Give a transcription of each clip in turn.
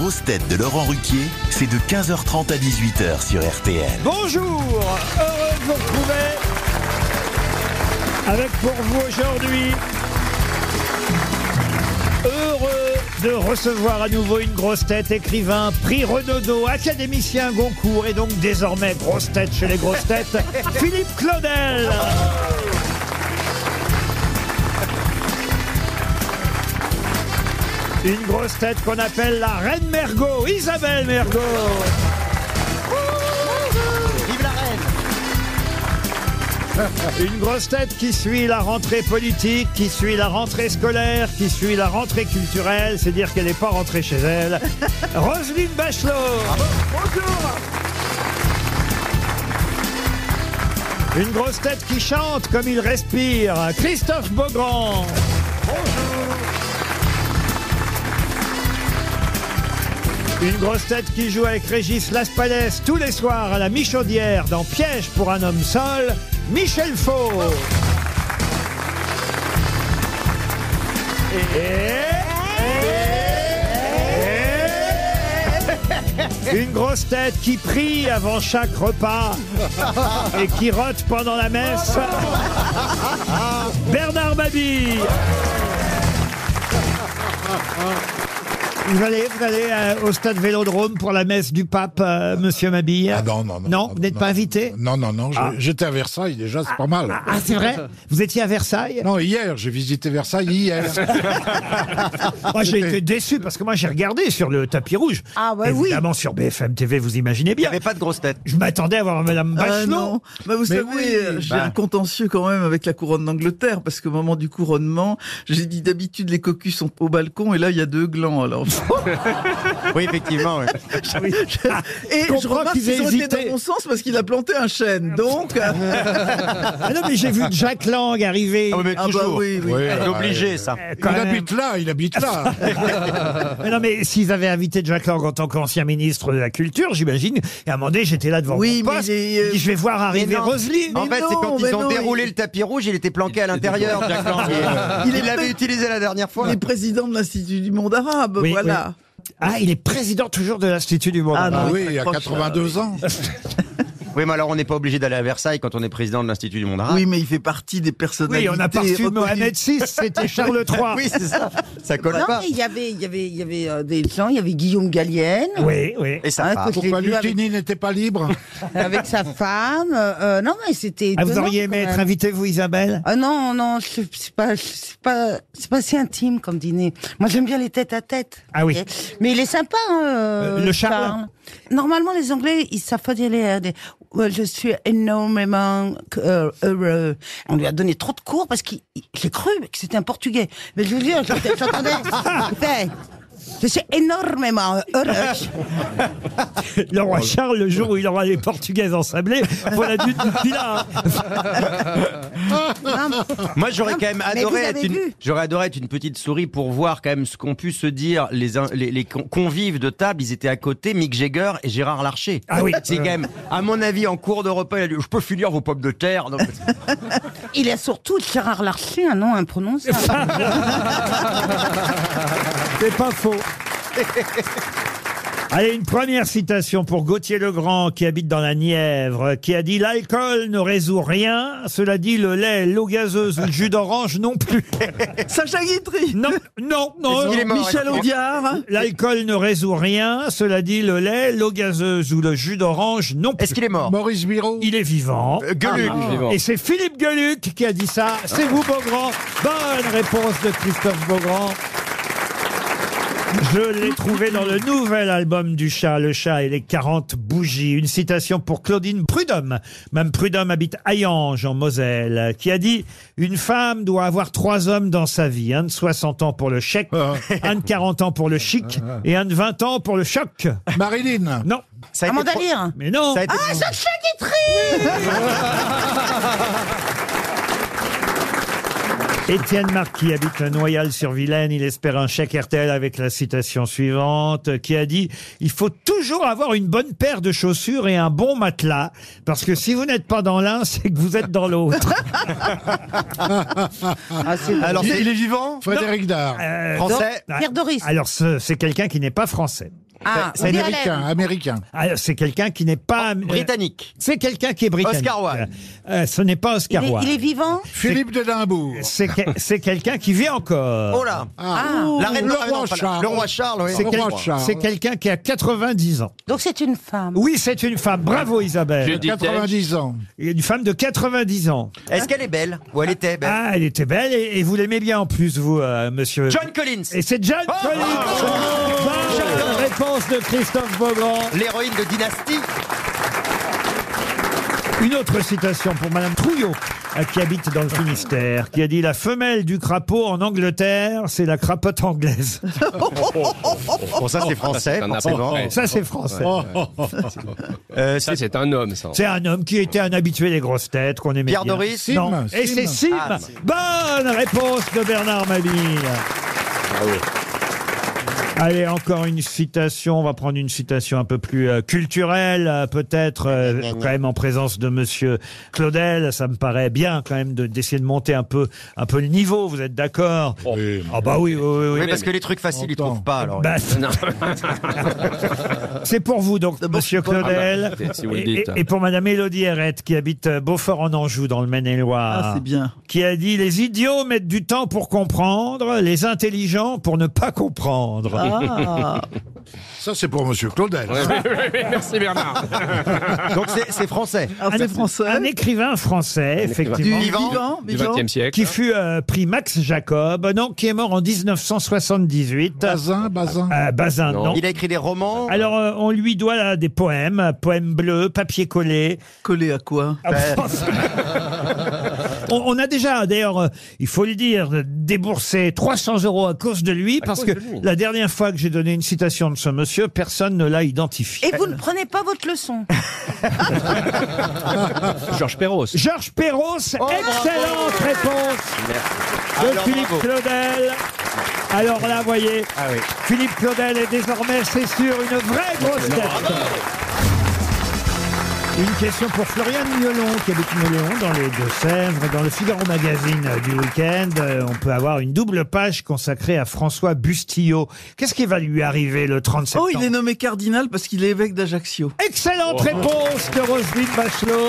grosses têtes de Laurent Ruquier, c'est de 15h30 à 18h sur RTL. Bonjour, heureux de vous retrouver avec pour vous aujourd'hui, heureux de recevoir à nouveau une grosse tête, écrivain, prix Renaudot, académicien Goncourt et donc désormais grosse tête chez les grosses têtes, Philippe Claudel. Une grosse tête qu'on appelle la Reine Mergot, Isabelle Mergot. Vive la reine. Une grosse tête qui suit la rentrée politique, qui suit la rentrée scolaire, qui suit la rentrée culturelle, c'est dire qu'elle n'est pas rentrée chez elle. Roselyne Bachelot. Bonjour. Une grosse tête qui chante comme il respire, Christophe Beaugrand. Une grosse tête qui joue avec Régis Laspalès tous les soirs à la Michaudière dans Piège pour un homme seul, Michel Faux. Une grosse tête qui prie avant chaque repas et qui rote pendant la messe, Bernard Mabille. Vous allez au stade Vélodrome pour la messe du pape, monsieur Mabille? Ah non. Non, vous n'êtes pas invité? Non. J'étais à Versailles déjà, c'est pas mal. Ah, c'est vrai? Vous étiez à Versailles? Non, hier, j'ai visité Versailles hier. Moi, j'ai été déçu parce que moi, j'ai regardé sur le tapis rouge. Ah, bah évidemment, sur BFM TV, vous imaginez Il bien. n'y avait pas de grosse tête. Je m'attendais à voir Madame Bachelot. non. Bah, vous savez, j'ai un contentieux quand même avec la couronne d'Angleterre, parce qu'au moment du couronnement, j'ai dit d'habitude les cocus sont au balcon, et là il y a 2 glands, alors. Oui, effectivement. Oui. Et je remarque qu'ils ont été hésité. dans mon sens parce qu'il a planté un chêne, donc. Ah non, mais j'ai vu Jack Lang arriver. Ah oui, mais Ah bah toujours. oui. C'est obligé, ça. Quand Il même. habite là. Mais non, mais s'ils avaient invité Jack Lang en tant qu'ancien ministre de la Culture, j'imagine, et à un moment donné, j'étais là devant Oui, mon mais poste, les, je dis, je vais voir arriver non. Roselyne. En fait, c'est quand mais ils ont non, déroulé le tapis rouge, il était planqué à l'intérieur, Jack Lang. Il l'avait utilisé la dernière fois. Il est président de l'Institut du monde arabe, Oui, voilà. Ah, il est président toujours de l'Institut du monde. Ah non. Oui, il y a 82 ans. Oui, mais alors on n'est pas obligé d'aller à Versailles quand on est président de l'Institut du monde arabe. Oui, mais il fait partie des personnalités. Oui, on a pas reçu reconnues. Mohamed VI, c'était Charles III. Oui, c'est ça. Ça colle Non, pas. mais il y avait des gens, il y avait Guillaume Gallienne. Oui. Et ça Hein, part. que je l'ai Pourquoi vu avec, Lutini n'était pas libre? avec sa femme. Non, mais c'était. Ah, vous étonnant, auriez quand aimé même. être invité, vous, Isabelle? Ah non, c'est pas si intime comme dîner. Moi, j'aime bien les tête à tête. Ah oui. Mais il est sympa, le Charles. Normalement, les Anglais, ils savent pas dire je suis énormément heureux. On lui a donné trop de cours parce j'ai cru que c'était un Portugais. Mais je vous jure, j'entendais. Je suis énormément heureux. Le roi Charles, le jour où il aura les Portugaises ensablées, voilà du là. Moi, j'aurais quand même adoré vous avez vu. j'aurais adoré être une petite souris pour voir quand même ce qu'ont pu se dire les convives de table. Ils étaient à côté, Mick Jagger et Gérard Larcher. Ah oui. C'est quand même, à mon avis, en cours de repas, il a dit, je peux finir vos pommes de terre. Non, Il a surtout Gérard Larcher, un nom imprononçable. C'est pas faux. Allez, une première citation pour Gauthier Legrand, qui habite dans la Nièvre, qui a dit « L'alcool ne résout rien, cela dit le lait, l'eau gazeuse ou le jus d'orange non plus. Sacha Guitry. » Non. Il est mort, Michel ouais. Audiard. L'alcool ne résout rien, cela dit le lait, l'eau gazeuse ou le jus d'orange non plus. Est-ce qu'il est mort? Maurice Biro. Il est vivant. Gueuluc. Et c'est Philippe Gueluc qui a dit ça. C'est vous, Beaugrand. Bonne réponse de Christophe Beaugrand. Je l'ai trouvé dans le nouvel album du chat, Le chat et les 40 bougies. Une citation pour Claudine Prudhomme. Mme Prudhomme habite Hayange, en Moselle, qui a dit « Une femme doit avoir 3 hommes dans sa vie. Un de 60 ans pour le chèque, un de 40 ans pour le chic et un de 20 ans pour le choc. Marilyn. » Non. Ça a été Amanda pro- Lear. Mais non. Ça a été- Ah, Sacha Guitry. Étienne Marquis habite le Noyal-sur-Vilaine. Il espère un chèque RTL avec la citation suivante, qui a dit « Il faut toujours avoir une bonne paire de chaussures et un bon matelas, parce que si vous n'êtes pas dans l'un, c'est que vous êtes dans l'autre. Alors, il est vivant? Frédéric Dard. Français? Ah, Pierre Doris. Alors, c'est quelqu'un qui n'est pas français. Ah, C'est Woody Américain, Allen. américain. Ah, c'est quelqu'un qui n'est pas... Britannique. c'est quelqu'un qui est britannique. Oscar Wilde. Ce n'est pas Oscar Wilde. Il est vivant? Philippe d'Édimbourg. C'est quelqu'un qui vit encore. Oh là. Ah. La reine Le ah, non, roi pas là. Charles. Le roi Charles, oui. C'est Le roi Charles. c'est quelqu'un qui a 90 ans. Donc c'est une femme. Oui, c'est une femme. Bravo Isabelle. Judi Dench. 90 ans. Une femme de 90 ans. Est-ce qu'elle est belle? Ou elle était belle? Ah, elle était belle et vous l'aimez bien en plus, vous, monsieur. John Collins. Et c'est John Collins. Bonne réponse de Christophe Beaugrand. L'héroïne de Dynastie. Une autre citation pour Madame Trouillot, qui habite dans le Finistère, qui a dit « La femelle du crapaud en Angleterre, c'est la crapote anglaise. Bon, ça c'est français, C'est un forcément. apôtre. » Ça, c'est français. Ça, c'est un homme, ça. C'est un homme qui était un habitué des grosses têtes, qu'on aimait Pierre bien. Doris. Non. Sim, Et Sim. c'est Sim. Ah, Bonne réponse de Bernard Mabille. Allez, encore une citation. On va prendre une citation un peu plus culturelle, peut-être, quand même en présence de Monsieur Claudel. Ça me paraît bien, quand même, d'essayer de monter un peu le niveau. Vous êtes d'accord? Oui, Ah bah oui, oui, oui. Oui, oui. parce que les trucs faciles, ils trouvent pas. Alors. Bah, Non. c'est pour vous, donc, D'abord, Monsieur je suis pas- Claudel. Ah bah, si vous le Et- dites. et pour Madame Élodie Herrette, qui habite Beaufort-en-Anjou, dans le Maine-et-Loire. Ah, c'est bien. Qui a dit « Les idiots mettent du temps pour comprendre, les intelligents pour ne pas comprendre. Ah. ça c'est pour Monsieur Claudel. Merci Bernard. Donc c'est français. Alors, c'est français. Un écrivain français, Du effectivement, vivant, Du XXe siècle. qui fut prix Max Jacob, non, qui est mort en 1978. Bazin. Bazin, Non. non. Il a écrit des romans. Alors, on lui doit là, des poèmes bleus, papier collé. Collé à quoi? On a déjà, d'ailleurs, il faut le dire, déboursé 300 € à cause de lui, parce cause que de lui. la dernière fois que j'ai donné une citation de ce monsieur, personne ne l'a identifié. Et vous ne prenez pas votre leçon. Georges Perros. Georges Perros, excellente réponse de Alors, Philippe bravo. Claudel. Alors là, voyez, Ah oui. Philippe Claudel est désormais, c'est sûr, une vraie grosse tête. Une question pour Floriane Miolon, qui habite Miolon, dans les Deux-Sèvres. Dans le Figaro Magazine du week-end, on peut avoir une double page consacrée à François Bustillo. Qu'est-ce qui va lui arriver le 30 septembre? Oh, il est nommé cardinal parce qu'il est évêque d'Ajaccio. Excellente réponse de Roselyne Bachelot.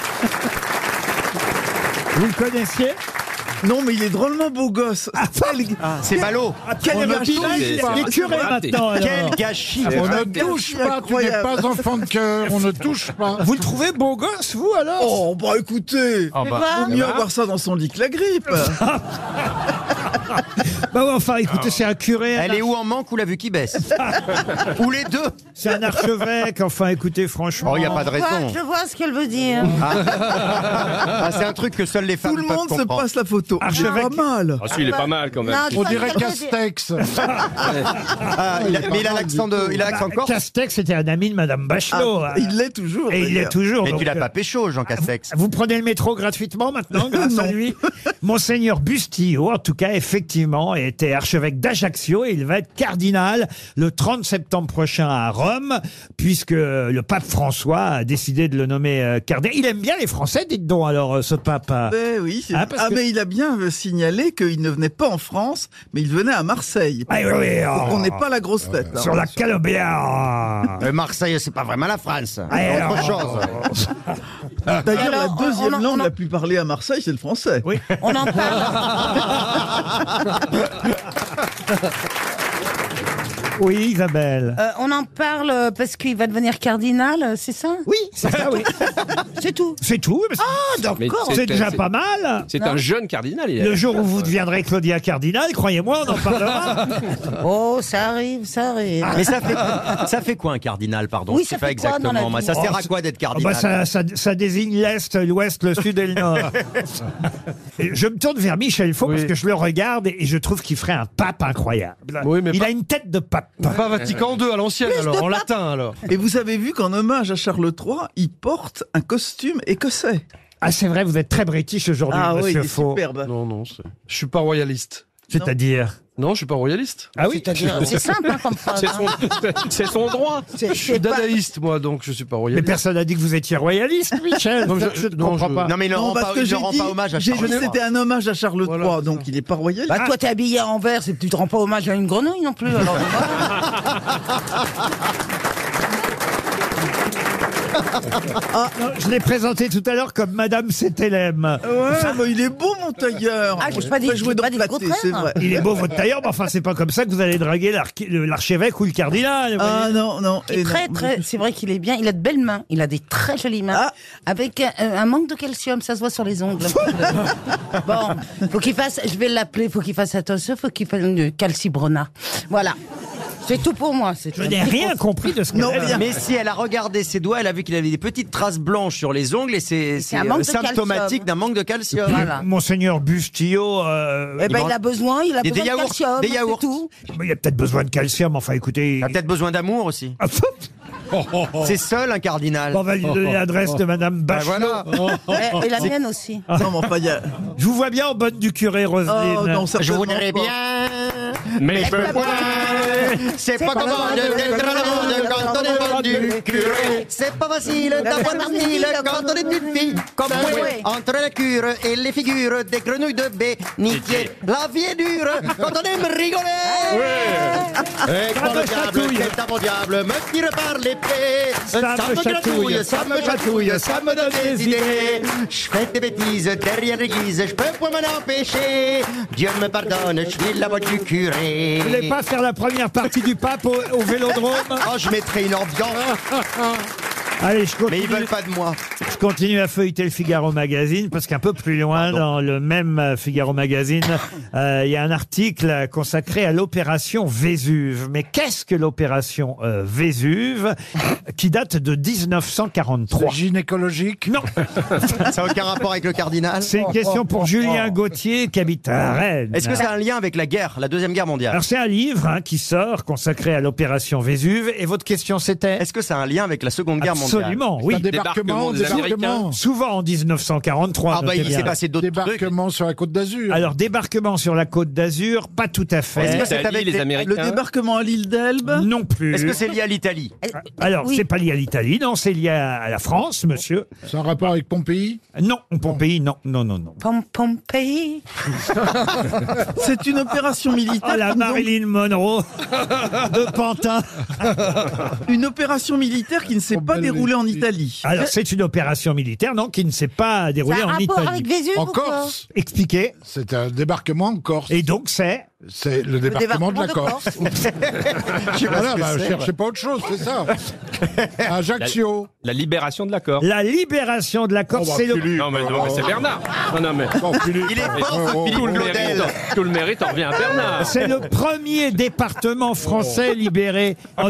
Vous le connaissiez? Non, mais il est drôlement beau gosse. C'est ballot. Quel On a gâchis. tous Il pas. est curé raté. maintenant. alors. Quel gâchis. On ne Quel touche gâchis pas, tu n'es incroyable. pas enfant de cœur, on ne touche pas. Vous le trouvez beau gosse, vous, alors? Oh, bah écoutez, Ah bah. vaut mieux avoir ça dans son lit que la grippe. Bah ouais, enfin, écoutez, c'est un curé. Elle est où en manque ou la vue qui baisse? Ou les deux? C'est un archevêque. Enfin, écoutez, franchement. Oh, il n'y a pas de raison. Je vois ce qu'elle veut dire. Ah, c'est un truc que seules les femmes Tout le peuvent monde se comprendre. passe la photo. Archevêque. C'est pas mal. Ah si, il est pas mal quand même. Non, tu On vois dirait ce qu'elle veut dire. Castex. Ah, mais il a l'accent corse. Castex était un ami de Madame Bachelot. Ah, il l'est toujours. Et il l'est d'ailleurs. toujours. Mais tu donc, l'as pas pécho, Jean Castex. Vous prenez le métro gratuitement maintenant grâce à lui. Monseigneur Bustillo, en tout cas, effectivement, était archevêque d'Ajaccio et il va être cardinal le 30 septembre prochain à Rome, puisque le pape François a décidé de le nommer cardinal. Il aime bien les Français, dites donc, alors, ce pape. Ben oui. Ah, parce que- Mais il a bien signalé qu'il ne venait pas en France, mais il venait à Marseille. Ah, oui, oui, Donc, oh. on n'est pas la grosse tête. hein. Sur la Canebière. Marseille, c'est pas vraiment la France. Ah, C'est alors. autre chose. D'ailleurs, la Alors, deuxième on langue a- la plus parlée à Marseille, c'est le français. Oui. On en parle. Oui, Isabelle. On en parle parce qu'il va devenir cardinal, c'est ça? Oui, c'est ça, oui. C'est tout. C'est tout. mais Ah, Mais d'accord. c'est déjà c'est- pas mal. C'est un jeune cardinal. Il est- Le jour où vous deviendrez Claudia Cardinal, croyez-moi, on en parlera. Oh, ça arrive, ça arrive. Mais ça fait quoi un cardinal, pardon? Oui, Je sais ça pas fait quoi dans la exactement. Moi, vie ça sert Oh, à quoi d'être Ah bah, cardinal? ça désigne l'Est, l'Ouest, le Sud et le Nord. Et je me tourne vers Michel Faux parce que je le regarde et je trouve qu'il ferait un pape incroyable. Oui, mais il pas- a une tête de pape. Pas Vatican II à l'ancienne, alors, en latin, alors. Et vous avez vu qu'en hommage à Charles III, il porte un costume écossais. Ah, c'est vrai, vous êtes très british aujourd'hui, Ah oui, monsieur il est Faux. superbe. Non, je suis pas royaliste. C'est-à-dire Non, je suis pas royaliste. Ah oui. C'est-à-dire, c'est simple hein, comme phrase. C'est son droit. Je suis dadaïste, moi, donc je suis pas Mais royaliste. personne n'a dit que vous étiez royaliste, Michel. Non, Je ne comprends pas. Non mais il ne rend parce pas, que il ne j'ai rend dit, pas hommage à j'ai Charles dit III. c'était un hommage à Charles III, Voilà, donc il est pas royaliste. Bah, toi, t'es habillé en vert, c'est que tu te rends pas hommage à une grenouille non plus. Alors, Non, je l'ai présenté tout à l'heure comme Madame Cétélème. Ouais, mais il est beau mon tailleur. Ah, je pas dit- pourrais jouer j'ai dans pas dit le Platé, contraire. c'est vrai. Il est beau votre tailleur, mais enfin c'est pas comme ça que vous allez draguer l'archevêque ou le cardinal. vous Ah voyez. non, non. il est et très, non. très, c'est vrai qu'il est bien. Il a de belles mains. Il a des très jolies mains. Ah. Avec un manque de calcium. Ça se voit sur les ongles. Bon. Faut qu'il fasse, je vais l'appeler, faut qu'il fasse attention, faut qu'il fasse une calcibrona. Voilà. C'est tout pour moi. Je n'ai rien compris de ce qu'elle Non, a dit. rien. Mais si elle a regardé ses doigts, elle a vu qu'il avait des petites traces blanches sur les ongles et c'est un manque de symptomatique calcium. d'un manque de calcium. Voilà. Monseigneur Bustillo, Eh ben, mange- il a besoin Des de yaourts, calcium. des c'est yaourts. tout. il a peut-être besoin de calcium. Enfin, écoutez. Il a peut-être besoin d'amour aussi. C'est seul un cardinal. On va lui donner l'adresse de Madame Ben Bachelot. voilà. Et la mienne aussi. Non, mais enfin, il y a... Je vous vois bien en bonne du curé, Roselyne. Oh, non, Je certainement voudrais pas. bien. Mais je peux C'est pas comment de d'être le monde quand on est vendu curé. C'est pas facile d'avoir facile quand on est une fille comme moi. ouais. Entre la cure et les figures des grenouilles de bénitier. La vie est dure quand on aime rigoler. Et quand le diable, c'est à mon diable, me tire par l'épée. Ça me gratouille, ça me chatouille, ça me donne des idées. Je fais des bêtises derrière l'église, je peux pas m'en empêcher. Dieu me pardonne, je suis la voix du curé. Vous voulez pas faire la première partie du pape au Vélodrome? Oh, je mettrai une ambiance. Allez, je Mais continue. ils veulent pas de moi. Je continue à feuilleter le Figaro Magazine parce qu'un peu plus loin, dans le même Figaro Magazine, il y a un article consacré à l'opération Vésuve. Mais qu'est-ce que l'opération Vésuve qui date de 1943? Gynécologique. Non, Ça n'a aucun rapport avec le cardinal. c'est une question pour Julien Gauthier qui habite à Rennes. Est-ce que ça a un lien avec la guerre, la Deuxième Guerre mondiale? Alors c'est un livre qui sort consacré à l'opération Vésuve. Et votre question c'était? Est-ce que ça a un lien avec la Seconde Guerre mondiale? Absolument, oui. Un débarquement, des Américains. Souvent en 1943. Ah bah il notez s'est bien. passé d'autres trucs. Débarquement sur la Côte d'Azur. Alors débarquement sur la Côte d'Azur, pas tout à fait. Est-ce que c'est L'Italie, avec les les- Le Américains. débarquement à l'île d'Elbe. Non plus. Est-ce que c'est lié à l'Italie? Alors, Oui. c'est pas lié à l'Italie, non, c'est lié à la France, monsieur. C'est un rapport avec Pompéi. Non, Pompéi, non, non, non, non. Pompéi. C'est une opération militaire. Oh, la donc, Marilyn Monroe de Pantin. une opération militaire qui ne s'est Oh, pas belle déroulée en fille. Italie. Alors, c'est une opération militaire, non, qui ne s'est pas Ça déroulée a un en rapport Italie. avec Vésuve En ou quoi Corse. Expliquez. C'est un débarquement en Corse. Et donc, c'est... C'est le débarquement de la Corse. Voilà, bah, cherchez pas autre chose, c'est ça. Ajaccio. La libération de la Corse. La libération de la Corse, Oh, bah, c'est le... Philippe, Non, mais c'est Bernard. Non, mais. Bon, Philippe, Il est fort, ce Philippe Tout le Claudel. mérite, tout le mérite en revient à Bernard. C'est le premier département français libéré en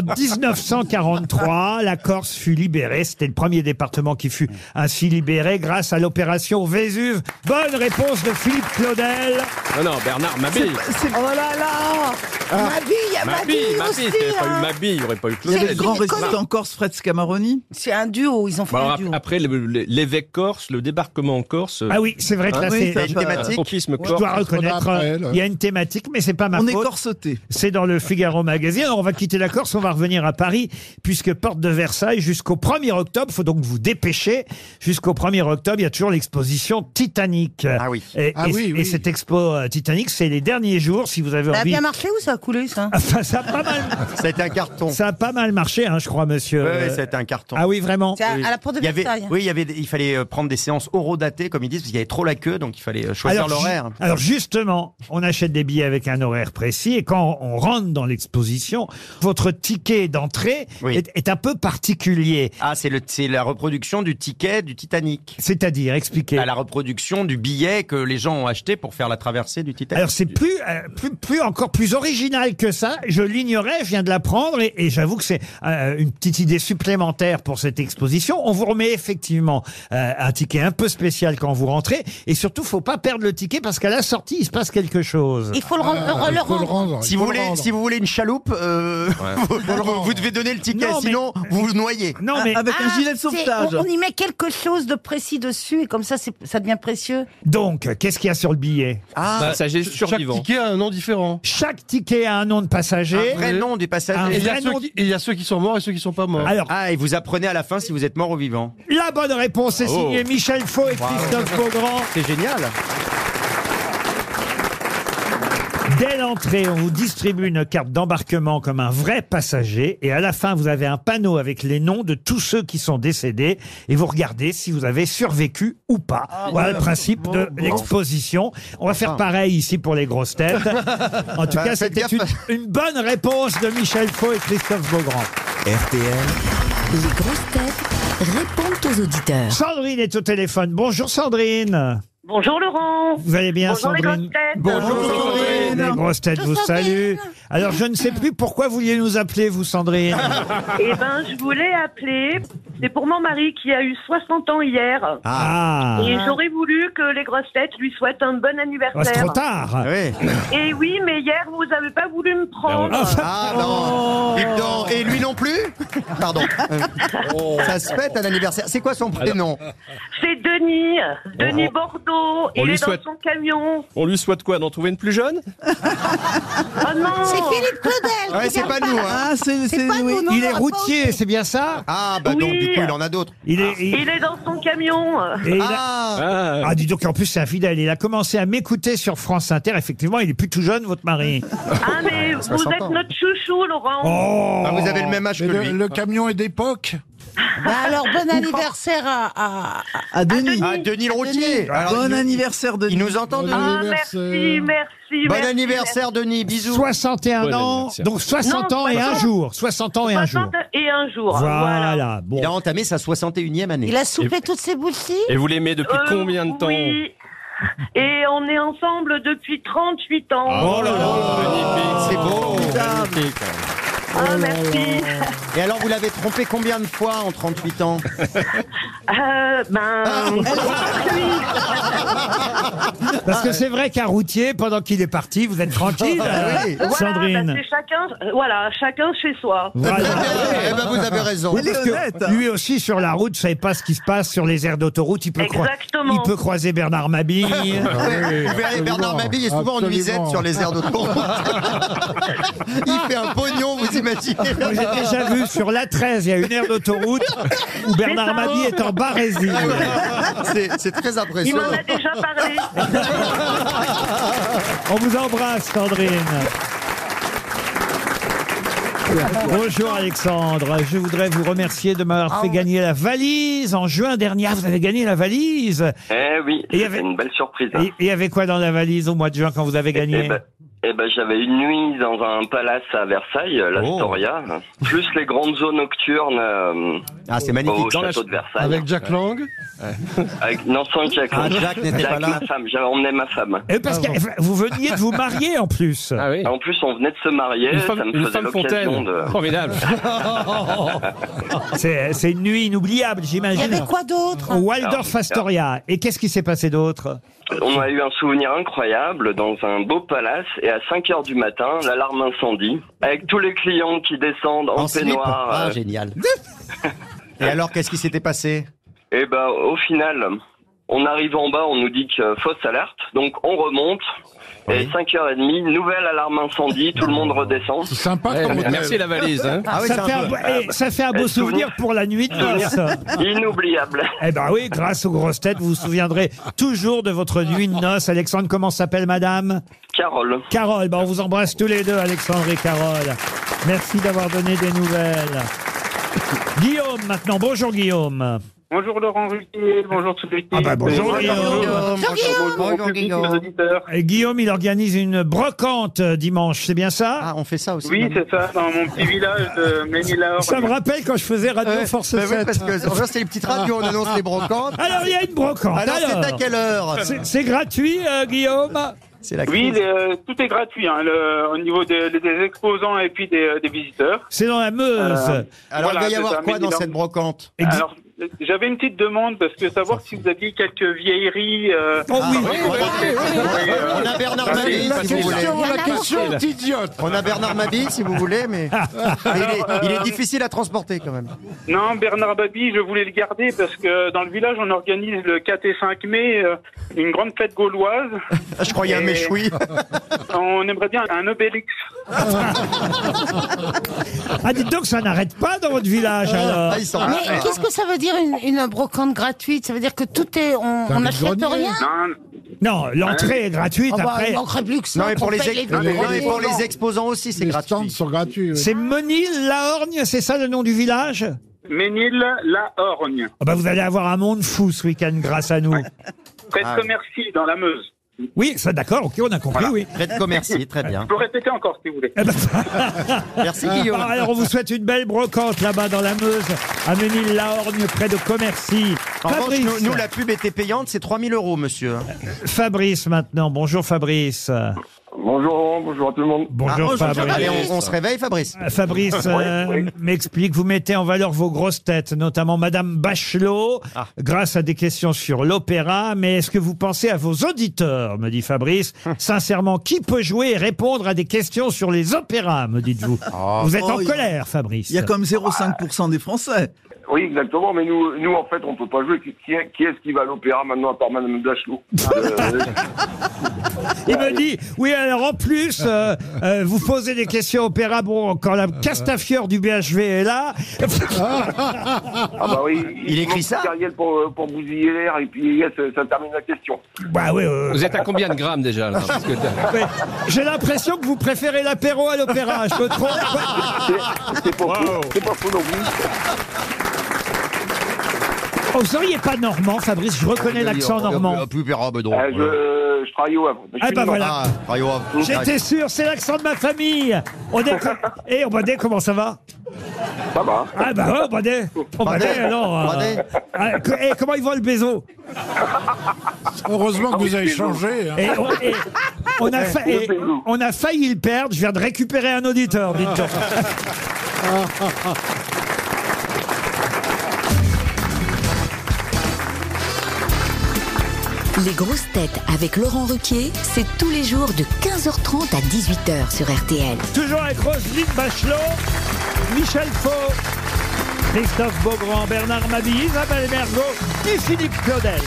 1943. La Corse fut libérée. C'était le premier département qui fut ainsi libéré grâce à l'opération Vésuve. Bonne réponse de Philippe Claudel. Non, non, Bernard, Mabille. Oh là là. Ma vie, il y a ma vie Mabille, aussi. s'il n'y avait pas eu hein. Mabille, il n'y aurait pas eu Il y avait Claudel. le grand C'est connu. résistant corse Fred Scamaroni. C'est un duo, ils ont fait Bon, un alors, duo. après, l'évêque corse, le débarquement en Corse. Ah oui, c'est vrai que là, oui, c'est... ça Une va. thématique. Tropisme Je corse. dois reconnaître, après, là. il y a une thématique, mais c'est pas ma On est faute. corseté. C'est dans le Figaro Magazine. Alors, on va quitter la Corse, on va revenir à Paris, puisque porte de Versailles jusqu'au 1er octobre, faut donc vous dépêcher. Jusqu'au 1er octobre, il y a toujours l'exposition Titanic. Ah oui. Et, Ah oui, et oui. cette expo Titanic, c'est les derniers jours, si vous avez Ça a envie. bien marché ou ça a coulé, ça? Enfin, ça a pas mal, Ça a été un carton. ça a pas mal marché, hein, je crois, monsieur. Oui, ça a été un carton. Ah oui, vraiment. C'est à la porte de Il y avait, Versailles. oui, il fallait prendre des séances horodatées, comme ils disent, parce qu'il y avait trop la queue, donc il fallait choisir l'horaire. Alors justement, on achète des billets avec un horaire précis et quand on rentre dans l'exposition, votre ticket d'entrée Oui. est un peu particulier. Ah, c'est la reproduction du ticket du Titanic. C'est-à-dire, expliquez. À la reproduction du billet que les gens ont acheté pour faire la traversée du Titanic. Alors c'est plus encore plus original que ça. Je l'ignorais, je viens de l'apprendre et j'avoue que c'est une petite idée supplémentaire pour cette exposition. On vous remet effectivement un ticket un peu spécial quand vous rentrez et surtout faut pas perdre le ticket parce qu'à la sortie il se passe quelque chose. Il faut le rendre. il faut le rendre. Si vous voulez une chaloupe, vous devez donner le ticket, Non, mais- sinon vous vous noyez. Non mais Avec un Ah, gilet de c'est- sauvetage. on y met quelque chose de précis dessus et comme ça, ça devient précieux. donc qu'est-ce qu'il y a sur le billet? Ah, Passager Chaque survivant. ticket a un nom nom différent. Chaque ticket a un nom de passager. Un vrai nom du Un passager. Et vrai nom- il y a ceux qui sont morts et ceux qui sont pas morts. Alors, Ah, et vous apprenez à la fin si vous êtes mort ou vivant. la bonne réponse est signée Michel Faux et Christophe Beaugrand. C'est génial. Dès l'entrée, on vous distribue une carte d'embarquement comme un vrai passager. Et à la fin, vous avez un panneau avec les noms de tous ceux qui sont décédés. Et vous regardez si vous avez survécu ou pas. Voilà le principe de l'exposition. On va faire pareil ici pour les grosses têtes. En tout cas, faites c'était gaffe. une bonne réponse de Michel Faux et Christophe Beaugrand. RTL, Les grosses têtes répondent aux auditeurs. Sandrine est au téléphone. Bonjour Sandrine. Bonjour Laurent. Vous allez bien Bonjour les Sandrine? grosses têtes. Bonjour Sandrine. Les grosses têtes vous saluent. Alors je ne sais plus pourquoi vous vouliez nous appeler, vous Sandrine. Eh ben, je voulais appeler. C'est pour mon mari qui a eu 60 ans hier. Ah, Et j'aurais voulu que les grosses têtes lui souhaitent un bon oh, c'est anniversaire. trop tard. Oui. Et oui, mais hier, vous n'avez pas voulu me prendre. Ah non. Dites donc. Et lui non plus. Pardon. Ça se fête un anniversaire. C'est quoi son prénom? C'est Denis. Denis Bordeaux. On Il lui est dans souhaite- son camion. On lui souhaite quoi? D'en trouver une plus jeune? Oh non. C'est Philippe Claudel. Ouais, c'est pas nous. Hein. Ah, c'est pas oui. nous, non. Il est non, routier, c'est bien ça? Ah bah donc Oui. du coup il en a d'autres. Il est. Il est dans son camion. et il a- Ah. Ah, dis donc, en plus, c'est infidèle. Il a commencé à m'écouter sur France Inter. Effectivement, il est plus tout jeune, votre mari. Ah, mais vous 60 êtes ans. notre chouchou, Laurent. Oh Ah, vous avez le même âge que Mais lui. le camion est d'époque. Bah alors, bon anniversaire à À Denis. Ah, Denis le routier. Alors, Bon il- anniversaire, Denis. Il nous entend, Denis. Ah, anniversaire. merci. Bon merci, anniversaire, Denis. Bisous. 61 Bon ans, anniversaire. donc 60 Non, ans et un 60. jour. 60 ans et un jour. 60 et un jour. Voilà, bon. Il a entamé sa 61e année. Il a soufflé toutes ses bougies. Et vous l'aimez depuis combien de temps? Oui. Et on est ensemble depuis 38 ans. Oh là là. Magnifique. C'est beau. Magnifique. Ah, merci. Et alors, vous l'avez trompé combien de fois en 38 ans? Parce que c'est vrai qu'un routier, pendant qu'il est parti, vous êtes tranquille, oui. Sandrine. Voilà, bah, c'est chacun chez soi. Voilà. Eh ben, vous avez raison. Oui, parce que honnête. lui aussi, sur la route, ne savez pas ce qui se passe sur les aires d'autoroute. Il peut, Exactement. il peut croiser Bernard Mabille. Vous verrez, Bernard Mabille est souvent en Absolument. nuisette sur les aires d'autoroute. Il fait un pognon, vous imaginez? Moi, j'ai déjà vu sur l'A13, il y a une aire d'autoroute où Bernard ça. Mabille est en barésie. C'est très Il m'en impressionnant. a déjà parlé. On vous embrasse, Sandrine. Bonjour Alexandre, je voudrais vous remercier de m'avoir fait gagner la valise en juin dernier. Ah, vous avez gagné la valise. Eh oui, Et il y c'est avait- une belle surprise. Et il y avait quoi dans la valise au mois de juin quand vous avez gagné? J'avais une nuit dans un palace à Versailles, l'Astoria, plus les grandes eaux nocturnes Ah, c'est magnifique. au château de Versailles. Avec Jack Lang. Non, sans Jack. Ah, Jack n'était pas là. Ma femme, j'avais emmené ma femme. Et parce que vous veniez de vous marier en plus. Ah oui. En plus, on venait de se marier, Une ça femme, me une faisait femme l'occasion fontaine. de... Formidable. C'est une nuit inoubliable, Il y j'imagine. avait quoi d'autre? Au Waldorf Astoria. Et qu'est-ce qui s'est passé d'autre? On a eu un souvenir incroyable dans un beau palace et à 5 heures du matin, l'alarme incendie, avec tous les clients qui descendent en slip. peignoir. Ah, génial. Et alors, qu'est-ce qui s'était passé? Et ben, au final, on arrive en bas, on nous dit que fausse alerte, donc on remonte. Et 5h30, nouvelle alarme incendie, tout le monde redescend. C'est sympa Ouais, comme hôtel. merci la valise. Hein. Ah oui, ça, c'est fait un un, peu... ça fait un beau souvenir pour la nuit de noces. Inoubliable. Eh ben oui, grâce aux grosses têtes, vous vous souviendrez toujours de votre nuit de noces. Alexandre, comment s'appelle madame? Carole. Carole. Ben, on vous embrasse tous les deux, Alexandre et Carole. Merci d'avoir donné des nouvelles. Guillaume, maintenant. Bonjour, Guillaume. Bonjour Laurent Ruquier, bonjour toute l'équipe. Ah bah bonjour, Guillaume. Bonjour Guillaume. Aux auditeurs. Et Guillaume, il organise une brocante dimanche, c'est bien ça? Ah, on fait ça aussi. Oui, c'est ça, dans mon petit village de Ménilor. Ça me rappelle quand je faisais Radio Force 7. Oui, parce que en fait, c'est les petites radios, on annonce les brocantes. Alors, il y a une brocante. Alors, c'est à quelle heure? C'est gratuit, Guillaume? C'est la Oui, crise. tout est gratuit, hein, au niveau des exposants et puis des visiteurs. C'est dans la Meuse. Alors, Voilà, il va y c'est avoir ça, quoi dans Ménilor. cette brocante? Alors, j'avais une petite demande parce que savoir si vous aviez quelques vieilleries. Oh oui, On a Bernard Mabille, si vous voulez. La question est idiote. On a Bernard Mabille, si vous voulez, mais il est difficile à transporter quand même. Non, Bernard Mabille, je voulais le garder parce que dans le village, on organise le 4 et 5 mai une grande fête gauloise. Je croyais un méchoui. On aimerait bien un Obélix. Ah, dites donc, ça n'arrête pas dans votre village, alors. Mais qu'est-ce que ça veut dire une brocante gratuite? Ça veut dire que tout est... On n'achète rien? Non, l'entrée est gratuite, Ah bah, après. il manquerait plus que ça. Non, mais pour qu'on les, paye pour les exposants aussi, c'est Les gratuit. stands sont gratuits. oui. C'est Menil-la-Orgne, c'est ça le nom du village? Ménil-la-Orgne. Ah bah, vous allez avoir un monde fou ce week-end grâce à nous. Près de Commercy, dans la Meuse. Oui, ça d'accord, ok, on a compris, oui. Près de Commercy, très bien. Je peux répéter encore si vous voulez. Eh ben, Merci Guillaume. alors, on vous souhaite une belle brocante là-bas dans la Meuse, à Ménil-la-Orgne, près de Commercy. En revanche, Fabrice, nous, la pub était payante, c'est 3 000 €, monsieur. Fabrice maintenant. Bonjour Fabrice. Bonjour, bonjour à tout le monde. Bonjour Fabrice. Allez, on se réveille, Fabrice. Fabrice m'explique, vous mettez en valeur vos grosses têtes, notamment Madame Bachelot, grâce à des questions sur l'opéra. Mais est-ce que vous pensez à vos auditeurs, me dit Fabrice. Sincèrement, qui peut jouer et répondre à des questions sur les opéras, me dites-vous? Vous êtes en colère, Fabrice. Il y a comme 0,5% des Français. Oui, exactement, mais nous en fait, on peut pas jouer. Qui est-ce qui va à l'opéra maintenant, à part Madame Bachelot? Il me dit, oui, alors en plus, vous posez des questions opéra, bon, quand la Castafiore du BHV est là... Ah bah oui, Il écrit ça Ariel pour bousiller l'air, et puis ça termine la question. Bah oui, Vous êtes à combien de grammes déjà là? Parce que mais j'ai l'impression que vous préférez l'apéro à l'opéra, je me trompe? C'est pas faux non plus. Oh, vous seriez pas normand, Fabrice, je reconnais l'accent normand. Je travaille au Havre. Ah bah voilà. J'étais sûr, c'est l'accent de ma famille. Et Obadé, comment ça va? Ça va. Ah bah Obadé. Obadé, alors. Et comment il va le bézo? Heureusement que vous avez changé. hein. Et on a failli le perdre, je viens de récupérer un auditeur, dites-donc. Les grosses têtes avec Laurent Ruquier, c'est tous les jours de 15h30 à 18h sur RTL. Toujours avec Roselyne Bachelot, Michel Faux, Christophe Beaugrand, Bernard Mabille, Isabelle Mergot et Philippe Claudel.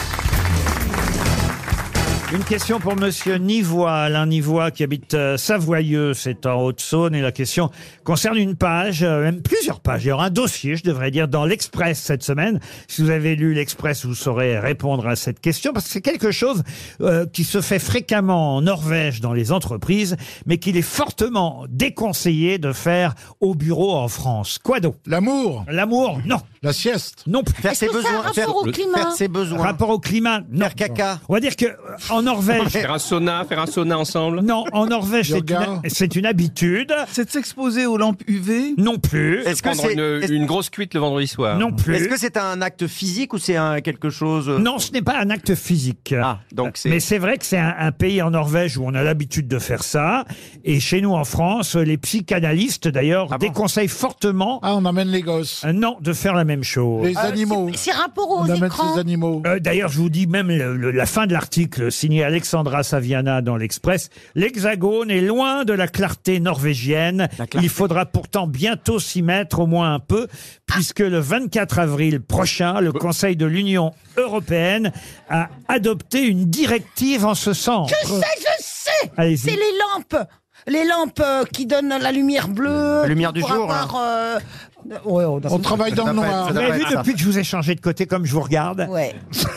Une question pour Monsieur Nivois, Alain Nivois, qui habite Savoyeux, c'est en Haute-Saône, et la question concerne une page, même plusieurs pages, il y aura un dossier, je devrais dire, dans l'Express cette semaine. Si vous avez lu l'Express, vous saurez répondre à cette question, parce que c'est quelque chose qui se fait fréquemment en Norvège dans les entreprises, mais qu'il est fortement déconseillé de faire au bureau en France. Quoi donc? L'amour. L'amour, non. La sieste. Non plus. Faire ses Est-ce que ça a besoins. rapport Faire, au climat faire ses besoins. Rapport au climat, non. Faire caca. On va dire que en Norvège, faire un sauna ensemble? non, en Norvège, Yoga. c'est une habitude. C'est de s'exposer aux lampes UV. Non plus. Est-ce que Prendre c'est une grosse cuite le vendredi soir? Non plus. est-ce que c'est un acte physique ou c'est quelque chose Non, ce n'est pas un acte physique. Ah, donc c'est Mais c'est vrai que c'est un pays en Norvège où on a l'habitude de faire ça. Et chez nous en France, les psychanalystes d'ailleurs déconseillent fortement Ah, on amène les gosses. non, de faire la même chose. Les animaux. C'est rapport aux On amène écrans. ces animaux. D'ailleurs, je vous dis même la fin de l'article signé Alexandra Saviana dans l'Express. L'Hexagone est loin de la clarté norvégienne. Il faudra pourtant bientôt s'y mettre au moins un peu, puisque le 24 avril prochain, le Conseil de l'Union européenne a adopté une directive en ce sens. Je sais. Allez-y. C'est les lampes. Les lampes qui donnent la lumière bleue. La lumière du pour jour, avoir, ouais, On travaille dans le noir. Vous avez vu depuis que je vous ai changé de côté comme je vous regarde? Ouais.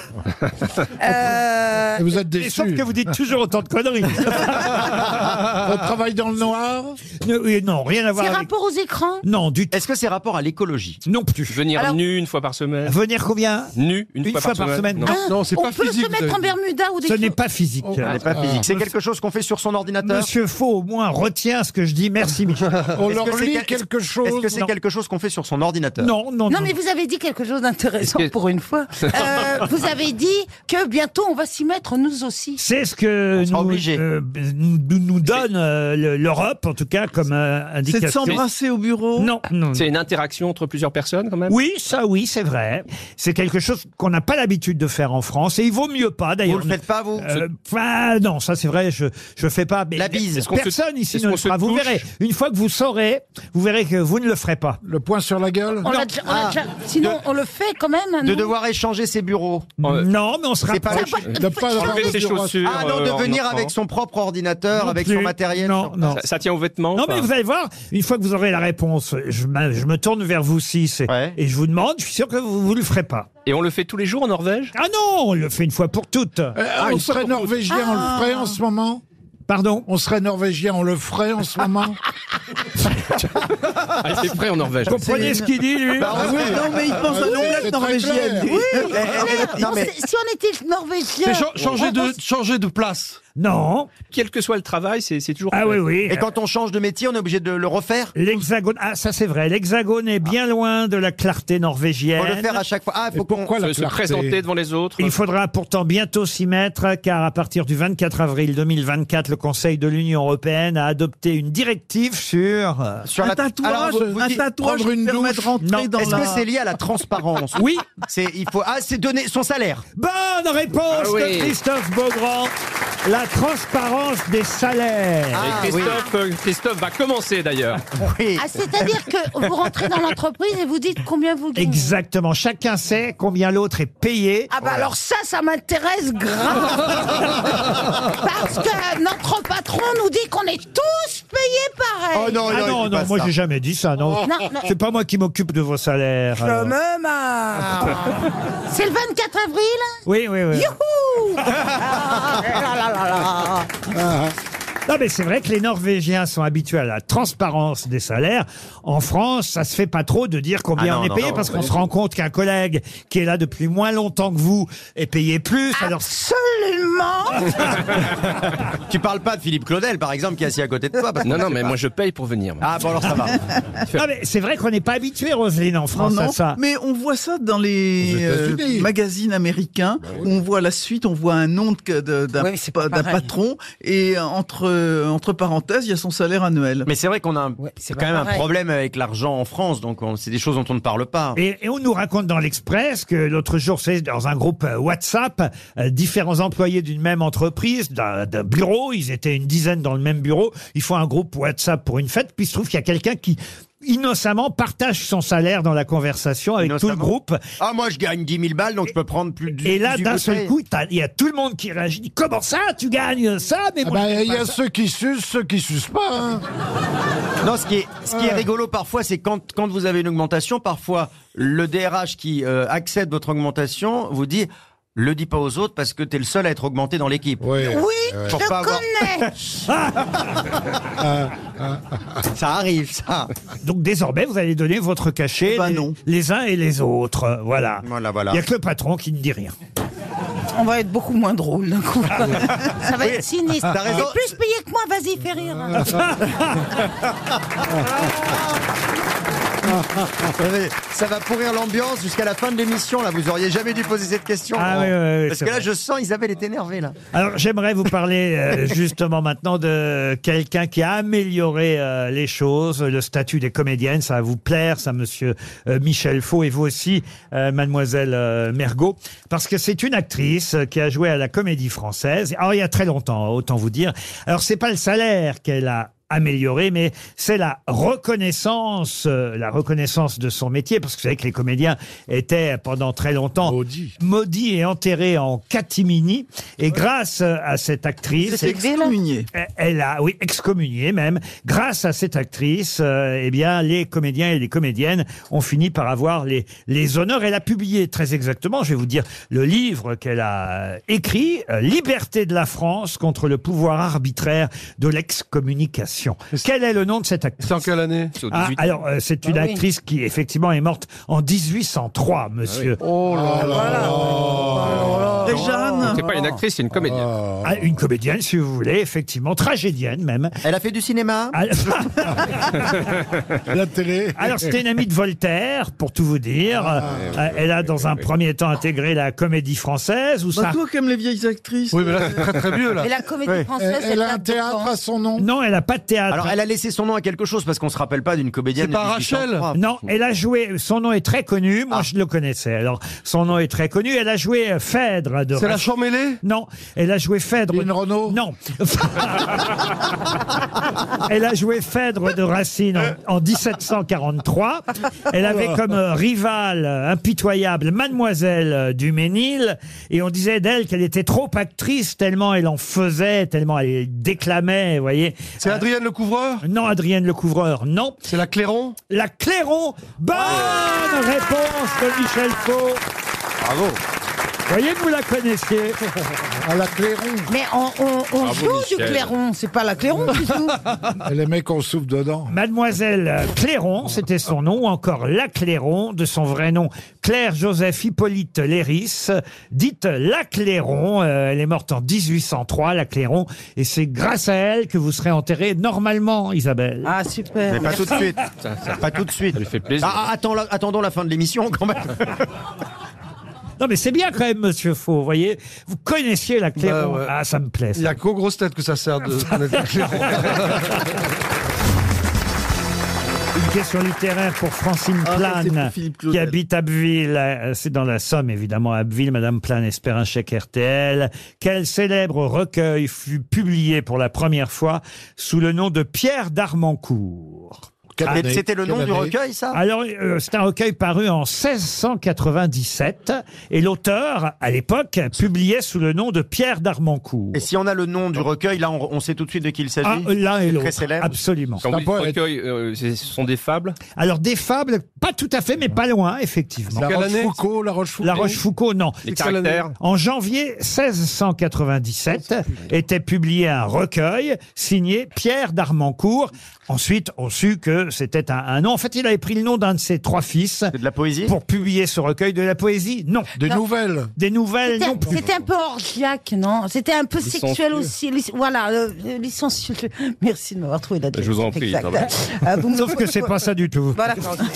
Et vous êtes Et sauf déçus. que vous dites toujours autant de conneries. On travaille dans le noir. Oui, non, rien à voir C'est avec... rapport aux écrans. Non, du tout. Est-ce que c'est rapport à l'écologie? Non plus. Venir Alors- nu une fois par semaine? Venir combien? Nu une fois par semaine? Non. Non, c'est On pas peut physique. se mettre en Bermuda ou des Ce choses. n'est pas physique. Ce n'est pas physique. C'est quelque chose qu'on fait sur son ordinateur? Monsieur Faux, au moins, retient ce que je dis. Merci, Michel. On Est-ce leur que c'est lit quel- quelque chose. Est-ce que c'est Non. quelque chose qu'on fait sur son ordinateur? Non, non, Non, mais vous avez dit quelque chose d'intéressant Est-ce que- pour une fois. Vous avez dit que bientôt on va s'y mettre nous aussi. C'est ce que sera obligé. nous donne l'Europe, en tout cas, comme indication. C'est de s'embrasser au bureau? Non. C'est une interaction entre plusieurs personnes, quand même? Oui, c'est vrai. C'est quelque chose qu'on n'a pas l'habitude de faire en France, et il vaut mieux pas, d'ailleurs. Vous le faites pas, vous? Non, ça c'est vrai, je fais pas. Mais la bise. Personne ici ne le fera. Vous verrez, une fois que vous saurez, vous verrez que vous ne le ferez pas. Le poing sur la gueule? Sinon, on le fait quand même. De devoir échanger ses bureaux. Non, mais on se rapproche. De pas Enlever ses chaussures. Ah non, de en venir entrant. avec son propre ordinateur, avec son matériel. Non. Ça tient aux vêtements? Non, mais vous allez voir, une fois que vous aurez la réponse, je me tourne vers vous six et je vous demande, je suis sûr que vous le ferez pas. Et on le fait tous les jours en Norvège? Ah non, on le fait une fois pour toutes. On serait norvégien, on le ferait en ce moment? Pardon? On serait norvégien, on le ferait en ce moment? Ah, c'est prêt en Norvège. Vous comprenez ce qu'il dit, lui? Non, mais il pense à l'omelette norvégienne. Si on était norvégien. Changer de place. Non. Quel que soit le travail, c'est toujours... Ah oui. Et quand on change de métier, on est obligé de le refaire? L'hexagone, ça c'est vrai, l'hexagone est bien loin de la clarté norvégienne. Faut le faire à chaque fois. Faut pourquoi la se présenter devant les autres. Il faudra pourtant bientôt s'y mettre, car à partir du 24 avril 2024, le Conseil de l'Union européenne a adopté une directive sur un tatouage, qui permet de rentrer dans Est-ce que c'est lié à la transparence? Oui. C'est donner son salaire. Bonne réponse de Christophe Beaugrand. La transparence des salaires. Et Christophe va commencer d'ailleurs. Oui. C'est-à-dire que vous rentrez dans l'entreprise et vous dites combien vous gagnez. Exactement. Chacun sait combien l'autre est payé. Ah bah alors ça m'intéresse grave. Parce que notre patron nous dit qu'on est tous payés pareil. Oh non, non, moi j'ai jamais dit ça, non. Non. C'est pas moi qui m'occupe de vos salaires. Je me marre. C'est le 24 avril? Oui. Youhou. Non, mais c'est vrai que les Norvégiens sont habitués à la transparence des salaires. En France, ça se fait pas trop de dire combien on est payé, parce qu'on se rend compte qu'un collègue qui est là depuis moins longtemps que vous est payé plus. Absolument. Tu parles pas de Philippe Claudel, par exemple, qui est assis à côté de toi. Non, mais moi je paye pour venir. Ah bon, alors ça va. Non, mais c'est vrai qu'on n'est pas habitué, Roselyne, en France, à ça. Mais on voit ça dans les magazines américains. Où on voit la suite, on voit un nom d'un patron, et entre parenthèses, il y a son salaire annuel. Mais c'est vrai qu'on a c'est quand même un problème avec l'argent en France, donc c'est des choses dont on ne parle pas. Et on nous raconte dans l'Express que l'autre jour, c'est dans un groupe WhatsApp, différents employés d'une même entreprise, d'un bureau, ils étaient une dizaine dans le même bureau, ils font un groupe WhatsApp pour une fête, puis il se trouve qu'il y a quelqu'un qui innocemment partage son salaire dans la conversation avec tout le groupe. Ah, moi je gagne 10 000 balles, donc je peux prendre plus de... Et là, d'un seul coup, il y a tout le monde qui réagit. Comment ça, tu gagnes ça? Mais il y a ceux qui sucent, ceux qui sucent pas. Hein. Non, ce qui est rigolo parfois, c'est quand vous avez une augmentation, parfois le DRH qui accède votre augmentation vous dit... Le dis pas aux autres parce que t'es le seul à être augmenté dans l'équipe. Oui, je connais. Ça arrive, ça. Donc désormais, vous allez donner votre cachet les uns et les autres. Voilà. Il n'y a que le patron qui ne dit rien. On va être beaucoup moins drôle d'un coup. Ça va être sinistre. T'as raison. T'es plus payé que moi, vas-y, fais rire. Ça va pourrir l'ambiance jusqu'à la fin de l'émission. Là, vous auriez jamais dû poser cette question. Oui, parce que là, je sens Isabelle est énervée là. Alors, j'aimerais vous parler justement maintenant de quelqu'un qui a amélioré les choses, le statut des comédiennes. Ça va vous plaire, ça, monsieur Michel Faux, et vous aussi, mademoiselle Mergot, parce que c'est une actrice qui a joué à la Comédie Française. Alors, il y a très longtemps, autant vous dire. Alors, c'est pas le salaire qu'elle a amélioré, mais c'est la reconnaissance de son métier, parce que vous savez que les comédiens étaient pendant très longtemps maudits et enterrés en catimini, et grâce à cette actrice, c'est excommunié. Elle a, excommunié même. Grâce à cette actrice, eh bien, les comédiens et les comédiennes ont fini par avoir les honneurs. Elle a publié très exactement, je vais vous dire, le livre qu'elle a écrit, Liberté de la France contre le pouvoir arbitraire de l'excommunication. Passion. Quel est le nom de cette actrice? C'est en quelle année? Alors, c'est une actrice qui, effectivement, est morte en 1803, monsieur. Oh là là. Jeanne. C'est pas une actrice, c'est une comédienne. Ah, une comédienne, si vous voulez, effectivement, tragédienne même. Elle a fait du cinéma. La télé. Alors, c'était une amie de Voltaire, pour tout vous dire. Elle a, dans un premier temps, intégré la Comédie Française. Où Bah, ça... toi qui aimes les vieilles actrices. Oui, mais là, c'est très très vieux, là. Et la Comédie Française, Elle a un théâtre à son nom. Non, elle n'a pas de théâtre. Alors, elle a laissé son nom à quelque chose parce qu'on se rappelle pas d'une comédienne. C'est pas de Rachel? 1803. Non, elle a joué. Son nom est très connu. Moi, je le connaissais. Alors, son nom est très connu. Elle a joué Phèdre de. C'est la Champmêlée? Non, elle a joué Phèdre. Lynn Renaud? Non. Elle a joué Phèdre de Racine en 1743. Elle avait comme rivale impitoyable Mademoiselle du Ménil. Et on disait d'elle qu'elle était trop actrice, tellement elle en faisait, tellement elle déclamait, vous voyez. C'est Adrienne Le Couvreur? Non, Adrienne Le Couvreur, non. C'est la Clairon? La Clairon. Bonne réponse de Michel Faux. Bravo. Voyez que vous la connaissiez. À la Clairon. Mais on joue du clairon, c'est pas la clairon du tout. Elle aimait qu'on souffle dedans. Mademoiselle Clairon, c'était son nom, ou encore la Clairon, de son vrai nom, Claire Joseph Hippolyte Léris, dite la Clairon. Elle est morte en 1803, la Clairon, et c'est grâce à elle que vous serez enterrée normalement, Isabelle. Ah, super. Mais pas tout de suite. Pas tout de suite. Ça lui fait plaisir. Attendons la fin de l'émission quand même. Non, mais c'est bien quand même, monsieur Faux, vous voyez. Vous connaissiez la Clairon. Bah ouais. Ah, ça me plaît. Il y a qu'aux grosses têtes que ça sert de connaître la Clairon. Une question littéraire pour Francine Ah, ça, c'est Plane, pour Philippe qui Claudel. habite Abbeville. C'est dans la Somme, évidemment, Abbeville. Madame Plane espère un chèque RTL. Quel célèbre recueil fut publié pour la première fois sous le nom de Pierre d'Armancourt? C'était le nom du recueil, ça? Alors, c'est un recueil paru en 1697, et l'auteur, à l'époque, publiait sous le nom de Pierre d'Armancourt. Et si on a le nom du recueil, là, on sait tout de suite de qui il s'agit. L'un et C'est l'autre, très célèbre. absolument. Quand vous dites recueil, ce sont des fables? Alors, des fables, pas tout à fait, mais pas loin, effectivement. La Quelle année? Rochefoucauld, la Rochefoucauld. La Rochefoucauld, non. Les caractères? En janvier 1697, était publié un recueil signé Pierre d'Armancourt. Ensuite, on sut que c'était un nom. En fait, il avait pris le nom d'un de ses trois fils. C'est de la poésie? Pour publier ce recueil. De la poésie, non. Des nouvelles. Des nouvelles, non plus. C'était un peu orgiaque, non? C'était un peu sexuel aussi. Voilà, licencieux. Merci de m'avoir trouvé la Je vous en prie. Exact. Sauf que c'est pas ça du tout. Voilà.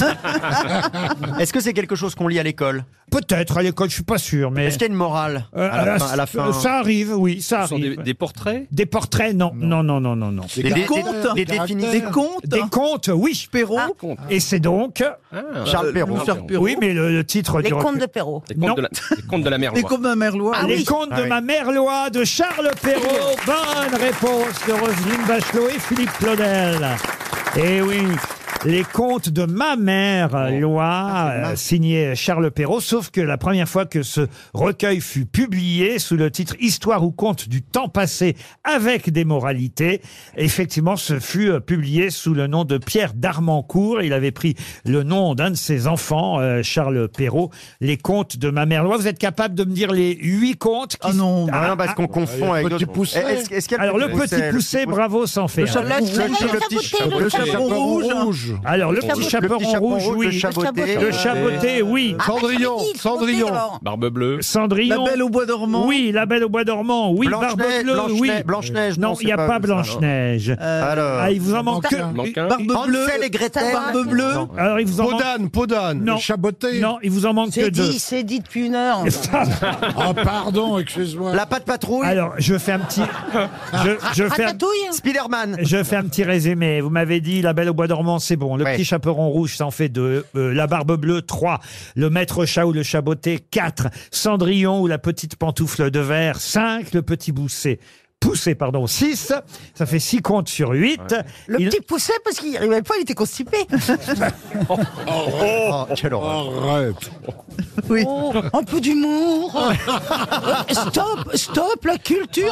Est-ce que c'est quelque chose qu'on lit à l'école? Peut-être à l'école, je suis pas sûr, mais Est-ce qu'il y a une morale à la fin? ça arrive, oui, ça Ce sont arrive. des portraits? Des portraits, non, non, non, non, non, non. Des contes? des définitions? Des contes? Des contes, oui. Perrault? Et c'est donc, Charles Perrault. Charles Perrault. oui, mais le titre Les du contes recueil- de Perrault. Les Non. contes de la mer Les Loire. contes d'un merlois? Les contes de ma mère Loi de Charles Perrault. Bonne réponse de Roselyne Bachelot et Philippe Claudel. Eh oui. Les contes de ma mère Loi, signé Charles Perrault, sauf que la première fois que ce recueil fut publié sous le titre Histoire ou conte du temps passé avec des moralités, effectivement, ce fut publié sous le nom de Pierre d'Armancourt. Il avait pris le nom d'un de ses enfants, Charles Perrault. Les contes de ma mère Loi. Vous êtes capable de me dire les 8 contes qui... Ah non. Ah non, parce qu'on confond avec Petit d'autres. Pousset. Est-ce qu'il y a Alors, le petit poussé, bravo, sans faire. Le chaperon rouge. Alors, le petit chaperon rouge, oui. Le chaboté. Le chaboté, oui. Cendrillon, Cendrillon. Barbe bleue. Cendrillon. La Belle au bois dormant. Oui, la Belle au bois dormant. Oui, Barbe bleue, oui. Blanche-Neige. Non, il n'y a pas Blanche-Neige. Alors. Ah, il vous en manque que... Manque un. Barbe bleue. Hansel et Gretel. Barbe bleue. Alors, il vous en manque... Podane. Non. Chaboté. Non, il vous en manque que deux. C'est dit depuis une heure. Ah, pardon, excuse-moi. La patte patrouille. Alors, je fais un petit... Je fais un... Ratatouille. Spider-Man. Je fais un petit résumé. Vous m'avez dit La Belle au bois dormant, c'est bon. Le Ouais. petit chaperon rouge, ça en fait 2. La Barbe bleue, 3. Le maître chat ou le chaboté, 4. Cendrillon ou la petite pantoufle de verre, 5. Le petit poussé, pardon, 6. Ça fait 6 contes sur 8. Le petit poussé parce qu'il n'y arrivait pas, il était constipé. Oh, quelle horreur. Arrête. Oui. Oh, un peu d'humour. Stop, la culture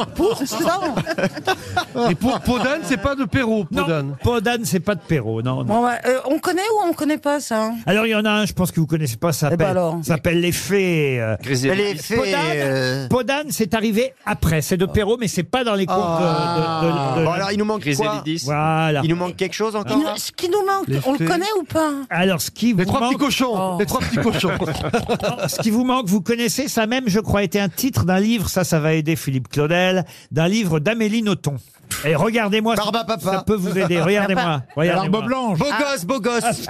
100%. Et pour Podane, c'est pas de Perrault, Non, Podane. Podane, c'est pas de Perrault, non. non. Bon, ouais, on connaît ou on connaît pas ça? Alors, il y en a un, je pense que vous connaissez pas, ça Eh ben s'appelle alors. ça s'appelle Les Fées. Elle est fait. Podane, c'est arrivé après. C'est de Perrault, mais c'est pas dans les contes de- Bon, alors, il nous manque quoi Griselidis. Voilà. Il nous manque quelque chose encore Ce qui nous manque, Les on le fées. connaît ou pas? Alors, ce qui vous Les trois petits manque, cochons. Les trois petits cochons. ce qui vous manque, vous connaissez, ça même, je crois, était un titre d'un livre, ça va aider Philippe Claudel, d'un livre d'Amélie Nothomb. Et regardez-moi, Barba Papa. ça peut vous aider. Regardez-moi. L'arbre blanche. Beau gosse.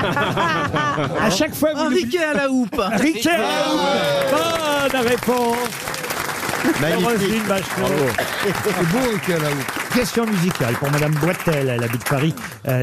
À chaque fois, vous Riquet à la houppe. Riquet à la houppe. Bonne réponse. Roselyne Bachelot. C'est beau, Riquet à la houppe. Question musicale pour Madame Boitel, elle habite Paris,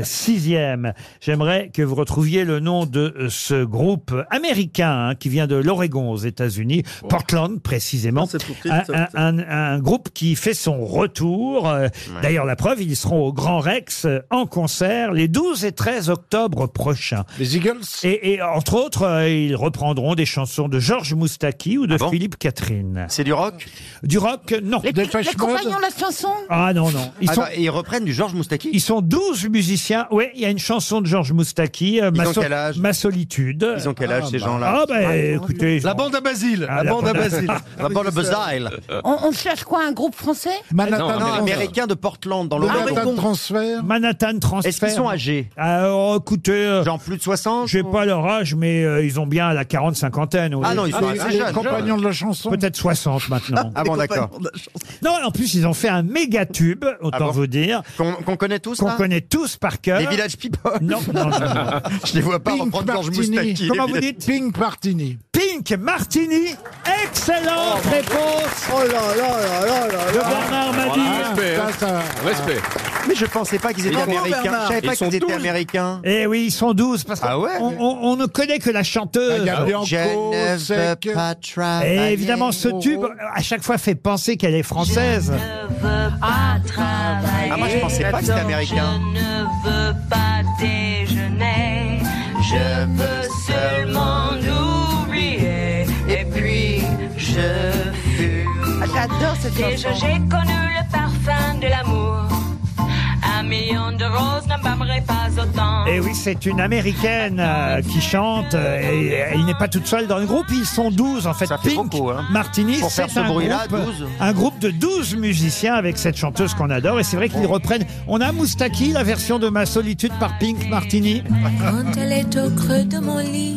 6e. J'aimerais que vous retrouviez le nom de ce groupe américain qui vient de l'Oregon aux États-Unis, Portland précisément. C'est tout triste, ça. Un groupe qui fait son retour. D'ailleurs, la preuve, ils seront au Grand Rex en concert les 12 et 13 octobre prochains. Les Eagles. Et entre autres, ils reprendront des chansons de Georges Moustaki ou de Philippe Catherine. C'est du rock Du rock, non. Les compagnons de la chanson? Ah non, non. Ils reprennent du Georges Moustaki. Ils sont 12 musiciens. Oui, il y a une chanson de Georges Moustaki, ont quel âge Ma solitude. Ils ont quel âge ces gens-là Ah ben écoutez, La bande à Basile. Ah, La bande à Basile. La bande de Basile. On cherche quoi, un groupe français? Manhattan. Non, américain de Portland dans Manhattan Transfer. Manhattan Transfer. Est-ce qu'ils sont âgés Alors écoutez, Genre plus de 60 j'ai pas leur âge, mais ils ont bien la 40-50aine. Oui. Ah non, ils sont assez Les jeunes. compagnons de la chanson. Peut-être 60 maintenant. Ah bon, d'accord. Non, en plus ils ont fait un méga tube, autant bon vous dire, Qu'on connaît tous qu'on là connaît tous par cœur. Les Village People. Non, non, non. Je les vois pas Pink reprendre Georges Martini. Moustaki. Comment les vous Village- dites? Pink Martini. Pink Martini. Excellente réponse Oh là là là là là de là. Bernard Mabille. Respect. Mais je pensais pas qu'ils étaient Bravo, américains. Bernard. Je savais pas Ils sont qu'ils étaient 12. américains. Eh oui, ils sont 12 parce qu'on Ah ouais on ne connaît que la chanteuse. Il y a Bianco, Je ne veux Sec. pas Et travailler. évidemment, ce tube, à chaque fois, fait penser qu'elle est française. Ah, moi je pensais pas que c'était américain. Je ne veux pas déjeuner, je veux seulement oublier. Et puis je fume. J'adore cette Déjà chanson. j'ai connu le parfum de l'amour. Un million de roses n'embâmerait pas autant. Et oui, c'est une américaine qui chante. Et elle n'est pas toute seule dans le groupe. Ils sont 12 en fait. Ça fait Pink beaucoup, hein. Martini, Pour faire c'est ce un bruit-là, groupe, 12. un groupe de 12 musiciens avec cette chanteuse qu'on adore. Et c'est vrai qu'ils reprennent. On a Moustaki, la version de Ma solitude par Pink Martini. Quand elle est au creux de mon lit,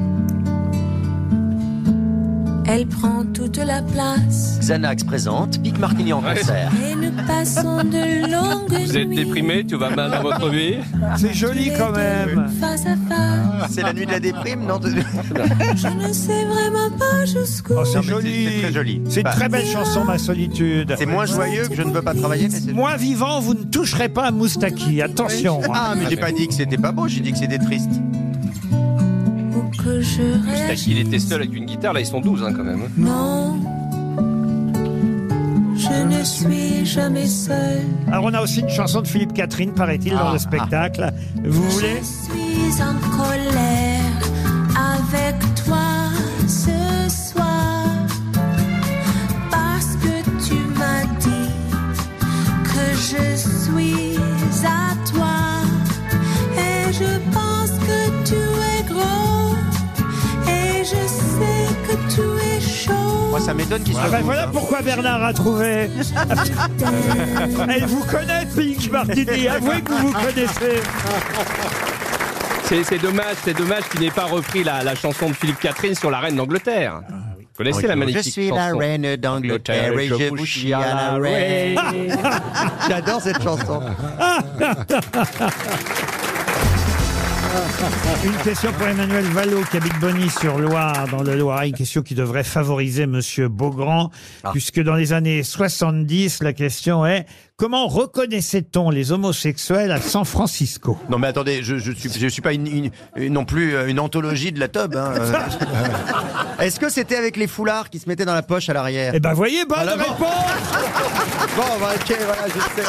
elle prend toute la place. Xanax présente Pink Martini en concert. Et nous passons de longues Vous êtes nuits déprimé, tout va mal dans votre vie. C'est joli quand même. face à face. C'est la nuit de la déprime, non Je ne sais vraiment pas jusqu'où. Oh, c'est Non, mais joli. c'est très joli. C'est une Bah, très belle chanson, Ma solitude. C'est moins joyeux que Je ne veux pas travailler, mais c'est... Moi vivant, vous ne toucherez pas à Moustaki. Attention. Ah, mais j'ai pas dit que c'était pas beau, j'ai dit que c'était triste. Où que je reste. Il était seul avec une guitare, là ils sont 12 hein, quand même. Non. Je ne suis jamais seule. Alors on a aussi une chanson de Philippe Catherine, paraît-il, dans le spectacle. Vous voulez? Je suis en colère avec toi ce soir parce que tu m'as dit que je suis à toi et je pense que tu es gros et je sais que tu es chaud. Moi, ça m'étonne qu'il soit... Ah ben douze, voilà hein. pourquoi Bernard a trouvé. Elle vous connaît, Pink Martini. Avouez que vous vous connaissez. C'est dommage qu'il n'ait pas repris la chanson de Philippe Catherine sur la reine d'Angleterre. Vous connaissez la magnifique Je suis chanson. la reine d'Angleterre et je vous chie à la reine. J'adore cette chanson. Une question pour Emmanuel Vallot qui habite Bonny-sur-Loire dans le Loiret. Une question qui devrait favoriser Monsieur Beaugrand, puisque dans les années 70, la question est: comment reconnaissait-on les homosexuels à San Francisco? Non mais attendez, je suis pas non plus une anthologie de la tub. Hein. Est-ce que c'était avec les foulards qui se mettaient dans la poche à l'arrière? Eh ben voyez, bonne réponse. Bon, bah, ok, voilà, je sais.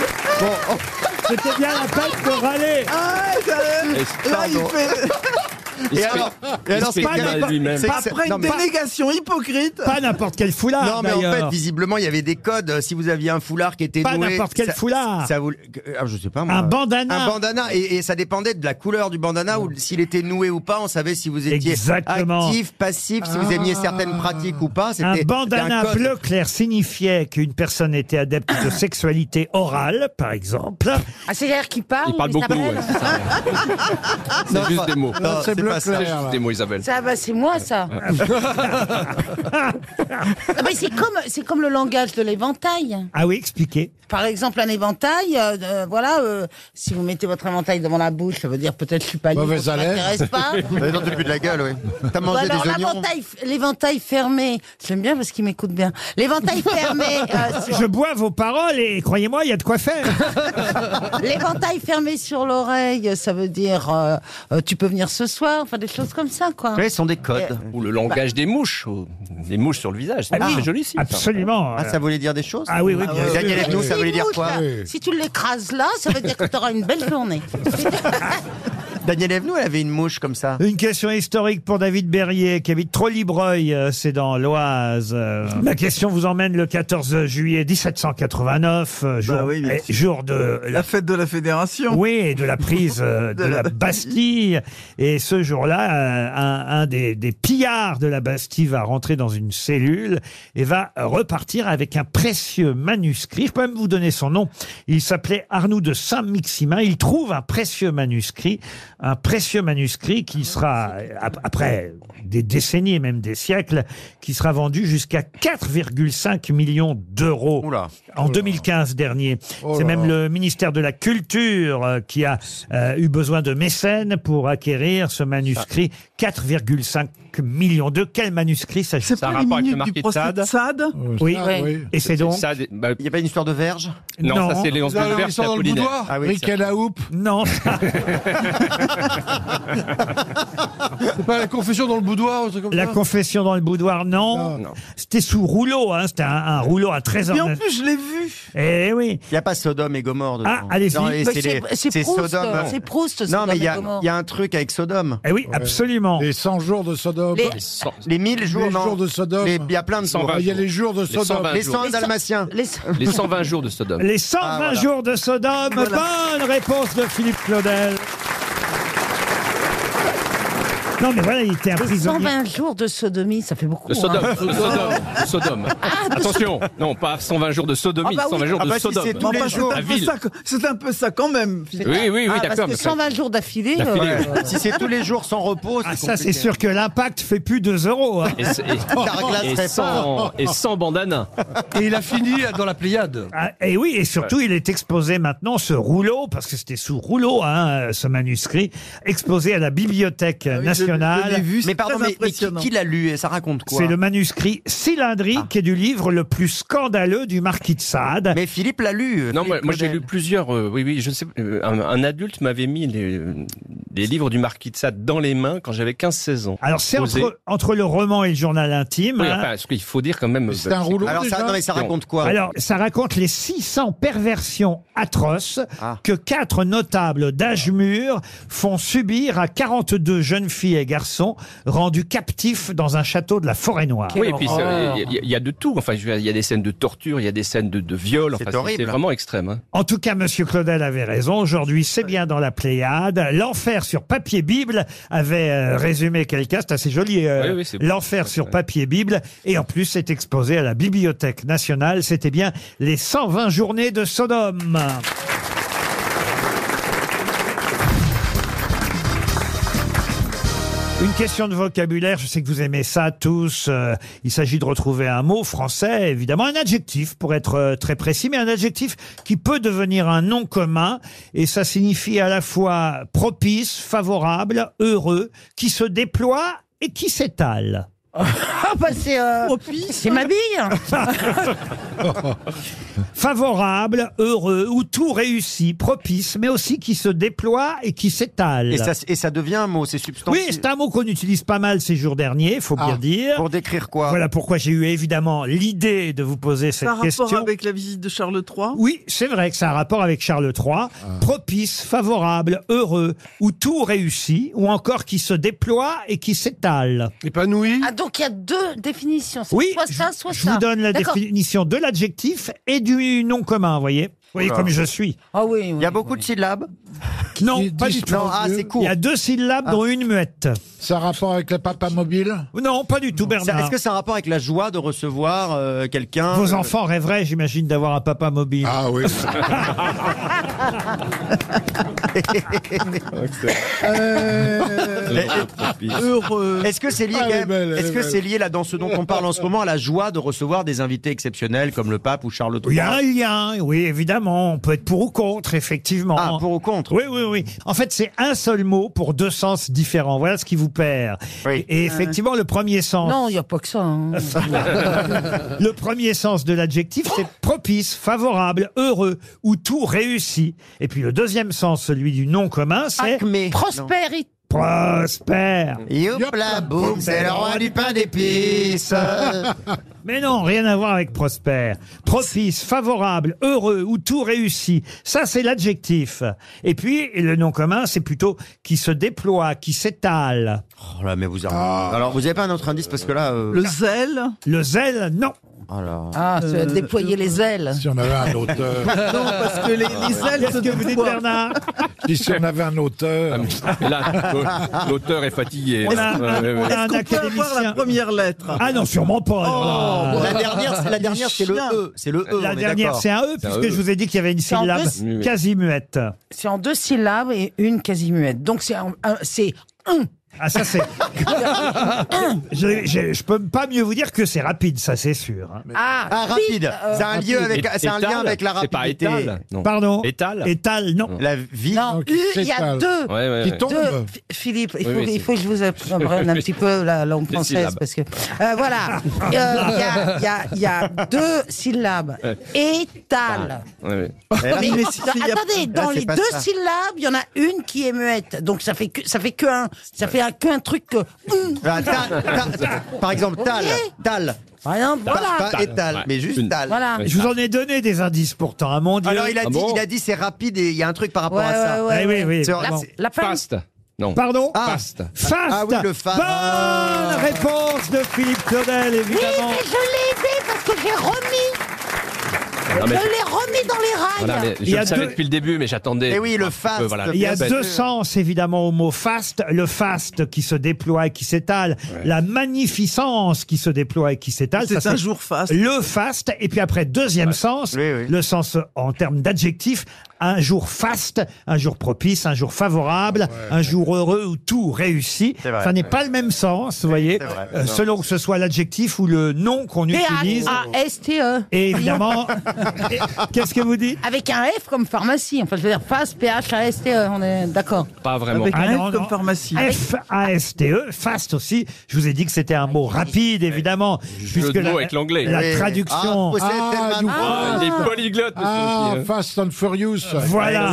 Bon, C'était bien la peine de râler. Ah, là, il fait... Et alors, fait pas mal à lui-même. Après une dénégation hypocrite. Pas n'importe quel foulard. Non, mais en fait, d'ailleurs. visiblement, il y avait des codes. Si vous aviez un foulard qui était Pas noué, n'importe quel foulard. Ça vous, je sais pas moi. Un bandana. Un bandana. Et ça dépendait de la couleur du bandana ou s'il était noué ou pas. On savait si vous étiez Exactement. actif, passif, si vous aimiez certaines pratiques ou pas. Un C'était bandana un code. bleu clair signifiait qu'une personne était adepte de sexualité orale, par exemple. Ah, c'est-à-dire qu'il parle. Il parle beaucoup, s'appelle. ouais, c'est ça. C'est juste des mots. Non, c'est bleu pas ça. clair. C'est juste des mots, Isabelle. Ça, bah, c'est moi, ça. Ah, mais c'est comme le langage de l'éventail. Ah oui, expliquez. Par exemple, un éventail, si vous mettez votre éventail devant la bouche, ça veut dire peut-être je suis pas libre, Mauvaise ça haleine. m'intéresse pas. Dans le but de la gueule, oui. T'as Ou mangé alors des oignons. l'éventail fermé. J'aime bien parce qu'il m'écoute bien. L'éventail fermé. Je bois vos paroles et croyez-moi, il y a de quoi faire. L'éventail fermé sur l'oreille, ça veut dire tu peux venir ce soir, enfin des choses comme ça, quoi. Oui, ce sont des codes. Ou le langage des mouches. Des mouches sur le visage. C'est très joli, si. Absolument. Ah, ça voulait dire des choses? Ah oui, oui, bien sûr. Daniel Evenou, ça Si voulait dire mouche, quoi? là, si tu l'écrases là, ça veut dire que tu auras une belle journée. Daniel Evenou, elle avait une mouche comme ça. Une question historique pour David Berrier, qui habite Trollibreuil, c'est dans l'Oise. La question vous emmène le 14 juillet 1789, jour de La fête de la Fédération. Oui, et de la prise de la Bastille. Et ce jour-là, un des pillards de la Bastille va rentrer dans une cellule et va repartir avec un précieux manuscrit. Je peux même vous donner son nom. Il s'appelait Arnoux de Saint-Maximin. Il trouve un précieux manuscrit qui sera, après des décennies et même des siècles, qui sera vendu jusqu'à 4,5 millions d'euros en 2015 dernier. C'est même le ministère de la Culture qui a eu besoin de mécènes pour acquérir ce manuscrit. 4,5 millions. De quel manuscrit s'agit-il? C'est pas les minutes du procès de Sade? Oui. Et c'est donc Il n'y a pas une histoire de verge? Non, ça c'est Léonce de Verge, c'est Apollinaire. Ah oui, Rick et la houppe. Non. C'est pas la confession dans le boudoir, un truc comme La ça confession dans le boudoir, non. C'était sous rouleau, hein. C'était un rouleau à trésor. Et en plus, je l'ai vu. Eh oui. Il n'y a pas Sodome et Gomorre dedans. Ah, allez-y. Non, Bah, c'est Proust, Sodome. c'est Proust, Non, Sodome mais et Gomorre. il y a un truc avec Sodome. Eh oui, absolument. Les 100 jours de Sodome. Les 1000 jours, Les non. jours de Sodome. Il y a plein de jours. Il y a les jours de Sodome. Les 100 Dalmatiens. Les 120 jours de Sodome. Les 120 jours de Sodome. Bonne réponse de Philippe Claudel. Non, mais voilà, il était un prisonnier. 120 jours de sodomie, ça fait beaucoup. De Sodome, hein. de Sodome. Attention, non, pas 120 jours de sodomie, Ah bah oui. 120 jours Ah de bah si Sodome. c'est tous les jours. La ville. C'est un peu ça quand même. Oui, Ah, d'accord. parce que 120 jours d'affilée. Si c'est tous les jours sans repos, Ah, c'est ça, c'est sûr que l'impact fait plus 2 euros. Hein. Et sans bandana. Et il a fini dans la Pléiade. Ah, et oui, et surtout, il est exposé maintenant, ce rouleau, parce que c'était sous rouleau, hein, ce manuscrit, exposé à la Bibliothèque nationale. Je l'ai vu, Mais pardon, mais qui l'a lu et ça raconte quoi? C'est le manuscrit cylindrique du livre le plus scandaleux du marquis de Sade. Mais Philippe l'a lu. Non, Philippe moi j'ai Claudel. lu plusieurs. Oui, je sais. Un adulte m'avait mis les livres du marquis de Sade dans les mains quand j'avais 15-16 ans. Alors, c'est Posé. entre le roman et le journal intime. Oui, hein. enfin, ce qu'il faut dire quand même. C'est un rouleau. Alors ça, non, mais ça raconte quoi? Alors, ça raconte les 600 perversions atroces que 4 notables d'âge mûr font subir à 42 jeunes filles et garçons rendus captifs dans un château de la Forêt-Noire. Oui, et puis il y a de tout. Enfin, il y a des scènes de torture, il y a des scènes de viol. Enfin, horrible. c'est vraiment extrême. Hein. En tout cas, Monsieur Claudel avait raison. Aujourd'hui, c'est bien dans la Pléiade. L'enfer sur papier Bible avait résumé quelqu'un. C'est assez joli. Oui, c'est L'enfer sur papier Bible. Et en plus, c'est exposé à la Bibliothèque nationale. C'était bien les 120 journées de Sodome. Une question de vocabulaire, je sais que vous aimez ça tous. Il s'agit de retrouver un mot français, évidemment, un adjectif pour être très précis, mais un adjectif qui peut devenir un nom commun, et ça signifie à la fois propice, favorable, heureux, qui se déploie et qui s'étale. Ah bah c'est ma bille. Favorable, heureux ou tout réussi, propice, mais aussi qui se déploie et qui s'étale. Et ça devient un mot, c'est substantiel. Oui, c'est un mot qu'on utilise pas mal ces jours derniers, faut bien dire. Pour décrire quoi? Voilà pourquoi j'ai eu évidemment l'idée de vous poser cette question. Ça a rapport avec la visite de Charles III? Oui, c'est vrai que ça a rapport avec Charles III. Propice, favorable, heureux ou tout réussi, ou encore qui se déploie et qui s'étale. Épanoui. Ah, donc il y a deux définitions. C'est Oui, soit ça, soit je ça. vous donne la D'accord. définition de l'adjectif et du nom commun, vous voyez. Vous voyez comme je suis. Ah oui. Il y a beaucoup de syllabes? Non, pas du tout. Non, c'est court. Il y a 2 syllabes dont une muette. Ça a rapport avec le papa mobile? Non, pas du tout, Bernard. Est-ce que ça a un rapport avec la joie de recevoir quelqu'un? Vos enfants rêveraient, j'imagine, d'avoir un papa mobile. Ah oui. Heureux. Est-ce que c'est lié, c'est lié là dans ce dont on parle en ce moment à la joie de recevoir des invités exceptionnels comme le pape ou Charles III? Il y a un lien, oui, évidemment. On peut être pour ou contre, effectivement. Ah, pour ou contre? Oui, oui, oui. En fait, c'est un seul mot pour 2 sens différents. Voilà ce qui vous perd. Oui. Et effectivement, le premier sens. Non, il n'y a pas que ça. Hein. Le premier sens de l'adjectif, c'est propice, favorable, heureux ou tout réussi. Et puis le deuxième sens, celui du nom commun, c'est Prospérité. prospère. Youpla boum, c'est le roi du pain d'épices. Mais non, rien à voir avec prospère. Propice, favorable, heureux ou tout réussi. Ça, c'est l'adjectif. Et puis, le nom commun, c'est plutôt qui se déploie, qui s'étale. Oh là, mais vous avez... Alors, vous avez pas un autre indice parce que là... Le zèle? Le zèle, non. Alors... Ah, déployer les ailes. Si on avait un auteur. Non, parce que les ailes Qu'est-ce se que vous dites, déploient. Bernard? Je dis si on avait un auteur. Là, l'auteur est fatigué. On a un Est-ce qu'on peut avoir la académicien. première lettre? Ah non, sûrement pas. alors là. La dernière, c'est le E. C'est le E. La on est dernière, d'accord. c'est un E, puisque E. je vous ai dit qu'il y avait une C'est en syllabe deux- quasi muette. C'est en 2 syllabes et une quasi-muette. Donc c'est un. Ah, ça, c'est. Je peux pas mieux vous dire que c'est rapide, ça, c'est sûr. hein. Ah, rapide. C'est un lien avec, c'est un lien avec la C'est pas rapidité. étal. Non. Pardon? Étal. Étale, non. La vie. Non, qui il y a s'étale. 2. Ouais, ouais, Qui ouais. tombe. Philippe, Oui, oui, il faut que je vous apprenne un petit peu la langue Les française syllabes. parce que voilà, il y a 2 syllabes. Étal. Ouais, ouais. Mais là, Mais mais non, si, il y a- attendez, là, dans c'est les pas 2 ça. syllabes, il y en a une qui est muette. Donc ça fait qu'un truc que. Ah, par exemple, tal. Oui. Tal. Par exemple, voilà. Pas étal, Ouais. mais juste Une. tal. Voilà. Je vous en ai donné des indices pourtant, hein, mon Dieu. Alors il a Ah dit, bon il a dit c'est rapide et il y a un truc par rapport Ouais, à ça. ouais, oui, oui, C'est- évidemment. La panne. Fast. Non. Pardon? Ah. Fast. Fast. Ah oui, le fast. Bonne réponse de Philippe Claudel, Oui, évidemment. mais je l'ai aidé parce que j'ai remis. Non, mais- Je l'ai remis dans les rails. Voilà, mais Il y je a le savais deux- depuis le début, mais j'attendais. Eh oui, le un fast. peu, voilà. Il y a Bien 2 sûr. sens évidemment au mot fast. Le fast qui se déploie et qui s'étale. La magnificence qui se déploie et qui s'étale. C'est Ça, un jour faste. Le fast. Et puis après, deuxième sens, Oui, oui. le sens en termes d'adjectif. Un jour faste, un jour propice, un jour favorable, un jour heureux ou tout réussi. C'est vrai. Ça n'est pas le même sens, vous voyez, C'est vrai. selon que ce soit l'adjectif ou le nom qu'on utilise. P-H-A-S-T-E. Et évidemment, qu'est-ce que vous dites? Avec un F comme pharmacie. Enfin, je veux dire, fast, P-H-A-S-T-E. On est d'accord. Pas vraiment. Avec Ah un non, F comme non. pharmacie. F-A-S-T-E, fast aussi. Je vous ai dit que c'était un mot rapide, évidemment. Jeu de mots avec l'anglais. La Oui. traduction. Ah, Ah, you Il est polyglotte, monsieur. Ah, aussi, hein. Fast and Furious. Voilà.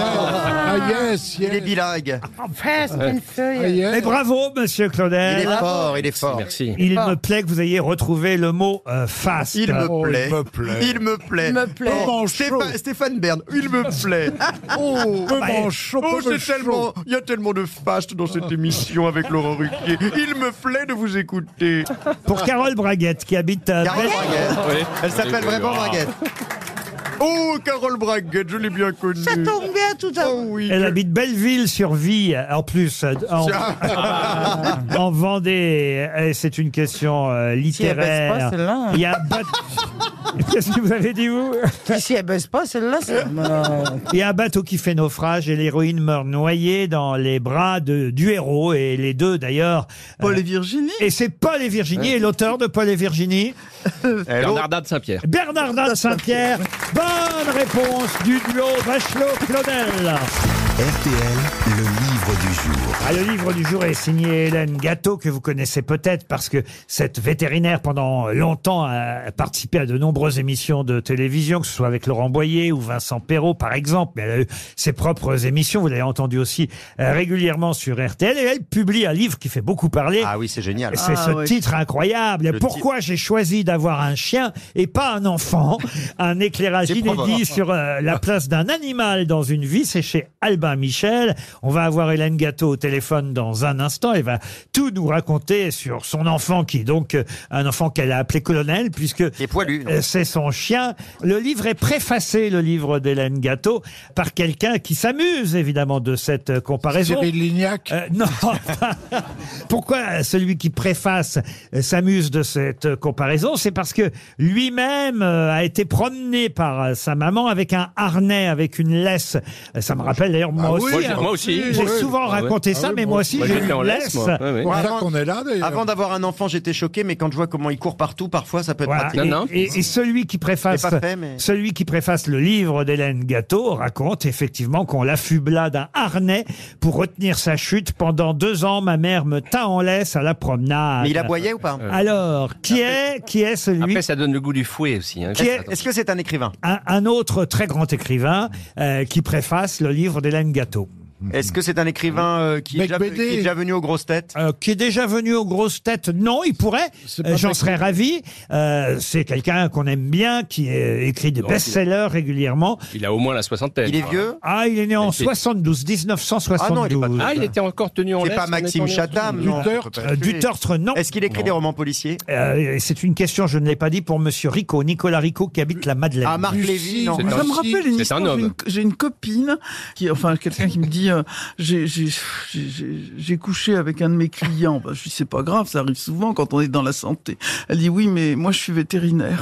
Ah, yes, Il est yes. bilingue. Fast and Furious. Ah, yes. Mais bravo, monsieur Il Claudel. est fort, il est fort. Merci. Il me plaît que vous ayez retrouvé le mot fast. Il me Oh, plaît. il me plaît. Il me plaît. Il me plaît. Oh, Stéphane Bern, il me plaît. Oh, Peu manchot, oh, peu c'est tellement, il y a tellement de fast dans cette émission avec Laurent Ruquier. Il me plaît de vous écouter. Pour Carole Braguette, qui habite Carole Bel- Braguette. Oui. Elle s'appelle vraiment Braguette. Oh, Carole Braguette, je l'ai bien connue. Ça tombe bien tout à l'heure. Oh oui. Elle habite Belleville-sur-Vie, en plus, en Vendée. Et c'est une question Si elle baisse littéraire. pas, celle-là. Il y a un bateau... Qu'est-ce que vous avez dit, vous? Si elle baisse pas, celle-là, c'est. Il y a un bateau qui fait naufrage et l'héroïne meurt noyée dans les bras du héros. Et les deux, d'ailleurs... Paul et Virginie. Et c'est Paul et Virginie. Et l'auteur de Paul et Virginie, Bernardin de Saint-Pierre. Bernardin de Saint-Pierre. Bonne réponse du duo Bachelot-Claudel. RTL, le livre du jour. Ah, le livre du jour est signé Hélène Gâteau, que vous connaissez peut-être parce que cette vétérinaire, pendant longtemps, a participé à de nombreuses émissions de télévision, que ce soit avec Laurent Boyer ou Vincent Perrault, par exemple. Mais elle a eu ses propres émissions, vous l'avez entendu aussi régulièrement sur RTL. Et elle publie un livre qui fait beaucoup parler. Ah oui, c'est génial. C'est titre incroyable. Pourquoi j'ai choisi d'avoir un chien et pas un enfant? Un éclairage inédit sur la place d'un animal dans une vie. C'est chez Albin Michel. On va avoir Hélène Gâteau au téléphone dans un instant. Elle va tout nous raconter sur son enfant, qui est donc un enfant qu'elle a appelé Colonel, puisque c'est son chien. Le livre est préfacé, le livre d'Hélène Gâteau, par quelqu'un qui s'amuse évidemment de cette comparaison. Cyril Lignac. Non. Pourquoi celui qui préface s'amuse de cette comparaison? C'est parce que lui-même a été promené par sa maman avec un harnais, avec une laisse. Ça me rappelle d'ailleurs moi aussi. J'ai souvent raconté ça, mais moi aussi j'ai une laisse. Avant d'avoir un enfant, j'étais choqué, mais quand je vois comment il court partout, parfois ça peut être pratique. Et celui qui préface, celui qui préface le livre d'Hélène Gâteau raconte effectivement qu'on l'affubla d'un harnais pour retenir sa chute. Pendant 2 ans, ma mère me tint en laisse à la promenade. Mais il aboyait ou pas? Alors, qui est celui? Après, ça donne le goût du fouet aussi. Hein. Est-ce que c'est un écrivain? Un autre très grand écrivain qui préface le livre d'Hélène Gâteau. Est-ce que c'est un écrivain qui est déjà venu aux grosses têtes? Qui est déjà venu aux grosses têtes? Non, il pourrait. J'en serais ravi. C'est quelqu'un qu'on aime bien, qui écrit des best-sellers régulièrement. Il a au moins la soixantaine. Il est vieux? Ah, il est né en 1972. Ah non, il était encore tenu en laisse. C'est pas Maxime Chatham, non? Dutertre, non. Est-ce qu'il écrit des romans policiers? C'est une question, je ne l'ai pas dit, pour monsieur Rico, Nicolas Rico, qui habite la Madeleine. Ah, Marc Lévy, non. Ça me rappelle une histoire. J'ai une copine, quelqu'un qui me dit j'ai couché avec un de mes clients. Je dis c'est pas grave, ça arrive souvent quand on est dans la santé. Elle dit oui, mais moi je suis vétérinaire.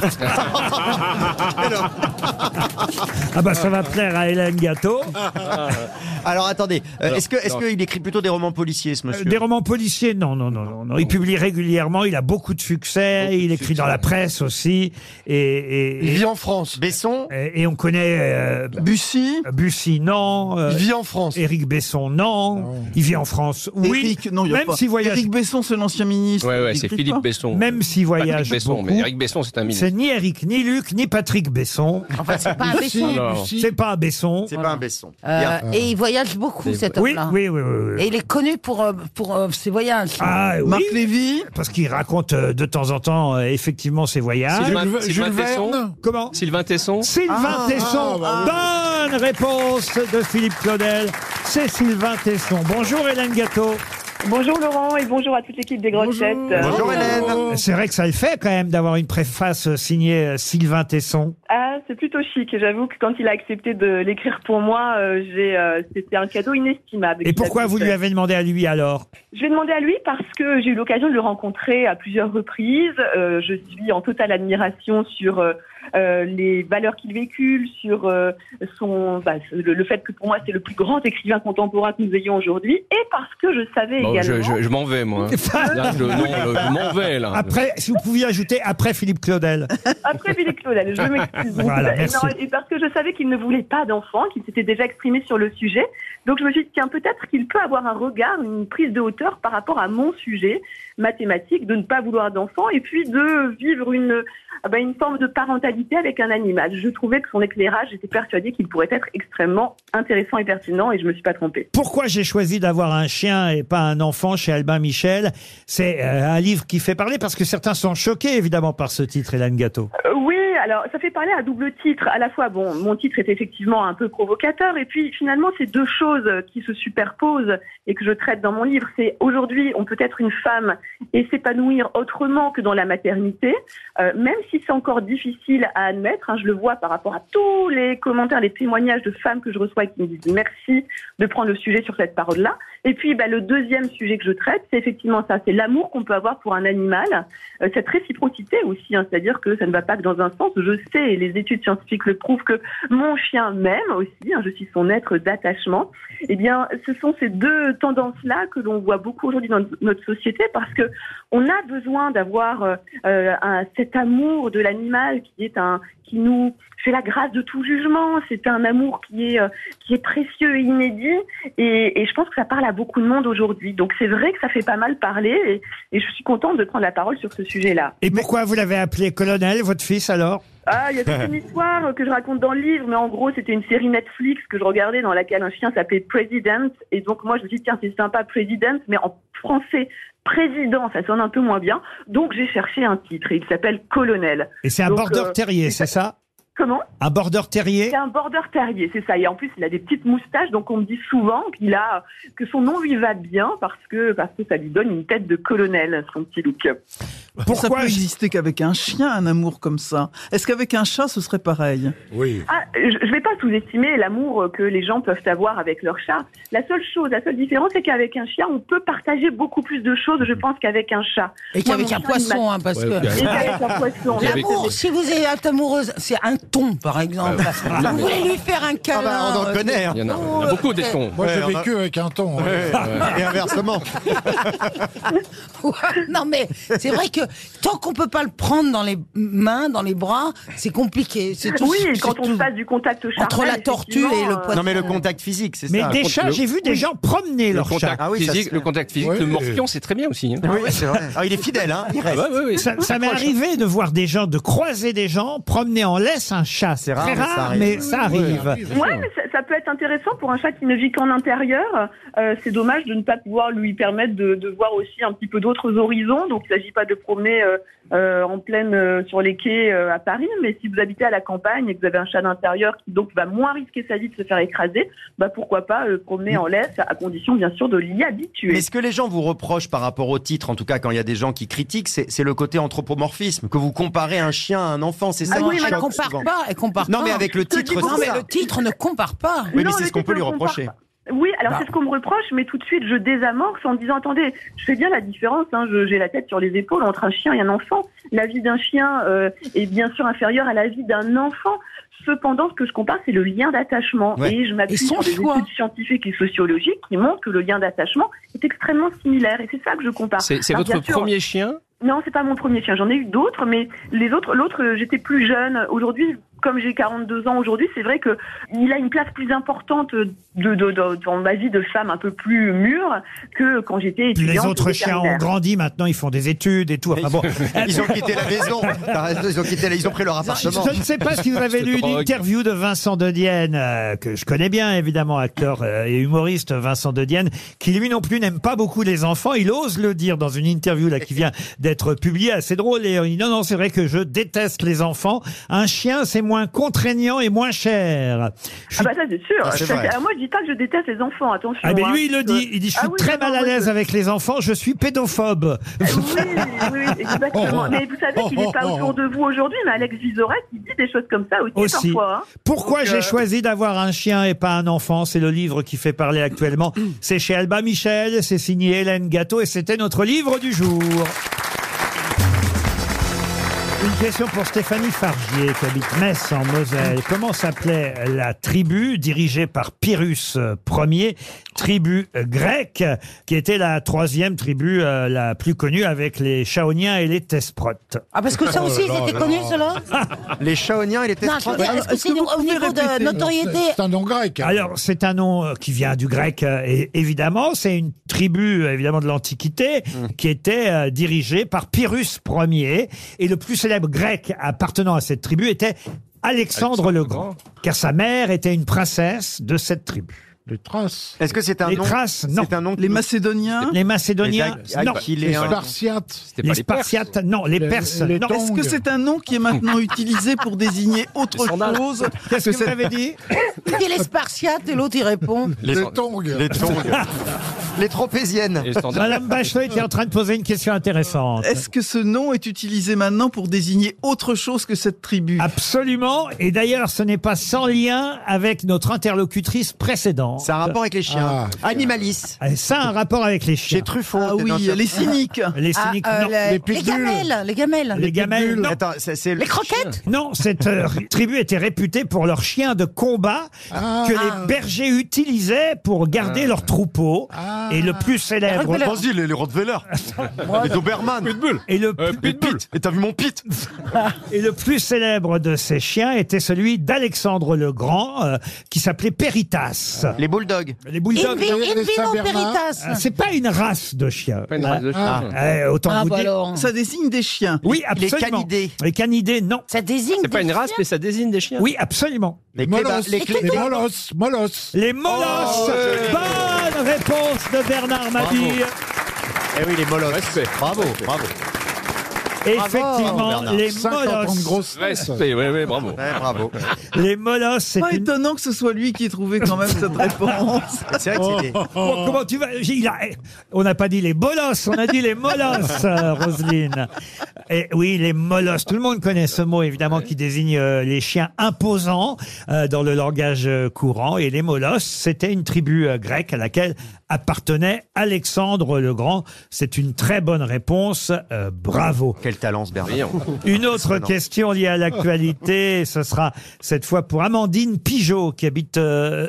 Ah bah ça va plaire à Hélène Gâteau. Alors attendez, est-ce qu'il écrit plutôt des romans policiers, ce monsieur? Des romans policiers, non. Il publie régulièrement, il a beaucoup de succès, il écrit dans la presse aussi. Et il vit en France. Besson? Et on connaît Bussy? Bussy, non. Il vit en France. Éric Besson, non. Il vit en France, oui. Éric, non, il y a même pas. s'il voyage. Éric Besson, c'est l'ancien ministre. Ouais, c'est Philippe Besson. Même s'il voyage Besson, beaucoup. mais Éric Besson, c'est un ministre. C'est ni Éric, ni Luc, ni Patrick Besson. Enfin, c'est pas un Besson. C'est pas un Besson. C'est pas un Besson. Et il voyage beaucoup, cet homme-là. Oui. Et il est connu pour ses voyages. Ah oui. Marc Lévy? Parce qu'il raconte de temps en temps effectivement ses voyages. Sylvain Tesson. Comment? Sylvain Tesson. Sylvain Tesson. Bonne réponse de Philippe Claudel. C'est Sylvain Tesson. Bonjour Hélène Gâteau. Bonjour Laurent et bonjour à toute l'équipe des grosses têtes. Bonjour Hélène. C'est vrai que ça le fait quand même d'avoir une préface signée Sylvain Tesson. Ah, c'est plutôt chic. J'avoue que quand il a accepté de l'écrire pour moi, c'était un cadeau inestimable. Et pourquoi vous lui avez demandé à lui alors? Je lui ai demandé à lui parce que j'ai eu l'occasion de le rencontrer à plusieurs reprises. Je suis en totale admiration sur les valeurs qu'il véhicule, sur le fait que pour moi c'est le plus grand écrivain contemporain que nous ayons aujourd'hui, et parce que je savais également... Je m'en vais moi. Là, je m'en vais là. Après, si vous pouviez ajouter après Philippe Claudel. Après Philippe Claudel, je m'excuse. Voilà, merci. Non, et parce que je savais qu'il ne voulait pas d'enfant, qu'il s'était déjà exprimé sur le sujet. Donc je me suis dit, tiens, peut-être qu'il peut avoir un regard, une prise de hauteur par rapport à mon sujet mathématique, de ne pas vouloir d'enfant, et puis de vivre une forme de parentalité avec un animal. Je trouvais que son éclairage, j'étais persuadée qu'il pourrait être extrêmement intéressant et pertinent, et je me suis pas trompée. Pourquoi j'ai choisi d'avoir un chien et pas un enfant chez Albin Michel? C'est un livre qui fait parler, parce que certains sont choqués évidemment par ce titre, Hélène Gâteau. Oui, alors ça fait parler à double titre. À la fois, mon titre est effectivement un peu provocateur, et puis finalement c'est deux choses qui se superposent et que je traite dans mon livre. C'est aujourd'hui, on peut être une femme et s'épanouir autrement que dans la maternité, même si c'est encore difficile à admettre. Je le vois par rapport à tous les commentaires, les témoignages de femmes que je reçois et qui me disent merci de prendre le sujet sur cette parole-là. Et puis, le deuxième sujet que je traite, c'est effectivement ça, c'est l'amour qu'on peut avoir pour un animal, cette réciprocité aussi, c'est-à-dire que ça ne va pas que dans un sens. Je sais, et les études scientifiques le prouvent, que mon chien m'aime aussi, je suis son être d'attachement. Eh bien, ce sont ces deux tendances-là que l'on voit beaucoup aujourd'hui dans notre société, parce que on a besoin d'avoir cet amour de l'animal qui nous fait la grâce de tout jugement. C'est un amour qui est précieux et inédit, et je pense que ça parle à beaucoup de monde aujourd'hui. Donc c'est vrai que ça fait pas mal parler, et je suis contente de prendre la parole sur ce sujet-là. Et pourquoi vous l'avez appelé colonel, votre fils, alors? Il y a toute une histoire que je raconte dans le livre, mais en gros, c'était une série Netflix que je regardais dans laquelle un chien s'appelait President. Et donc, moi, je me suis dit, tiens, c'est sympa, President, mais en français, président, ça sonne un peu moins bien. Donc, j'ai cherché un titre et il s'appelle Colonel. Et c'est un border terrier, c'est ça? Comment? Un border terrier? C'est un border terrier, c'est ça. Et en plus, il a des petites moustaches, donc on me dit souvent que son nom lui va bien parce que ça lui donne une tête de colonel, son petit look. Pourquoi ça peut exister qu'avec un chien, un amour comme ça? Est-ce qu'avec un chat, ce serait pareil? Oui. Je vais pas sous-estimer l'amour que les gens peuvent avoir avec leur chat. La seule différence, c'est qu'avec un chien, on peut partager beaucoup plus de choses, je pense, qu'avec un chat. Et qu'avec un poisson, parce que... Et qu'avec un poisson. L'amour, si vous êtes amoureuse, c'est un thon, par exemple. Vous voulez lui faire un câlin. On en connaît. Il y en a beaucoup des thons. Moi, j'ai vécu avec un thon. Et inversement. Non, mais c'est vrai que tant qu'on peut pas le prendre dans les mains, dans les bras, c'est compliqué. Quand on passe du contact charnel, entre la tortue et le poisson. Non, mais le contact physique, c'est ça. Mais des chats, j'ai vu des gens promener leurs chats. Le contact physique, le morpion, c'est très bien aussi. Oui, c'est vrai. Il est fidèle, il reste. Ça m'est arrivé de voir de croiser des gens promener en laisse un chat. C'est très rare, mais ça arrive. Ouais, mais ça peut être intéressant pour un chat qui ne vit qu'en intérieur. C'est dommage de ne pas pouvoir lui permettre de voir aussi un petit peu d'autres horizons. Donc, il ne s'agit pas de promener en pleine sur les quais à Paris, mais si vous habitez à la campagne et que vous avez un chat d'intérieur qui donc va moins risquer sa vie de se faire écraser, pourquoi pas promener en laisse, à condition bien sûr de l'y habituer. Mais ce que les gens vous reprochent par rapport au titre, en tout cas quand il y a des gens qui critiquent, c'est le côté anthropomorphisme, que vous comparez un chien à un enfant, c'est ça qui choque souvent. Elle compare pas. Non, mais avec le titre, non, mais le titre ne compare pas. Oui, mais c'est ce qu'on peut lui reprocher. Oui, alors c'est ce qu'on me reproche, mais tout de suite je désamorce en disant attendez, je fais bien la différence, j'ai la tête sur les épaules entre un chien et un enfant. La vie d'un chien est bien sûr inférieure à la vie d'un enfant. Cependant, ce que je compare, c'est le lien d'attachement. Ouais. Et je m'appuie sur des études scientifiques et sociologiques qui montrent que le lien d'attachement est extrêmement similaire. Et c'est ça que je compare. C'est votre premier chien ? Non, c'est pas mon premier chien. J'en ai eu d'autres, mais l'autre, j'étais plus jeune. Aujourd'hui, comme j'ai 42 ans aujourd'hui, c'est vrai que il a une place plus importante dans ma vie de femme un peu plus mûre que quand j'étais étudiante. Les autres chiens ont grandi, maintenant ils font des études et tout. Enfin bon. Ils ont quitté la maison. Ils ont pris leur appartement. Je ne sais pas si vous avez lu une interview de Vincent de Dienne, que je connais bien évidemment, acteur et humoriste Vincent de Dienne, qui lui non plus n'aime pas beaucoup les enfants. Il ose le dire dans une interview là qui vient d'être publiée, assez drôle. Et il dit non, c'est vrai que je déteste les enfants. Un chien, c'est moins contraignant et moins cher. Ça c'est sûr. Moi je dis pas que je déteste les enfants, attention. Ah mais lui il le dit, il dit je suis très mal à l'aise avec les enfants, je suis pédophobe. Oui, exactement. Mais vous savez qu'il n'est pas autour de vous aujourd'hui, mais Alex Vizorek il dit des choses comme ça aussi. Parfois. Pourquoi j'ai choisi d'avoir un chien et pas un enfant? C'est le livre qui fait parler actuellement. C'est chez Albin Michel, c'est signé Hélène Gâteau et c'était notre livre du jour. Une question pour Stéphanie Fargier, qui habite Metz, en Moselle. Comment s'appelait la tribu dirigée par Pyrrhus Ier, tribu grecque, qui était la troisième tribu la plus connue avec les Chaoniens et les Thesprotes? Ah, parce que ça aussi, ils étaient connus, cela? Les Chaoniens et les Thesprotes. Est-ce que c'est au niveau de notoriété? C'est un nom grec. Alors, c'est un nom qui vient du grec, évidemment. C'est une tribu, évidemment, de l'Antiquité, qui était dirigée par Pyrrhus Ier. Et le plus célèbre grec appartenant à cette tribu était Alexandre le Grand, car sa mère était une princesse de cette tribu. Les Thraces. Est-ce que c'est un nom? Les Thraces, non. C'est un nom. Les Macédoniens. Les Macédoniens, non. Les Spartiates. Les Spartiates, non. Les Perses, non. Est-ce que c'est un nom qui est maintenant utilisé pour désigner autre chose? Qu'est-ce que vous avez dit? Il dit les Spartiates et l'autre il répond. Les Tongs. Les Tongs. Les tropéziennes. Madame Bachelot était en train de poser une question intéressante. Est-ce que ce nom est utilisé maintenant pour désigner autre chose que cette tribu? Absolument. Et d'ailleurs, ce n'est pas sans lien avec notre interlocutrice précédente. C'est un rapport avec les chiens. Animalis. Ça a un rapport avec les chiens. Chez Truffaut. Ah oui, les cyniques. Les cyniques, non. Les gamelles, les gamelles. Les gamelles, non. Attends, c'est Les croquettes. Non, cette tribu était réputée pour leurs chiens de combat que les bergers utilisaient pour garder leurs troupeaux. Et le plus célèbre... Vas-y, les Rottweiler. Les Doberman. Pitbull. Et le Pitbull. Et t'as vu mon pit? Et le plus célèbre de ces chiens était celui d'Alexandre le Grand, qui s'appelait Peritas. Les bulldogs. Les bulldogs. Invino Peritas. C'est pas une race de chien. Pas une race de chien. Autant vous dire. alors. Ça désigne des chiens. Oui, absolument. Les canidés. Les canidés, non. Ça désigne. C'est pas des une race, chiens. mais ça désigne des chiens. Oui, absolument. Les Molosses. les Les molosses. Molosses. Les molosses. Bonne réponse de Bernard Mabille. Eh oui, les molosses. Respect. Bravo, bravo. Effectivement, Bernard. les 50 ans de molosses. grosse. Respect, oui, bravo. Ouais, bravo. Les molosses, c'est Pas une... étonnant que ce soit lui qui ait trouvé quand même cette réponse. C'est vrai que c'était. Oh, comment tu vas On n'a pas dit les bolosses, on a dit les molosses, Roselyne. Et oui, les molosses. Tout le monde connaît ce mot, évidemment, qui désigne les chiens imposants dans le langage courant. Et les molosses, c'était une tribu grecque à laquelle appartenait Alexandre le Grand. C'est une très bonne réponse. Bravo. Quel talent, ce Bernard. Une autre question liée à l'actualité, ce sera cette fois pour Amandine Pigeot qui habite... Elle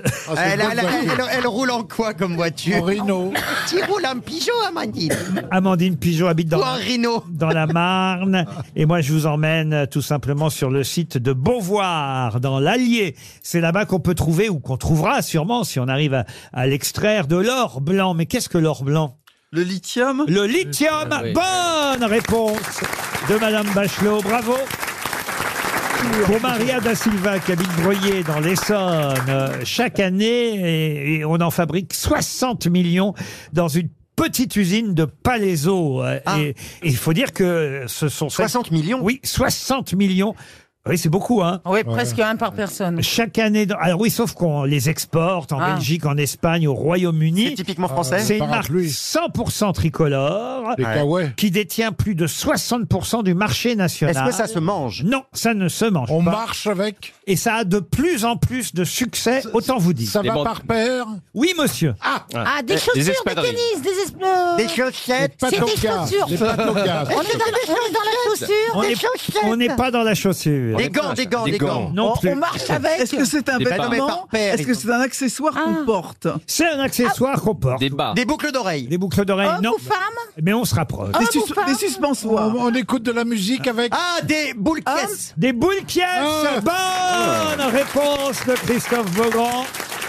roule en quoi comme voiture? En Rhino. Tu roules en Pigeot, Amandine? Amandine Pigeot habite Ou en Rhino? dans la Marne. Et moi, je vous emmène tout simplement sur le site de Beauvoir, dans l'Allier. C'est là-bas qu'on peut trouver, ou qu'on trouvera sûrement, si on arrive à l'extraire, de l'or blanc. Mais qu'est-ce que l'or blanc? Le lithium? Le lithium. Oui. Bonne réponse de Madame Bachelot. Bravo. Pour Maria da Silva qui habite Breuillé dans l'Essonne, chaque année, et on en fabrique 60 millions dans une petite usine de Palaiseau. Et il faut dire que ce sont... 60 millions? Oui, 60 millions. Oui, c'est beaucoup, hein. Oui, presque un par personne. Chaque année, alors oui, sauf qu'on les exporte en Belgique, en Espagne, au Royaume-Uni. C'est typiquement français? C'est une marque 100% tricolore Les Kawaii. qui détient plus de 60% du marché national. Est-ce que ça se mange? Non, ça ne se mange On pas. marche avec. Et ça a de plus en plus de succès, autant vous dire. Ça va bandes. par paire. Oui, monsieur. Ah, des chaussures, des espadrilles. tennis, Des chaussettes? C'est des Patocas. chaussures. Les patocas. On est dans la chaussure, On des est- chaussettes. On n'est pas dans la chaussure. Des gants, des gants, des gants. Non plus. On marche avec. Est-ce que c'est un Des bâtons. vêtement? Par paire, Est-ce que c'est un accessoire qu'on porte? C'est un accessoire qu'on porte. Des bas. Des boucles d'oreilles. Des boucles d'oreilles, Homme non. ou femme? Mais on se rapproche. Des, ou femme? des suspensoires. On écoute de la musique avec. Ah, des boules caisses. Des boules qui Bonne réponse de Christophe Beaugrand.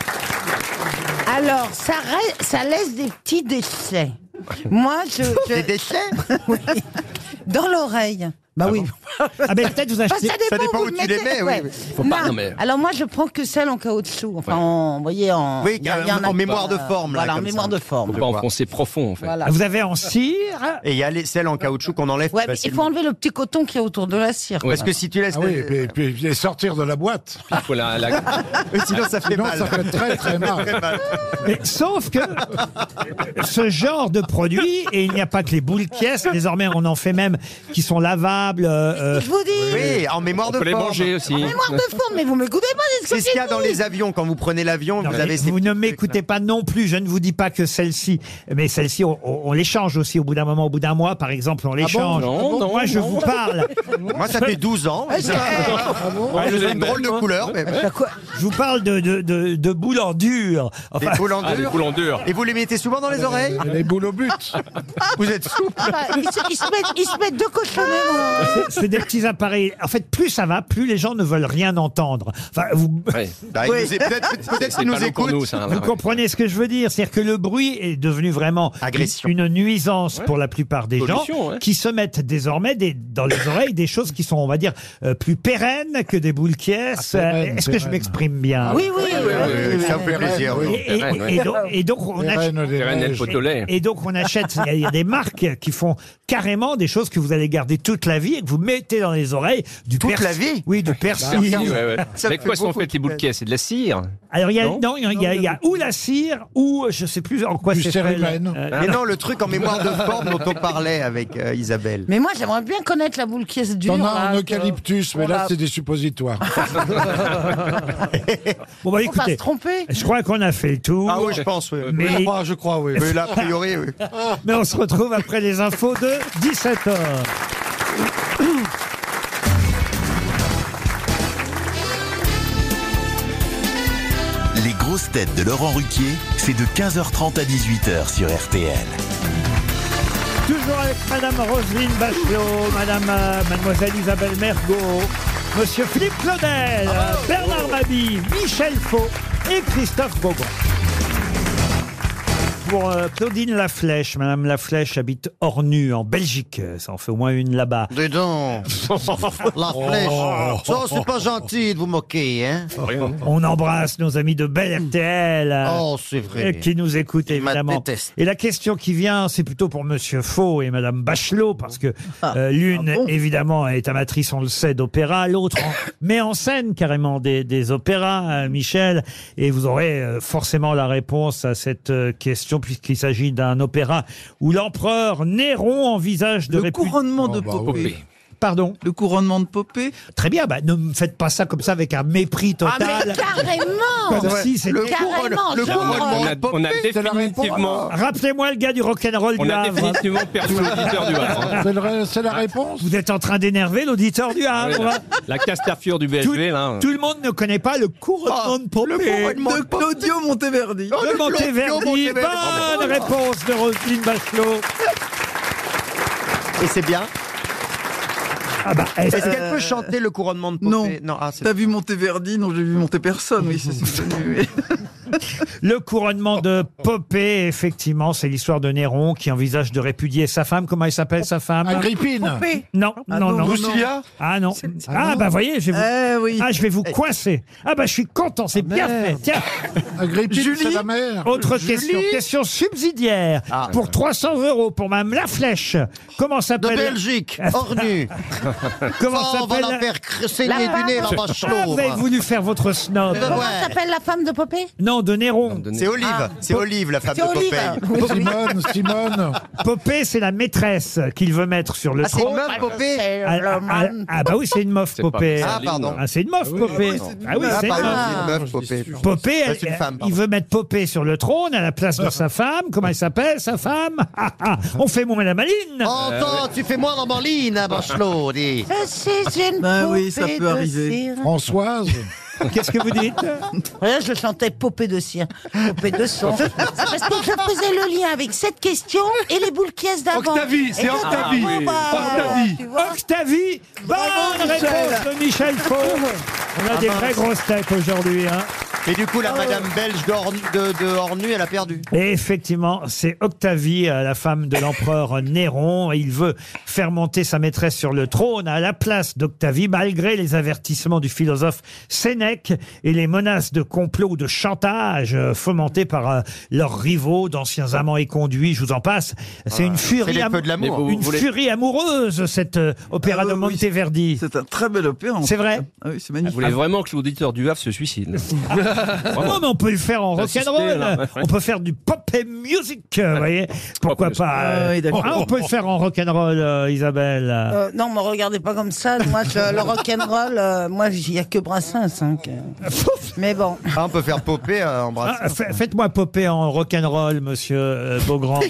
Alors, ça laisse des petits déchets. Moi, Des déchets? Oui. Dans l'oreille. Bah oui. Ah ben peut-être vous achetez... Ça dépend où vous tu les mets, ouais. oui. Faut pas, non, mais- Alors moi, je prends que celle en caoutchouc. Enfin, vous voyez, en... Oui, il y a en mémoire de forme, là, Voilà, en comme mémoire ça. de forme. Faut pas enfoncer profond, en fait. Voilà. Vous avez en cire. Et il y a celles en caoutchouc qu'on enlève Ouais, mais il faut facilement. enlever le petit coton qui est autour de la cire. Parce que si tu laisses... Ah oui, et puis sortir de la boîte. Il faut la... Sinon, ça fait Sinon, mal. ça fait très très mal. Mais sauf que ce genre de produit, et il n'y a pas que les boules pièces, désormais on en fait même qui sont lavables. Je vous dis, Oui, en mémoire On de peut les forme. manger aussi. mémoire de forme, mais vous m'écoutez pas, C'est ce qu'il y a dans les avions. Quand vous prenez l'avion, Non, vous mais avez ces vous ne petits m'écoutez pas non plus, je ne vous dis pas que celle-ci, mais celle-ci on les change aussi au bout d'un moment, au bout d'un mois par exemple, on les change. Non, non, Moi je vous parle. trucs. Moi, ça fait 12 ans. Ouais, C'est une drôle de couleur. Mais... Je vous parle de boules en dur. Des boules en Ah, des dur. boules en dur. Et vous les mettez souvent dans les oreilles? Les boules au but. Vous êtes souple. Ils se mettent deux cochonnets. C'est des petits appareils. En fait, plus ça va, plus les gens ne veulent rien entendre. Enfin, vous, Ouais. Bah, il nous est- Peut-être C'est qu'ils nous pas long pour écoutent. nous, ça. vous comprenez ce que je veux dire. C'est-à-dire que le bruit est devenu vraiment Agression. une nuisance pour la plupart des Pollution, gens ouais. qui se mettent désormais dans les oreilles des choses qui sont, on va dire, plus pérennes que des boules qui Ah, pérenne, Est-ce que je pérenne. m'exprime bien? Oui, oui. Ça fait plaisir. oui. Et donc, on Les achète... reines des Reine neiges. Potolet. Et donc on achète, il y a des marques qui font carrément des choses que vous allez garder toute la vie et que vous mettez dans les oreilles du Toute persil. la vie. Oui, du persil. Ça Avec fait quoi sont beaucoup faites les boules de caisse? C'est de la cire? Alors, il y a, Non il y a ou la cire, ou je sais plus en quoi Du c'est fait. cérumen. Mais non, le truc en mémoire de forme dont on parlait avec Isabelle. Mais moi, j'aimerais bien connaître la boule qui est dure. T'en as là, un eucalyptus, mais là, c'est des suppositoires. Bon, bah On va se écoutez, tromper. je crois qu'on a fait le tour. Ah oui, je pense, oui. Mais, Je crois, oui. Mais là, a priori, oui. mais on se retrouve après les infos de 17h. Les grosses têtes de Laurent Ruquier, c'est de 15h30 à 18h sur RTL. Toujours avec Madame Roselyne Bachelot, Mademoiselle Isabelle Mergot, Monsieur Philippe Claudel, Bernard Mabille, Michel Faux et Christophe Beaugrand. Pour Claudine Laflèche, Madame Laflèche habite Ornu, en Belgique. Ça en fait au moins une là-bas. Dis donc, la flèche. Ça, c'est pas gentil de vous moquer, hein. On embrasse nos amis de Bel RTL. Oh, c'est vrai. Qui nous écoutent évidemment. déteste. Et la question qui vient, c'est plutôt pour Monsieur Faux et Madame Bachelot, parce que l'une, évidemment, est amatrice, on le sait, d'opéra, l'autre met en scène carrément des opéras, Michel, et vous aurez forcément la réponse à cette question, puisqu'il s'agit d'un opéra où l'empereur Néron envisage de Le couronnement de Popée. Pardon. Le couronnement de Popée. Très bien, ne me faites pas ça comme ça avec un mépris total. Ah, mais carrément. Comme si c'était... On a définitivement... Rappelez-moi le gars du rock'n'roll du On a Havre. définitivement perdu l'auditeur du Havre. C'est la réponse. Vous êtes en train d'énerver l'auditeur du Havre. La Castafiore du BSB, là. Tout le monde ne connaît pas le couronnement de Popée. De Claudio Monteverdi. De Monteverdi. Bonne réponse de Roselyne Bachelot. Et c'est bien. Ah bah, Est-ce qu'elle peut chanter le couronnement de Popée? Non. Ah, T'as vu Monteverdi? Non, j'ai vu Monteperson, oui, c'est connu. Le couronnement de Popée, effectivement, c'est l'histoire de Néron qui envisage de répudier sa femme. Comment elle s'appelle, sa femme? Agrippine. Non, non. Drusilla? Ah non. Ah bah voyez, je vais vous coincer. Ah bah je suis content, c'est bien fait. Tiens. Agrippine, c'est la mère. Autre question subsidiaire. Pour 300 € pour Mme Laflèche. Comment De s'appelle? Belgique, Ornu. Comment On va s'appelle? la faire saigner du nez, la Bachelot. Ah, vous avez voulu faire votre snob. Comment s'appelle la femme de Popée? Non, de Néron. C'est Olive. C'est Olive, la femme de Popeye. Simone. Popée, c'est la maîtresse qu'il veut mettre sur le C'est une trône. meuf, Popée? Ah bah oui, c'est une meuf, Popée. Ah, pardon. Ah, c'est une meuf, Popée. Ah oui, c'est une pardon, meuf. c'est une meuf, Popée. Popée, Ouais, c'est une femme, il pardon. veut mettre Popée sur le trône à la place de sa femme. Comment elle s'appelle, sa femme? On fait mon Madame Aline. Oh, toi, tu fais moins dans Marline, hein, Bachelot, dis. C'est une Ben oui, ça poupée peut de arriver. cire. Françoise. Qu'est-ce que vous dites? Là, je chantais Popée de cire, Popée de son. Parce que je faisais le lien avec cette question et les boules qui d'avant. Octavie, c'est Et Octavie. donc, Octavie. tu vois. Octavie, bonne réponse de Michel Faux. On a des vraies grosses têtes aujourd'hui, hein. Et du coup, la madame belge de Ornu, elle a perdu. Et effectivement, c'est Octavie, la femme de l'empereur Néron. Il veut faire monter sa maîtresse sur le trône à la place d'Octavie, malgré les avertissements du philosophe Sénèque et les menaces de complot ou de chantage fomentés par leurs rivaux, d'anciens amants et conduits, je vous en passe. C'est une furie, les feux de l'amour. une furie amoureuse, cette opéra de oui, Monteverdi. C'est un très bel opéra. C'est vrai? Ah oui, c'est Vous magnifique. voulez vraiment que l'auditeur du Havre se suicide? Non, mais on peut le faire en T'assistais, rock'n'roll. là. On peut faire du pop et music, vous voyez. Pourquoi pas oui, d'accord. on peut le faire en rock'n'roll, Isabelle. Non, me regardez pas comme ça. Moi, le rock'n'roll, moi, il y a que Brassens. Hein, Mais bon. Ah, on peut faire Popée en bras. Faites-moi popper en rock'n'roll, monsieur Beaugrand.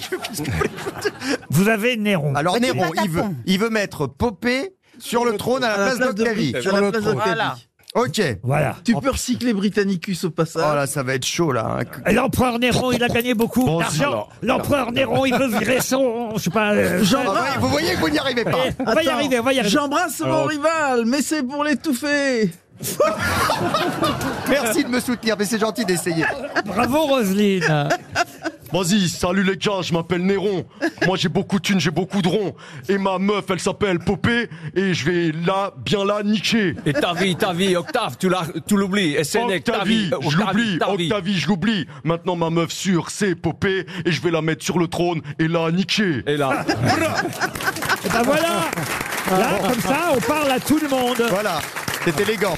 Vous avez Néron. Alors Néron, il veut mettre Popée sur le trône à la place d'Octavie. Sur la place d'Octavie. Voilà. Ok. Voilà. Tu peux recycler Britannicus au passage. Oh là, ça va être chaud là. Et l'empereur Néron, il a gagné beaucoup Bon, d'argent. alors. L'empereur Néron, il veut virer son... Je sais pas... Vous voyez que vous n'y arrivez pas. on va y arriver, on va y arriver. J'embrasse mon rival, mais c'est pour l'étouffer. Merci de me soutenir, mais c'est gentil d'essayer. Bravo, Roselyne. Vas-y, salut les gars, je m'appelle Néron. Moi j'ai beaucoup de thunes, j'ai beaucoup de ronds. Et ma meuf, elle s'appelle Popée. Et je vais bien la niquer. Et ta vie, Octave, tu l'oublies. Et Sénèque, ta vie, Octavie, je l'oublie. Octavie, je l'oublie. Maintenant ma meuf sûre, c'est Popée. Et je vais la mettre sur le trône et la niquer. Et là. Et ben voilà. Là, comme ça, on parle à tout le monde. Voilà, c'est élégant.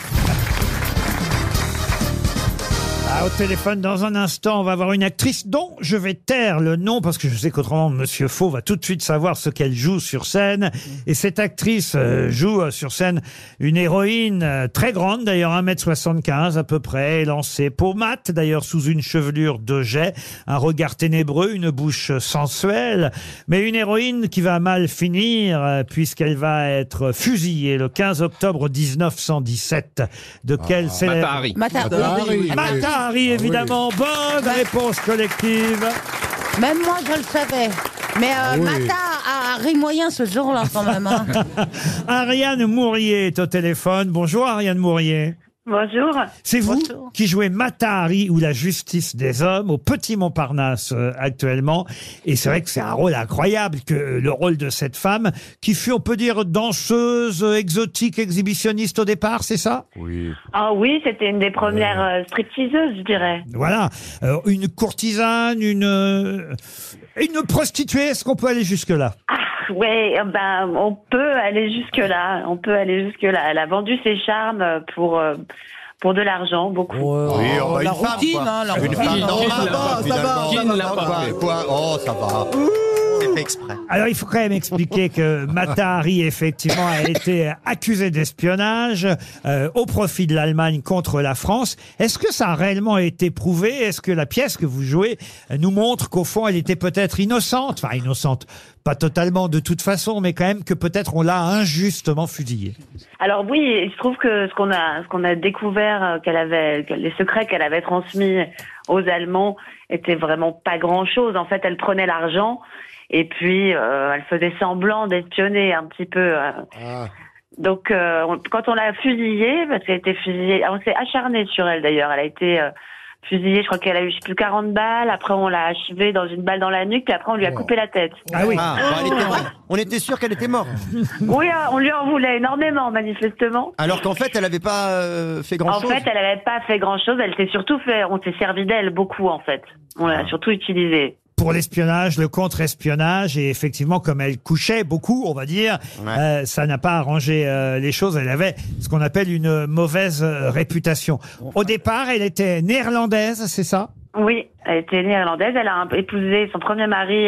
Au téléphone, dans un instant, on va voir une actrice dont je vais taire le nom parce que je sais qu'autrement, Monsieur Faux va tout de suite savoir ce qu'elle joue sur scène. Et cette actrice joue sur scène une héroïne très grande, d'ailleurs 1m75 à peu près, élancée, peau mate, d'ailleurs sous une chevelure de jet, un regard ténébreux, une bouche sensuelle, mais une héroïne qui va mal finir puisqu'elle va être fusillée le 15 octobre 1917. De quelle célèbre... Mata Hari. Mata Hari, évidemment. Bonne réponse collective. Même moi, je le savais. Mais Mata a ri moyen ce jour-là, quand même. Hein. Ariane Mourier est au téléphone. Bonjour, Ariane Mourier. Bonjour. C'est vous qui jouez Mata Hari ou la justice des hommes au Petit Montparnasse actuellement. Et c'est vrai que c'est un rôle incroyable, que le rôle de cette femme qui fut, on peut dire, danseuse, exotique, exhibitionniste au départ, c'est ça? Oui. Ah oui, c'était une des premières stripteaseuses, je dirais. Voilà. Une courtisane, une prostituée, est-ce qu'on peut aller jusque-là? Oui, on peut aller jusque-là. On peut aller jusque-là. Elle a vendu ses charmes pour de l'argent, beaucoup. Oui, la routine, hein, la routine. Une femme normale, ça va. Qui ne l'a pas fait? Oh, ça va. C'est fait exprès. Alors, il faut quand même expliquer que Mata Hari, effectivement, a été accusée d'espionnage au profit de l'Allemagne contre la France. Est-ce que ça a réellement été prouvé? Est-ce que la pièce que vous jouez nous montre qu'au fond, elle était peut-être innocente? Enfin, innocente, pas totalement de toute façon, mais quand même que peut-être on l'a injustement fusillée. Alors oui, il se trouve que ce qu'on a découvert, les secrets qu'elle avait transmis aux Allemands étaient vraiment pas grand-chose. En fait, elle prenait l'argent et puis elle faisait semblant d'espionner un petit peu. Donc quand on l'a fusillée, parce qu'elle a été fusillée, on s'est acharné sur elle d'ailleurs. Elle a été fusillée, je crois qu'elle a eu plus 40 balles. Après, on l'a achevée dans une balle dans la nuque, puis après, on lui a coupé la tête. Ah oui. On était sûr qu'elle était morte. Oui, on lui en voulait énormément, manifestement. Alors qu'en fait, elle n'avait pas fait grand-chose. En fait, elle n'avait pas fait grand-chose. On s'est servi d'elle beaucoup, en fait. On l'a surtout utilisée. Pour l'espionnage, le contre-espionnage, et effectivement, comme elle couchait beaucoup, on va dire, ça n'a pas arrangé les choses. Elle avait ce qu'on appelle une mauvaise réputation. Au départ, elle était néerlandaise, c'est ça? Oui, elle était néerlandaise. Elle a épousé son premier mari,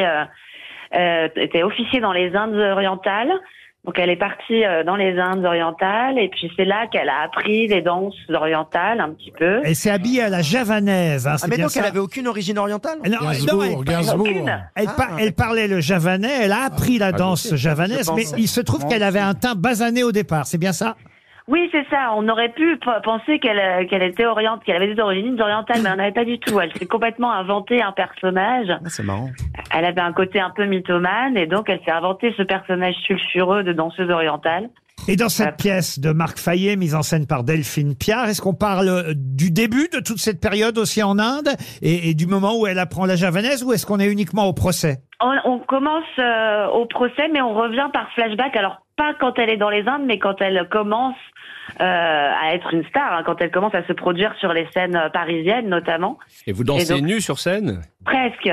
était officier dans les Indes orientales. Donc elle est partie dans les Indes orientales et puis c'est là qu'elle a appris les danses orientales un petit peu. Elle s'est habillée à la javanaise. Hein, mais donc elle avait aucune origine orientale? Gainsbourg. Elle parlait le javanais, elle a appris la danse javanaise, mais il se trouve qu'elle avait un teint basané au départ, c'est bien ça? Oui, c'est ça. On aurait pu penser qu'elle était orientale, qu'elle avait des origines orientales, mais on n'avait pas du tout. Elle s'est complètement inventé un personnage. C'est marrant. Elle avait un côté un peu mythomane, et donc elle s'est inventé ce personnage sulfureux de danseuse orientale. Et dans cette pièce de Marc Fayet, mise en scène par Delphine Piard, est-ce qu'on parle du début de toute cette période aussi en Inde et du moment où elle apprend la javanaise, ou est-ce qu'on est uniquement au procès? On commence au procès, mais on revient par flashback. Alors, pas quand elle est dans les Indes, mais quand elle commence à être une star, hein, quand elle commence à se produire sur les scènes parisiennes notamment. Et vous dansez nue sur scène? Presque.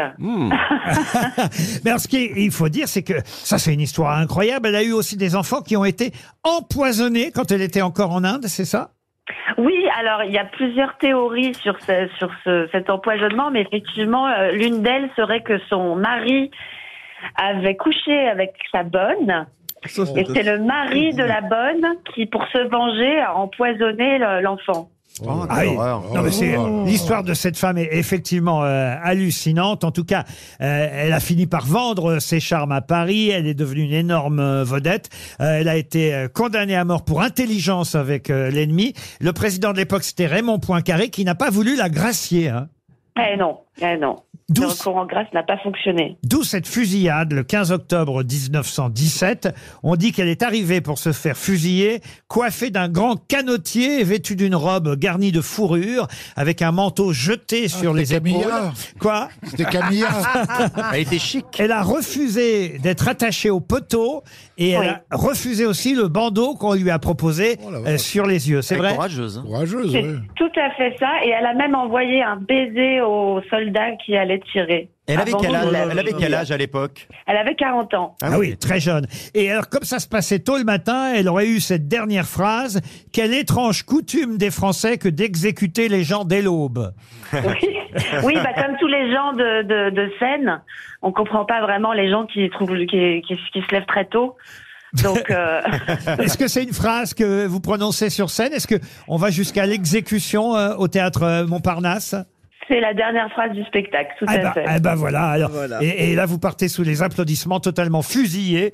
Mais alors, ce qu'il faut dire, c'est que ça, c'est une histoire incroyable. Elle a eu aussi des enfants qui ont été empoisonnés quand elle était encore en Inde, c'est ça? Oui, alors il y a plusieurs théories sur cet empoisonnement, mais effectivement, l'une d'elles serait que son mari avait couché avec sa bonne. Et c'est le mari de la bonne qui, pour se venger, a empoisonné l'enfant. Non, mais l'histoire de cette femme est effectivement hallucinante. En tout cas, elle a fini par vendre ses charmes à Paris. Elle est devenue une énorme vedette. Elle a été condamnée à mort pour intelligence avec l'ennemi. Le président de l'époque, c'était Raymond Poincaré, qui n'a pas voulu la gracier. Hein. Eh non. Le recours en grâce n'a pas fonctionné. D'où cette fusillade le 15 octobre 1917. On dit qu'elle est arrivée pour se faire fusiller, coiffée d'un grand canotier, vêtue d'une robe garnie de fourrure, avec un manteau jeté sur les épaules. Quoi? C'était Camilla. Elle était chic. Elle a refusé d'être attachée au poteau et elle a refusé aussi le bandeau qu'on lui a proposé sur les yeux. C'est vrai? Courageuse. Courageuse, c'est tout à fait ça. Et elle a même envoyé un baiser aux soldats qui allaient m'est tirée. Elle avait quel âge, Abandon de- elle avait quel âge à l'époque? Elle avait 40 ans. Ah oui, très jeune. Et alors, comme ça se passait tôt le matin, elle aurait eu cette dernière phrase. Quelle étrange coutume des Français que d'exécuter les gens dès l'aube. Oui, bah, comme tous les gens de Seine, on comprend pas vraiment les gens qui se lèvent très tôt. Donc, Est-ce que c'est une phrase que vous prononcez sur scène? Est-ce que on va jusqu'à l'exécution au théâtre Montparnasse? c'est la dernière phrase du spectacle, tout à fait. Eh ben voilà. Alors, et là, vous partez sous les applaudissements totalement fusillés.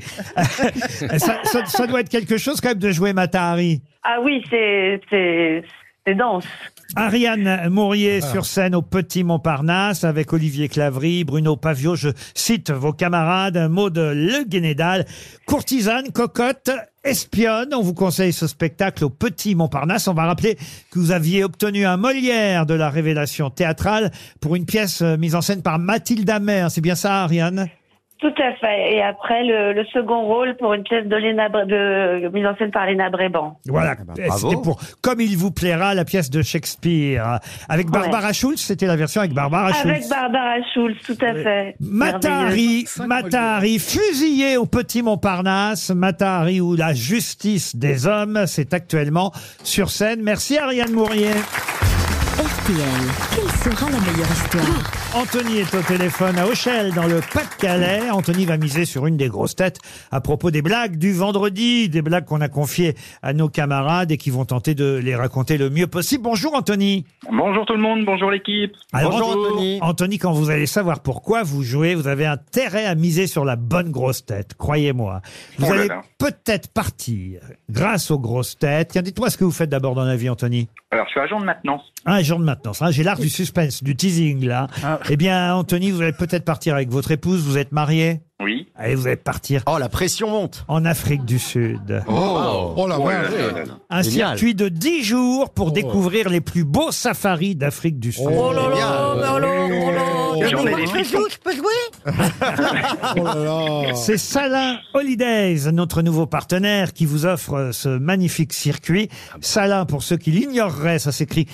ça doit être quelque chose quand même de jouer Mata Hari. Ah oui, c'est dense. Ariane Mourier sur scène au Petit Montparnasse avec Olivier Clavry, Bruno Pavio, je cite vos camarades, Maud Le Guénédal, courtisane, cocotte, espionne. On vous conseille ce spectacle au Petit Montparnasse. On va rappeler que vous aviez obtenu un Molière de la révélation théâtrale pour une pièce mise en scène par Mathilde Amer. C'est bien ça, Ariane ? Tout à fait. Et après, le second rôle pour une pièce de mise en scène par Léna Bréban. Voilà. C'était pour Comme il vous plaira, la pièce de Shakespeare. Avec Barbara Schulz, c'était la version avec Barbara Schulz. Avec Barbara Schulz, tout à fait. Mata Hari, fusillé au Petit Montparnasse. Mata Hari ou la justice des hommes, c'est actuellement sur scène. Merci Ariane Mourier. RTL, quelle sera la meilleure histoire? Anthony est au téléphone à Auchel, dans le Pas-de-Calais. Anthony va miser sur une des grosses têtes à propos des blagues du vendredi, des blagues qu'on a confiées à nos camarades et qui vont tenter de les raconter le mieux possible. Bonjour Anthony. Bonjour tout le monde, bonjour l'équipe. Alors, Bonjour Anthony. Anthony, quand vous allez savoir pourquoi vous jouez, vous avez intérêt à miser sur la bonne grosse tête, croyez-moi. Vous allez peut-être partir grâce aux grosses têtes. Tiens, dites-moi ce que vous faites d'abord dans la vie, Anthony. Alors, je suis agent de maintenance. Un agent de maintenance. J'ai l'art du suspense, du teasing, là. Eh bien, Anthony, vous allez peut-être partir avec votre épouse. Vous êtes marié? Oui. Allez, vous allez partir. Oh, la pression monte. En Afrique du Sud. Oh la vache. Un Génial. circuit de 10 jours pour découvrir les plus beaux safaris d'Afrique du Sud. Oh là là, oh là là, oh là. J'en ai des Je peux jouer? Oh là là. C'est Salin Holidays, notre nouveau partenaire, qui vous offre ce magnifique circuit. Salin, pour ceux qui l'ignoreraient, ça s'écrit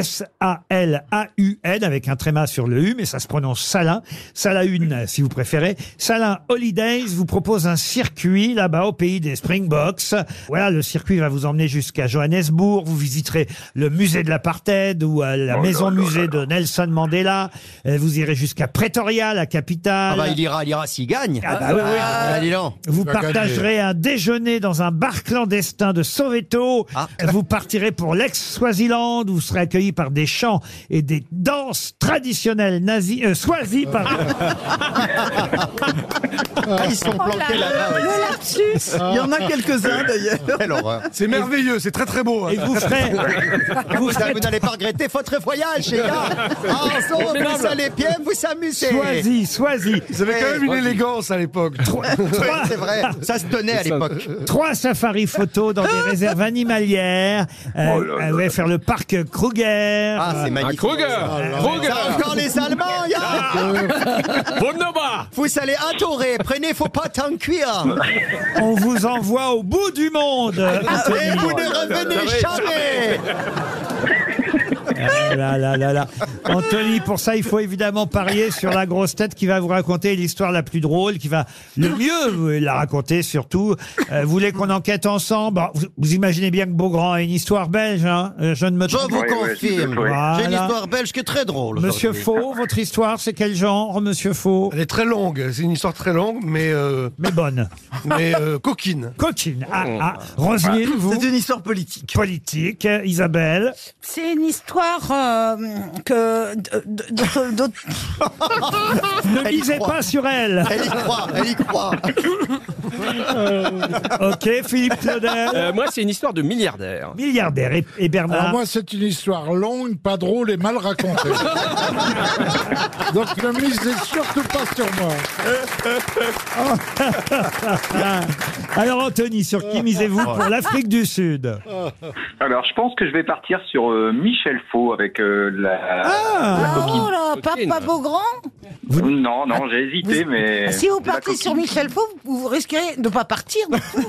S-A-L-A-U-N avec un tréma sur le U, mais ça se prononce Salin. Salahune, si vous préférez. Salin Holidays vous propose un circuit là-bas au pays des Springboks. Voilà, le circuit va vous emmener jusqu'à Johannesburg. Vous visiterez le musée de l'apartheid ou la maison-musée de Nelson Mandela. Vous irez jusqu'à Pretoria, la capitale. Ah bah, il ira s'il gagne. Ah bah oui, oui. Ah, dis donc. Vous va partagerez un déjeuner dans un bar clandestin de Soweto. Ah. Vous partirez pour l'ex-Swaziland. Vous serez accueillis par des chants et des danses traditionnelles Swazi, pardon. Ils sont planqués là-bas. Le lapsus. Il y en a quelques-uns d'ailleurs. Quelle horreur. C'est merveilleux, c'est très très beau. Et vous ferez... Vous n'allez pas regretter votre voyage, les gars. Ensemble, vous allez bien vous amuser. Swazi. Vous avez quand même une élégance à l'époque. C'est vrai, ça se tenait à l'époque. 3 safaris photos dans des réserves animalières. Vous allez faire le parc Kruger. Ah, c'est magnifique. Kruger. Ça, encore les Allemands, Wunderbar. Vous allez adorer, prenez vos pâtes en cuir. On vous envoie au bout du monde. Et vous ne revenez jamais. Là. Anthony, pour ça, il faut évidemment parier sur la grosse tête qui va vous raconter l'histoire la plus drôle, qui va le mieux la raconter surtout. Vous voulez qu'on enquête ensemble? Vous imaginez bien que Beaugrand a une histoire belge, hein? Je ne me Je trompe vous pas. confirme. Voilà. J'ai une histoire belge qui est très drôle. Monsieur aujourd'hui. Faux, votre histoire, c'est quel genre, Monsieur Faux? Elle est très longue, c'est une histoire très longue, mais bonne. Mais coquine. Coquine. Roselyne, vous? C'est une histoire politique. Politique. Isabelle? C'est une histoire que... Ne misez pas sur elle. Elle y croit. Ok, Philippe Claudel. Moi, c'est une histoire de milliardaire. Milliardaire. Et Bernard? Alors moi, c'est une histoire longue, pas drôle et mal racontée. Donc ne misez surtout pas sur moi. Alors Anthony, sur qui misez-vous pour l'Afrique du Sud? Alors, je pense que je vais partir sur Michel Faux avec la coquine. Oh là, Papa Beaugrand? Non, j'ai hésité, mais... Si vous partez sur Michel Faux, vous risquerez de ne pas partir.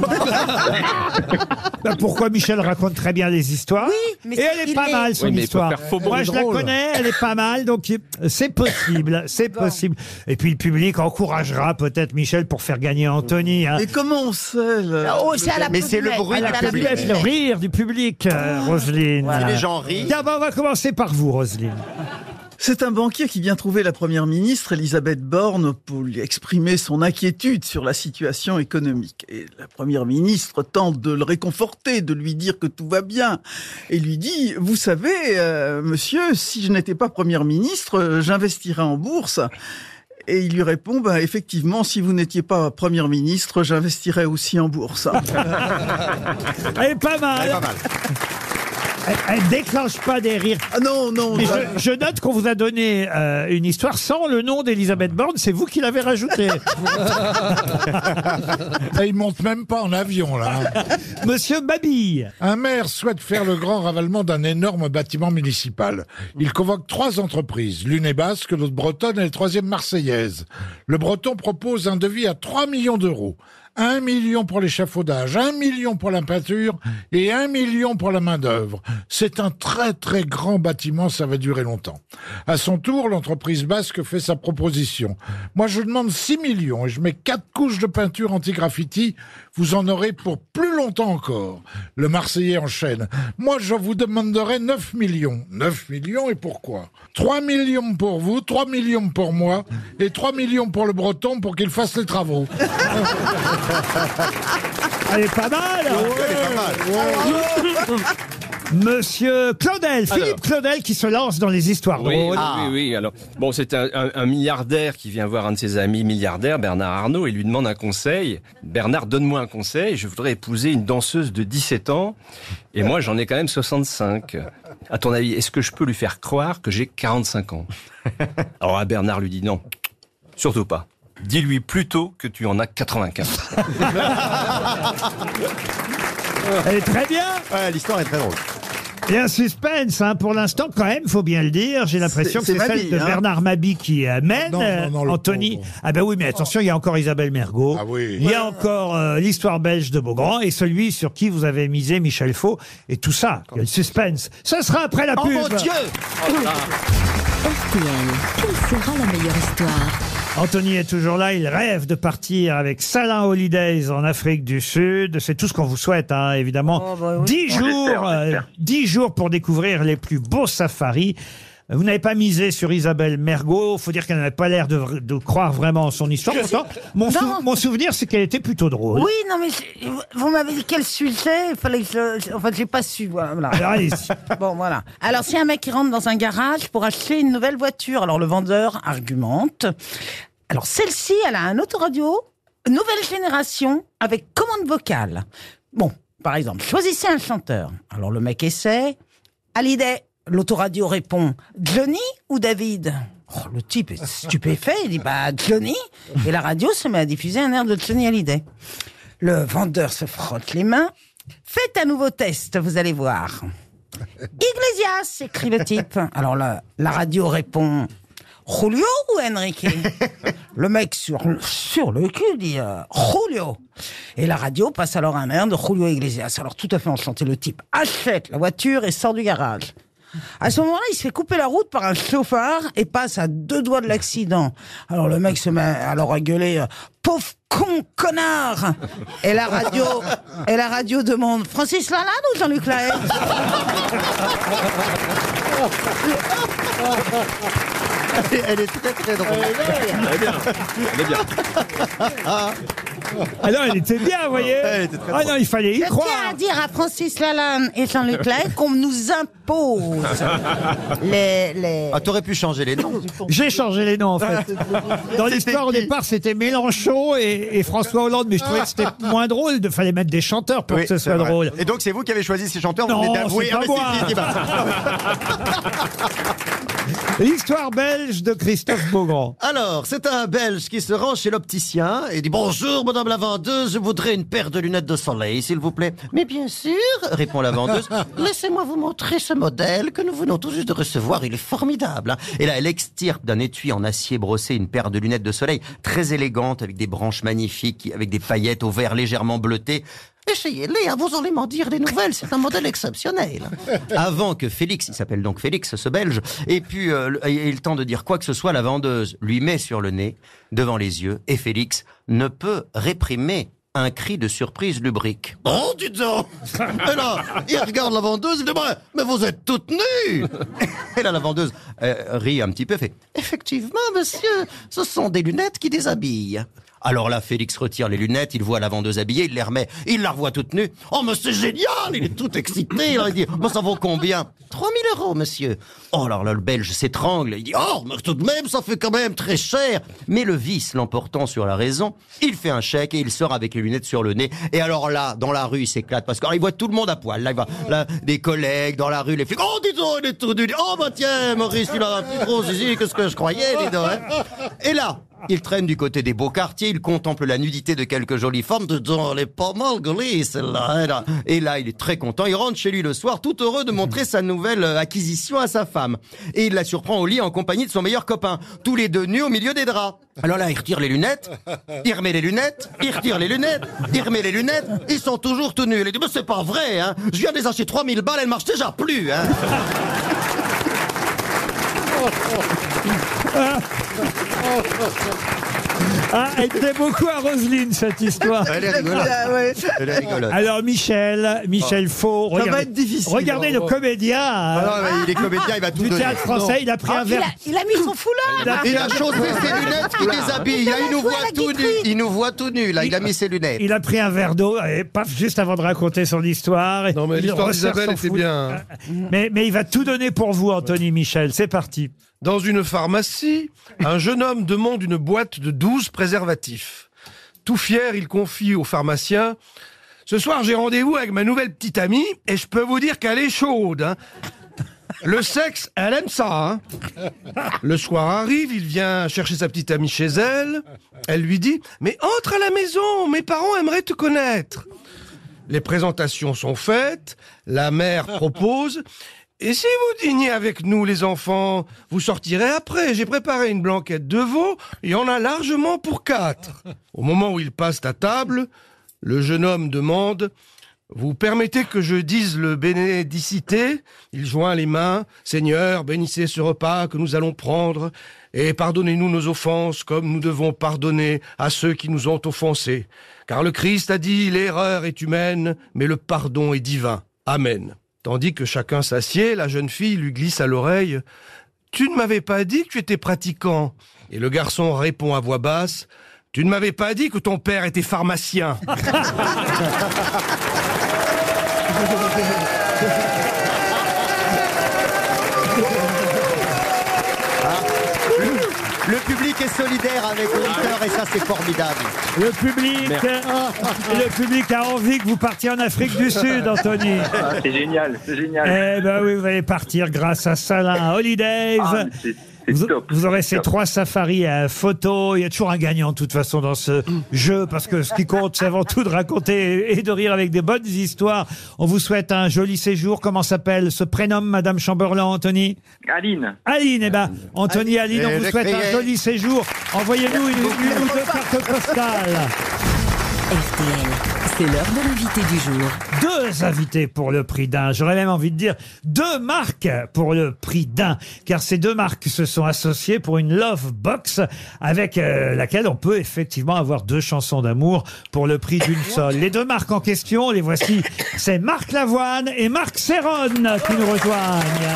Pourquoi Michel raconte très bien les histoires. Oui, mais et elle est pas mal, son histoire. Moi, je la connais, elle est pas mal, donc c'est possible, c'est possible. Et puis le public encouragera peut-être Michel pour faire gagner Anthony. Hein. Et comment on sait Mais c'est le bruit du public. Le rire du public, Roselyne. Si les gens rient. Tiens, on va commencer par vous, Roselyne. C'est un banquier qui vient trouver la première ministre, Elisabeth Borne, pour lui exprimer son inquiétude sur la situation économique. Et la première ministre tente de le réconforter, de lui dire que tout va bien. Et lui dit, vous savez, monsieur, si je n'étais pas première ministre, j'investirais en bourse. Et il lui répond, effectivement, si vous n'étiez pas première ministre, j'investirais aussi en bourse. Elle est pas mal. Elle déclenche pas des rires. Ah non. Mais je note qu'on vous a donné une histoire sans le nom d'Elisabeth Borne. C'est vous qui l'avez rajouté. Il monte même pas en avion, là. Monsieur Mabille. Un maire souhaite faire le grand ravalement d'un énorme bâtiment municipal. Il convoque 3 entreprises. L'une est basque, l'autre bretonne et la troisième marseillaise. Le breton propose un devis à 3 millions d'euros. 1 million pour l'échafaudage, 1 million pour la peinture et 1 million pour la main-d'œuvre. C'est un très très grand bâtiment, ça va durer longtemps. À son tour, l'entreprise basque fait sa proposition. Moi, je demande 6 millions et je mets 4 couches de peinture anti-graffiti. Vous en aurez pour plus longtemps encore. Le Marseillais enchaîne. Moi, je vous demanderai 9 millions. 9 millions et pourquoi ? 3 millions pour vous, 3 millions pour moi et 3 millions pour le breton pour qu'il fasse les travaux. Elle est pas mal. Monsieur Claudel, Philippe Claudel qui se lance dans les histoires drôles. Oui. Alors, bon, c'est un milliardaire qui vient voir un de ses amis milliardaires, Bernard Arnault, et lui demande un conseil. Bernard, donne-moi un conseil. Je voudrais épouser une danseuse de 17 ans. Et moi, j'en ai quand même 65. À ton avis, est-ce que je peux lui faire croire que j'ai 45 ans? Alors, Bernard lui dit non. Surtout pas. Dis-lui plutôt que tu en as 95. Elle est très bien. Ouais, l'histoire est très drôle. Il y a un suspense, pour l'instant, quand même, faut bien le dire. J'ai l'impression que c'est celle de Bernard Mabille qui mène, non, Anthony. Ah ben oui, mais attention, il y a encore Isabelle Mergo. Ah oui. Il y a encore l'histoire belge de Beaugrand et celui sur qui vous avez misé, Michel Faux. Et tout ça, il y a le suspense. Ce sera après la pub. Oh mon Dieu! RTL, quelle sera la meilleure histoire? Anthony est toujours là, il rêve de partir avec Salin Holidays en Afrique du Sud. C'est tout ce qu'on vous souhaite, évidemment. 10 jours, 10 jours pour découvrir les plus beaux safaris. Vous n'avez pas misé sur Isabelle Mergo. Faut dire qu'elle n'avait pas l'air de croire vraiment en son histoire. Pourtant, mon souvenir, c'est qu'elle était plutôt drôle. Oui, non, mais vous m'avez dit quel sujet. Il fallait que en fait, j'ai pas su. Voilà. Alors, allez-y. Bon, voilà. Alors, si un mec qui rentre dans un garage pour acheter une nouvelle voiture, alors le vendeur argumente. Alors, celle-ci, elle a un autoradio, nouvelle génération, avec commande vocale. Bon, par exemple, choisissez un chanteur. Alors, le mec essaie. Hallyday. L'autoradio répond Johnny ou David? Le type est stupéfait, il dit Johnny. Et la radio se met à diffuser un air de Johnny Hallyday. Le vendeur se frotte les mains. Faites un nouveau test, vous allez voir. Iglesias, écrit le type. Alors la radio répond Julio ou Enrique? Le mec sur le cul dit Julio. Et la radio passe alors un air de Julio Iglesias. Alors tout à fait enchanté, le type achète la voiture et sort du garage. À ce moment-là, il se fait couper la route par un chauffard et passe à 2 doigts de l'accident. Alors le mec se met alors à gueuler pauvre con, connard. Et la radio demande Francis Lalanne ou Jean-Luc Lahaye? Elle est très très drôle. Elle est bien. Alors, elle était bien, vous voyez. Ah non, il fallait y croire. Je tiens à dire à Francis Lalanne et Jean-Luc Lahaye qu'on nous impose les... Ah, t'aurais pu changer les noms. J'ai changé les noms, en fait. Dans l'histoire, au départ, c'était Mélenchon et François Hollande, mais je trouvais que c'était moins drôle. Il fallait mettre des chanteurs pour que ce soit drôle. Et donc, c'est vous qui avez choisi ces chanteurs? Non, vous c'est pas moi. L'histoire belge de Christophe Beaugrand. Alors, c'est un Belge qui se rend chez l'opticien et dit « Bonjour, madame la vendeuse, je voudrais une paire de lunettes de soleil, s'il vous plaît. » « Mais bien sûr, répond la vendeuse, laissez-moi vous montrer ce modèle que nous venons tout juste de recevoir, il est formidable. Hein. » Et là, elle extirpe d'un étui en acier brossé une paire de lunettes de soleil très élégante, avec des branches magnifiques, avec des paillettes au vert légèrement bleuté. Essayez-les, hein, vous allez m'en dire des nouvelles, c'est un modèle exceptionnel. Avant que Félix, il s'appelle donc Félix, ce Belge, ait le temps de dire quoi que ce soit, la vendeuse lui met sur le nez, devant les yeux, et Félix ne peut réprimer un cri de surprise lubrique. « Oh, dis donc !» Et là, il regarde la vendeuse, il dit « Mais vous êtes toute nue !» Et là, la vendeuse rit un petit peu, fait « Effectivement, monsieur, ce sont des lunettes qui déshabillent. » Alors là, Félix retire les lunettes, il voit la vendeuse habillée, il les remet, il la revoit toute nue. « Oh, mais c'est génial !» Il est tout excité, là, il dit « Mais ça vaut combien ?»« 3 000 €, monsieur. » Oh, alors là, le Belge s'étrangle, il dit « Oh, mais tout de même, ça fait quand même très cher !» Mais le vice l'emportant sur la raison, il fait un chèque et il sort avec les lunettes sur le nez. Et alors là, dans la rue, il s'éclate, parce qu'il voit tout le monde à poil. Là, il voit là, des collègues dans la rue, les flics. « Oh, dis donc, il est tout nu. Oh, bah tiens, Maurice, il a un plus gros zizi que ce que je croyais, dis donc. Hein. » Et là, il traîne du côté des beaux quartiers, il contemple la nudité de quelques jolies femmes. Elle est pas mal jolie, celle-là. Et là, il est très content. Il rentre chez lui le soir, tout heureux de montrer sa nouvelle acquisition à sa femme. Et il la surprend au lit en compagnie de son meilleur copain. Tous les deux nus au milieu des draps. Alors là, il retire les lunettes, il remet les lunettes, il retire les lunettes, il remet les lunettes. Ils sont toujours tout nus. Il dit, mais c'est pas vrai, hein. Je viens de les acheter 3000 balles, elles marchent déjà plus, hein. Ah, elle plaît beaucoup à Roselyne, cette histoire. Elle est rigolote. Elle est rigolote. Alors, Michel Faux, Ça va être difficile. regardez le comédien. Ah non, mais il est comédien, il va tout Du donner. théâtre français, il a pris un verre. Il a mis son foulard. Il a chaussé ses lunettes qui déshabillent. Là, il nous voit tout nu. Il nous voit tout nu. Là, il a mis ses lunettes. Il a pris un verre d'eau, et paf, juste avant de raconter son histoire. Non, mais Il l'histoire resserre d'Isabelle son était bien. Mais il va tout donner pour vous, Anthony Michel. C'est parti. Dans une pharmacie, un jeune homme demande une boîte de 12 préservatifs. Tout fier, il confie au pharmacien « Ce soir, j'ai rendez-vous avec ma nouvelle petite amie et je peux vous dire qu'elle est chaude. Hein. Le sexe, elle aime ça. Hein. » Le soir arrive, il vient chercher sa petite amie chez elle. Elle lui dit « Mais entre à la maison, mes parents aimeraient te connaître. » Les présentations sont faites, la mère propose... Et si vous dîniez avec nous, les enfants, vous sortirez après. J'ai préparé une blanquette de veau, il y en a largement pour 4. Au moment où ils passent à table, le jeune homme demande « Vous permettez que je dise le bénédicité ?» Il joint les mains « Seigneur, bénissez ce repas que nous allons prendre, et pardonnez-nous nos offenses comme nous devons pardonner à ceux qui nous ont offensés. Car le Christ a dit « L'erreur est humaine, mais le pardon est divin. Amen. » Tandis que chacun s'assied, la jeune fille lui glisse à l'oreille « Tu ne m'avais pas dit que tu étais pratiquant ?» Et le garçon répond à voix basse « Tu ne m'avais pas dit que ton père était pharmacien ?» Le public est solidaire avec l'auditeur et ça, c'est formidable. Le public a envie que vous partiez en Afrique du Sud, Anthony. Ah, c'est génial, c'est génial. Eh ben oui, vous allez partir grâce à Salin Holidays. Ah, c'est top. Vous aurez ces Top. 3 safaris à photo. Il y a toujours un gagnant, de toute façon, dans ce jeu, parce que ce qui compte, c'est avant tout de raconter et de rire avec des bonnes histoires. On vous souhaite un joli séjour. Comment s'appelle ce prénomme, Madame Chamberlain, Anthony? Aline. Aline, eh ben, Anthony, Aline, on vous souhaite un joli séjour. Envoyez-nous une ou 2 cartes postales. RTL, c'est l'heure de l'invité du jour. 2 invités pour le prix d'un. J'aurais même envie de dire 2 marques pour le prix d'un. Car ces 2 marques se sont associées pour une Love Box avec laquelle on peut effectivement avoir 2 chansons d'amour pour le prix d'une seule. Les 2 marques en question, les voici. C'est Marc Lavoine et Marc Serron qui nous rejoignent.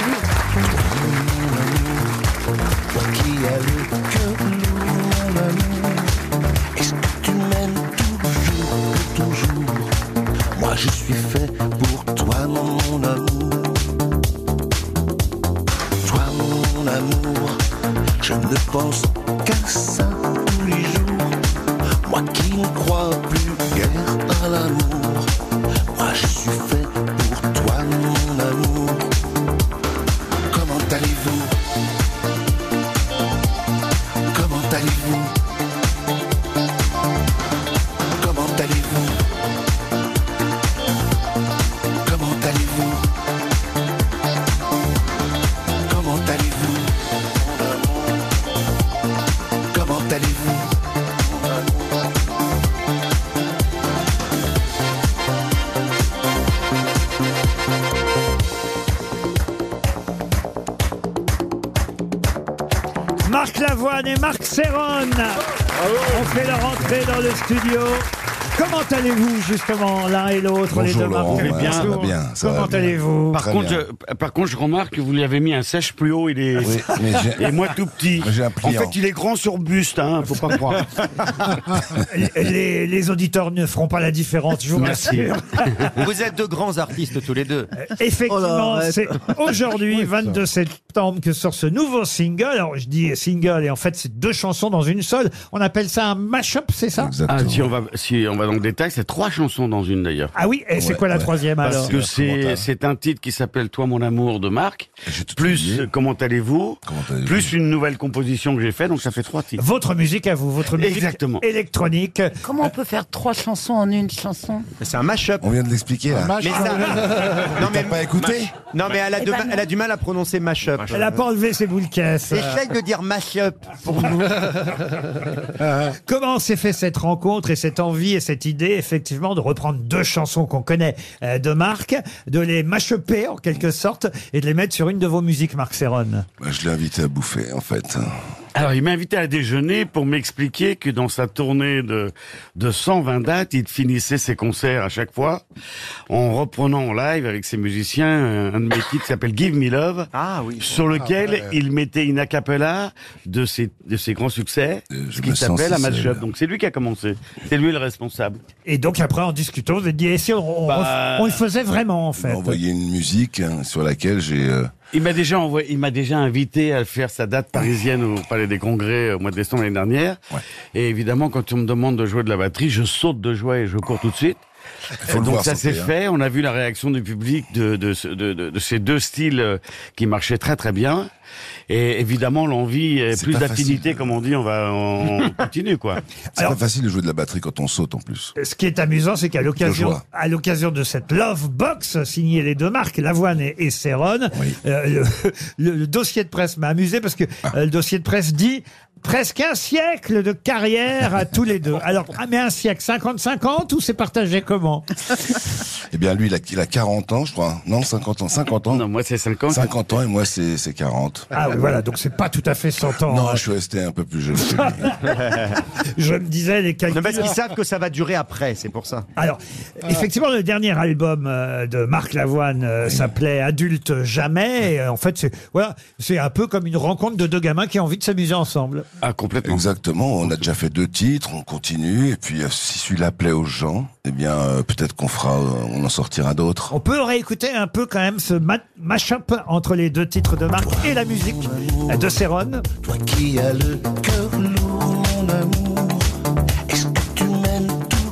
Moi je suis fait pour toi mon amour. Toi mon amour, je ne pense qu'à ça tous les jours. Moi qui ne crois plus guère à l'amour. Moi je suis fait pour toi mon amour. Comment allez-vous? Marc Lavoine et Marc Serron ont fait leur entrée dans le studio. Comment allez-vous justement l'un et l'autre, les deux Laurent, Marc? bien, ça va bien, ça Comment va bien. allez-vous? Très Par contre, je remarque que vous lui avez mis un sèche-plumeau, il est... Oui, mais et moi tout petit. J'ai un En pliant. fait, il est grand sur buste, hein, faut pas croire. Les auditeurs ne feront pas la différence, je vous rassure. Vous êtes de grands artistes tous les deux. Effectivement, arrête. c'est aujourd'hui, 22 septembre, que sort ce nouveau single. Alors, je dis single, et en fait, c'est 2 chansons dans une seule. On appelle ça un mash-up, c'est ça? Ah, si on va dans le détail, c'est 3 chansons dans une d'ailleurs. Ah oui, et c'est quoi la troisième alors? Parce que c'est un titre qui s'appelle Toi mon amour de Marc, plus Comment allez-vous, plus une nouvelle composition que j'ai faite, donc ça fait 3 titres. Votre musique à vous, votre musique Exactement. électronique. Comment on peut faire 3 chansons en une chanson? C'est un mash-up. On vient de l'expliquer là. Mais ça... Non mais pas écouté. Non mais elle a, Eh ben non. elle a du mal à prononcer mash-up. Elle n'a pas enlevé ses boules caisses. Essaye de dire mash-up pour nous. Comment s'est fait cette rencontre et cette envie et cette idée, effectivement, de reprendre 2 chansons qu'on connaît de Marc, de les mash-upper en quelque sorte et de les mettre sur une de vos musiques, Marc Serron? Je l'ai invité à bouffer en fait. Alors, il m'a invité à déjeuner pour m'expliquer que dans sa tournée de 120 dates, il finissait ses concerts à chaque fois en reprenant en live avec ses musiciens un de mes titres qui s'appelle Give Me Love, sur lequel il mettait une acapella de ses grands succès, ce qui s'appelle un match-up. Donc c'est lui qui a commencé. C'est lui le responsable. Et donc après, en discutant, vous avez dit, et si on le faisait vraiment en fait? Il m'a envoyé une musique sur laquelle j'ai... Il m'a déjà invité à faire sa date parisienne au Palais des Congrès au mois de décembre l'année dernière. Ouais. Et évidemment, quand on me demande de jouer de la batterie, je saute de joie et je cours tout de suite. Donc ça s'est fait. On a vu la réaction du public de ces 2 styles qui marchaient très très bien. Et évidemment, l'envie, plus d'affinité, comme on dit, on continue, quoi. C'est pas facile de jouer de la batterie quand on saute, en plus. Ce qui est amusant, c'est qu'à l'occasion de cette Love Box, signée les 2 Marc, Lavoine et Serron, le dossier de presse m'a amusé parce que le dossier de presse dit presque un siècle de carrière à tous les deux. Alors, mais un siècle, 50-50 ou c'est partagé comment? Eh bien, lui, il a 40 ans, je crois. Non, 50 ans. 50 ans. Non, moi, c'est 50. 50 ans et moi, c'est 40. Ah, voilà, donc c'est pas tout à fait 100 ans. Non, je suis resté un peu plus jeune. Je me disais, les calculs... Non, parce qu'ils savent que ça va durer après, c'est pour ça. Alors, effectivement, le dernier album de Marc Lavoine s'appelait Adulte Jamais. Et, en fait, c'est un peu comme une rencontre de 2 gamins qui ont envie de s'amuser ensemble. Ah, complètement. Exactement. On a déjà fait 2 titres, on continue. Et puis, si celui-là plaît aux gens, eh bien, peut-être on en sortira d'autres. On peut réécouter un peu quand même ce mash-up entre les 2 titres de Marc et la musique de Serron. Toi qui as le cœur lourd, mon amour, est-ce que tu m'aimes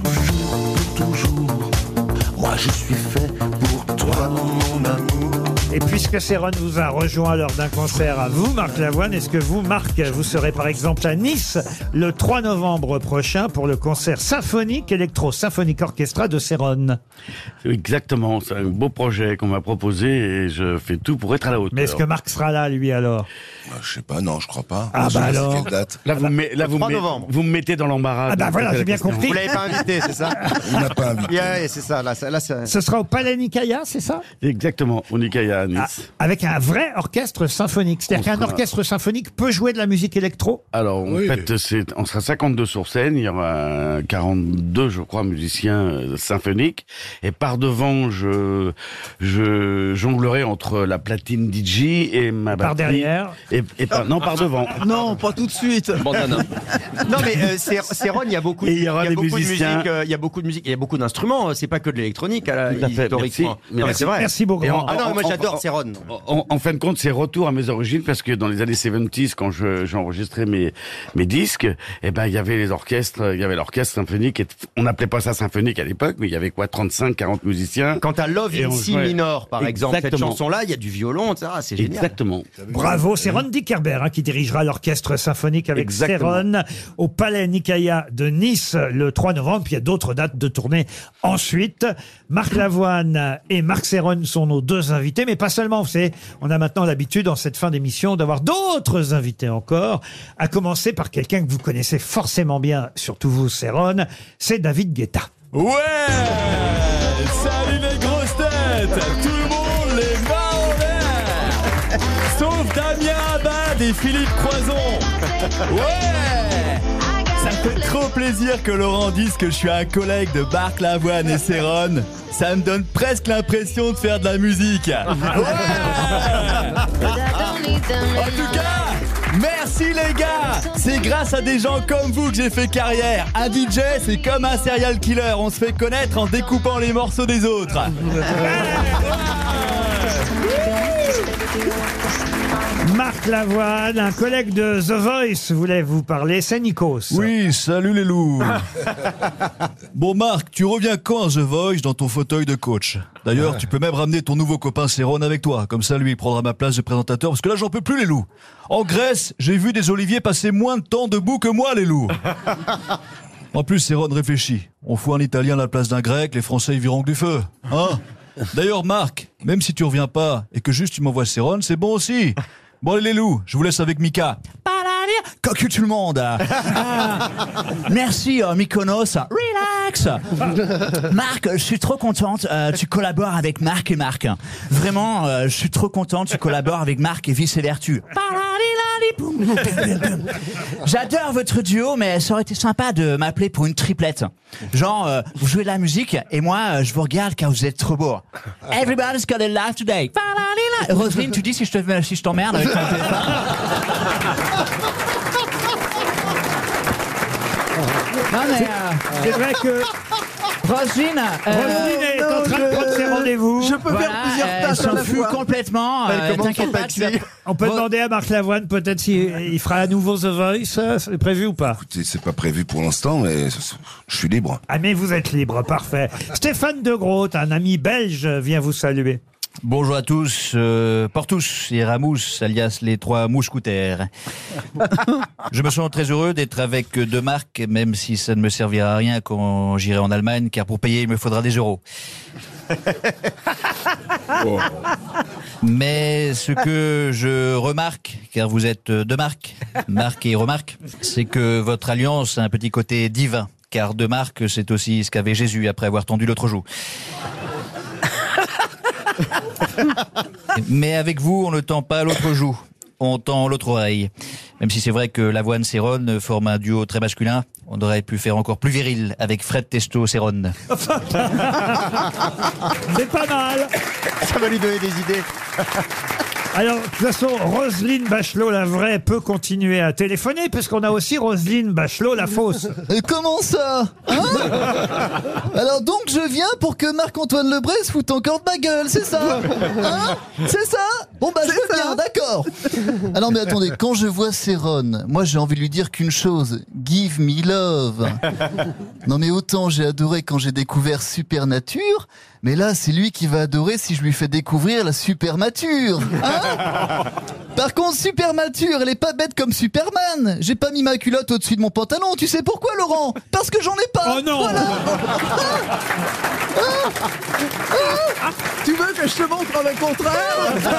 toujours? Moi, je suis fait pour toi, mon amour. Et puisque Serron vous a rejoint lors d'un concert à vous, Marc Lavoine, est-ce que vous, Marc, vous serez par exemple à Nice le 3 novembre prochain pour le concert symphonique électro-symphonique orchestra de Serron? Exactement, c'est un beau projet qu'on m'a proposé et je fais tout pour être à la hauteur. Mais est-ce que Marc sera là, lui, alors? Je sais pas, non, je crois pas. Ah bah alors. Quelle date? Là, vous me mettez dans l'embarras. Ah bah voilà, j'ai bien compris. Vous l'avez pas invité, c'est ça? On n'a pas invité. Yeah, c'est ça. Là, Ce sera au Palais Nicaïa, c'est ça? Exactement, au Nicaïa à Nice. Avec un vrai orchestre symphonique. C'est-à-dire qu'un orchestre symphonique peut jouer de la musique électro? Alors, en fait, on sera 52 sur scène. Il y aura 42, je crois, musiciens symphoniques. Et par devant, je jonglerai entre la platine DJ et ma batterie. Par derrière? Non, par devant. Non, pas tout de suite. Non, mais Serron, il y a beaucoup de musique, il y a beaucoup de musique, il y a beaucoup d'instruments. C'est pas que de l'électronique, historiquement. Merci. C'est vrai. Merci beaucoup. Ah non, moi j'adore Serron. En fin de compte, c'est retour à mes origines parce que dans les années 70s, quand j'enregistrais mes disques, eh ben, il y avait les orchestres, il y avait l'orchestre symphonique. On n'appelait pas ça symphonique à l'époque, mais il y avait quoi, 35-40 musiciens. Quant à Love in Si minor, par exemple, cette chanson-là, il y a du violon, etc. C'est génial. Exactement. Bravo, c'est Ron Dickerber qui dirigera l'orchestre symphonique avec Serron au Palais Nicaïa de Nice le 3 novembre. Puis il y a d'autres dates de tournée ensuite. Marc Lavoine et Marc Serron sont nos 2 invités, mais pas seulement. Vous savez, on a maintenant l'habitude en cette fin d'émission d'avoir d'autres invités encore, à commencer par quelqu'un que vous connaissez forcément bien, surtout vous, Serron, c'est David Guetta. Ouais! Salut les grosses têtes! Tout le monde les mains en l'air! Sauf Damien Abad Lavoine et Philippe Croison. Ouais! Ça me fait trop plaisir que Laurent dise que je suis un collègue de Marc Lavoine et Céron. Ça me donne presque l'impression de faire de la musique. Ouais! En tout cas, merci les gars. C'est grâce à des gens comme vous que j'ai fait carrière. Un DJ, c'est comme un serial killer. On se fait connaître en découpant les morceaux des autres. Marc Lavoine, un collègue de The Voice voulait vous parler, c'est Nikos. Oui, salut les loups. Bon Marc, tu reviens quand à The Voice dans ton fauteuil de coach? D'ailleurs, tu peux même ramener ton nouveau copain Céron avec toi. Comme ça, lui, il prendra ma place de présentateur, parce que là, j'en peux plus les loups. En Grèce, j'ai vu des oliviers passer moins de temps debout que moi, les loups. En plus, Céron réfléchit. On fout un Italien à la place d'un Grec, les Français, ils viront que du feu. Hein? D'ailleurs, Marc, même si tu reviens pas et que juste tu m'envoies Céron, c'est bon aussi. Bon, allez les loups, je vous laisse avec Mika. Cocu tout le monde. Merci Mykonos. Relax. Marc, je suis trop contente. Tu collabores avec Marc et Marc. Vraiment, je suis trop contente. Tu collabores avec Marc et Vice et Vertu. J'adore votre duo, mais ça aurait été sympa de m'appeler pour une triplette. Genre, vous jouez de la musique et moi, je vous regarde car vous êtes trop beau. Everybody's got a laugh today. Roselyne, tu dis si je t'emmerde avec ton téléphone. Non mais c'est vrai que Roselyne est en train de prendre ses rendez-vous. Je peux faire plusieurs tâches à la fois. Complètement. T'inquiète pas. On peut demander à Marc Lavoine peut-être s'il fera à nouveau The Voice. C'est prévu ou pas? Écoutez, c'est pas prévu pour l'instant, mais je suis libre. Ah mais vous êtes libre, parfait. Stéphane de Groot, un ami belge, vient vous saluer. Bonjour à tous, Portus et Ramous, alias les trois mousquetaires. Je me sens très heureux d'être avec deux marques, même si ça ne me servira à rien quand j'irai en Allemagne, car pour payer, il me faudra des euros. Oh. Mais ce que je remarque, car vous êtes deux marques, Marc et Remarque, c'est que votre alliance a un petit côté divin, car deux marques, c'est aussi ce qu'avait Jésus après avoir tendu l'autre joue. Mais avec vous, on ne tend pas l'autre joue, on tend l'autre oreille. Même si c'est vrai que Lavoine Céron forme un duo très masculin, on aurait pu faire encore plus viril avec Fred Testo Céron. C'est pas mal. Ça va lui donner des idées. Alors, de toute façon, Roselyne Bachelot, la vraie, peut continuer à téléphoner, puisqu'on a aussi Roselyne Bachelot, la fausse. Comment ça hein? Alors donc, je viens pour que Marc-Antoine Lebré se foute encore de ma gueule, c'est ça hein? C'est ça? Bon bah, je veux bien, d'accord. Alors mais attendez, quand je vois Céron, moi j'ai envie de lui dire qu'une chose, give me love. Non mais autant j'ai adoré quand j'ai découvert Supernature, mais là c'est lui qui va adorer si je lui fais découvrir la Supermature. Hein? Par contre, Supermature, elle est pas bête comme Superman. J'ai pas mis ma culotte au-dessus de mon pantalon. Tu sais pourquoi, Laurent? Parce que j'en ai pas. Oh non. Voilà. Tu veux que je te montre le contraire?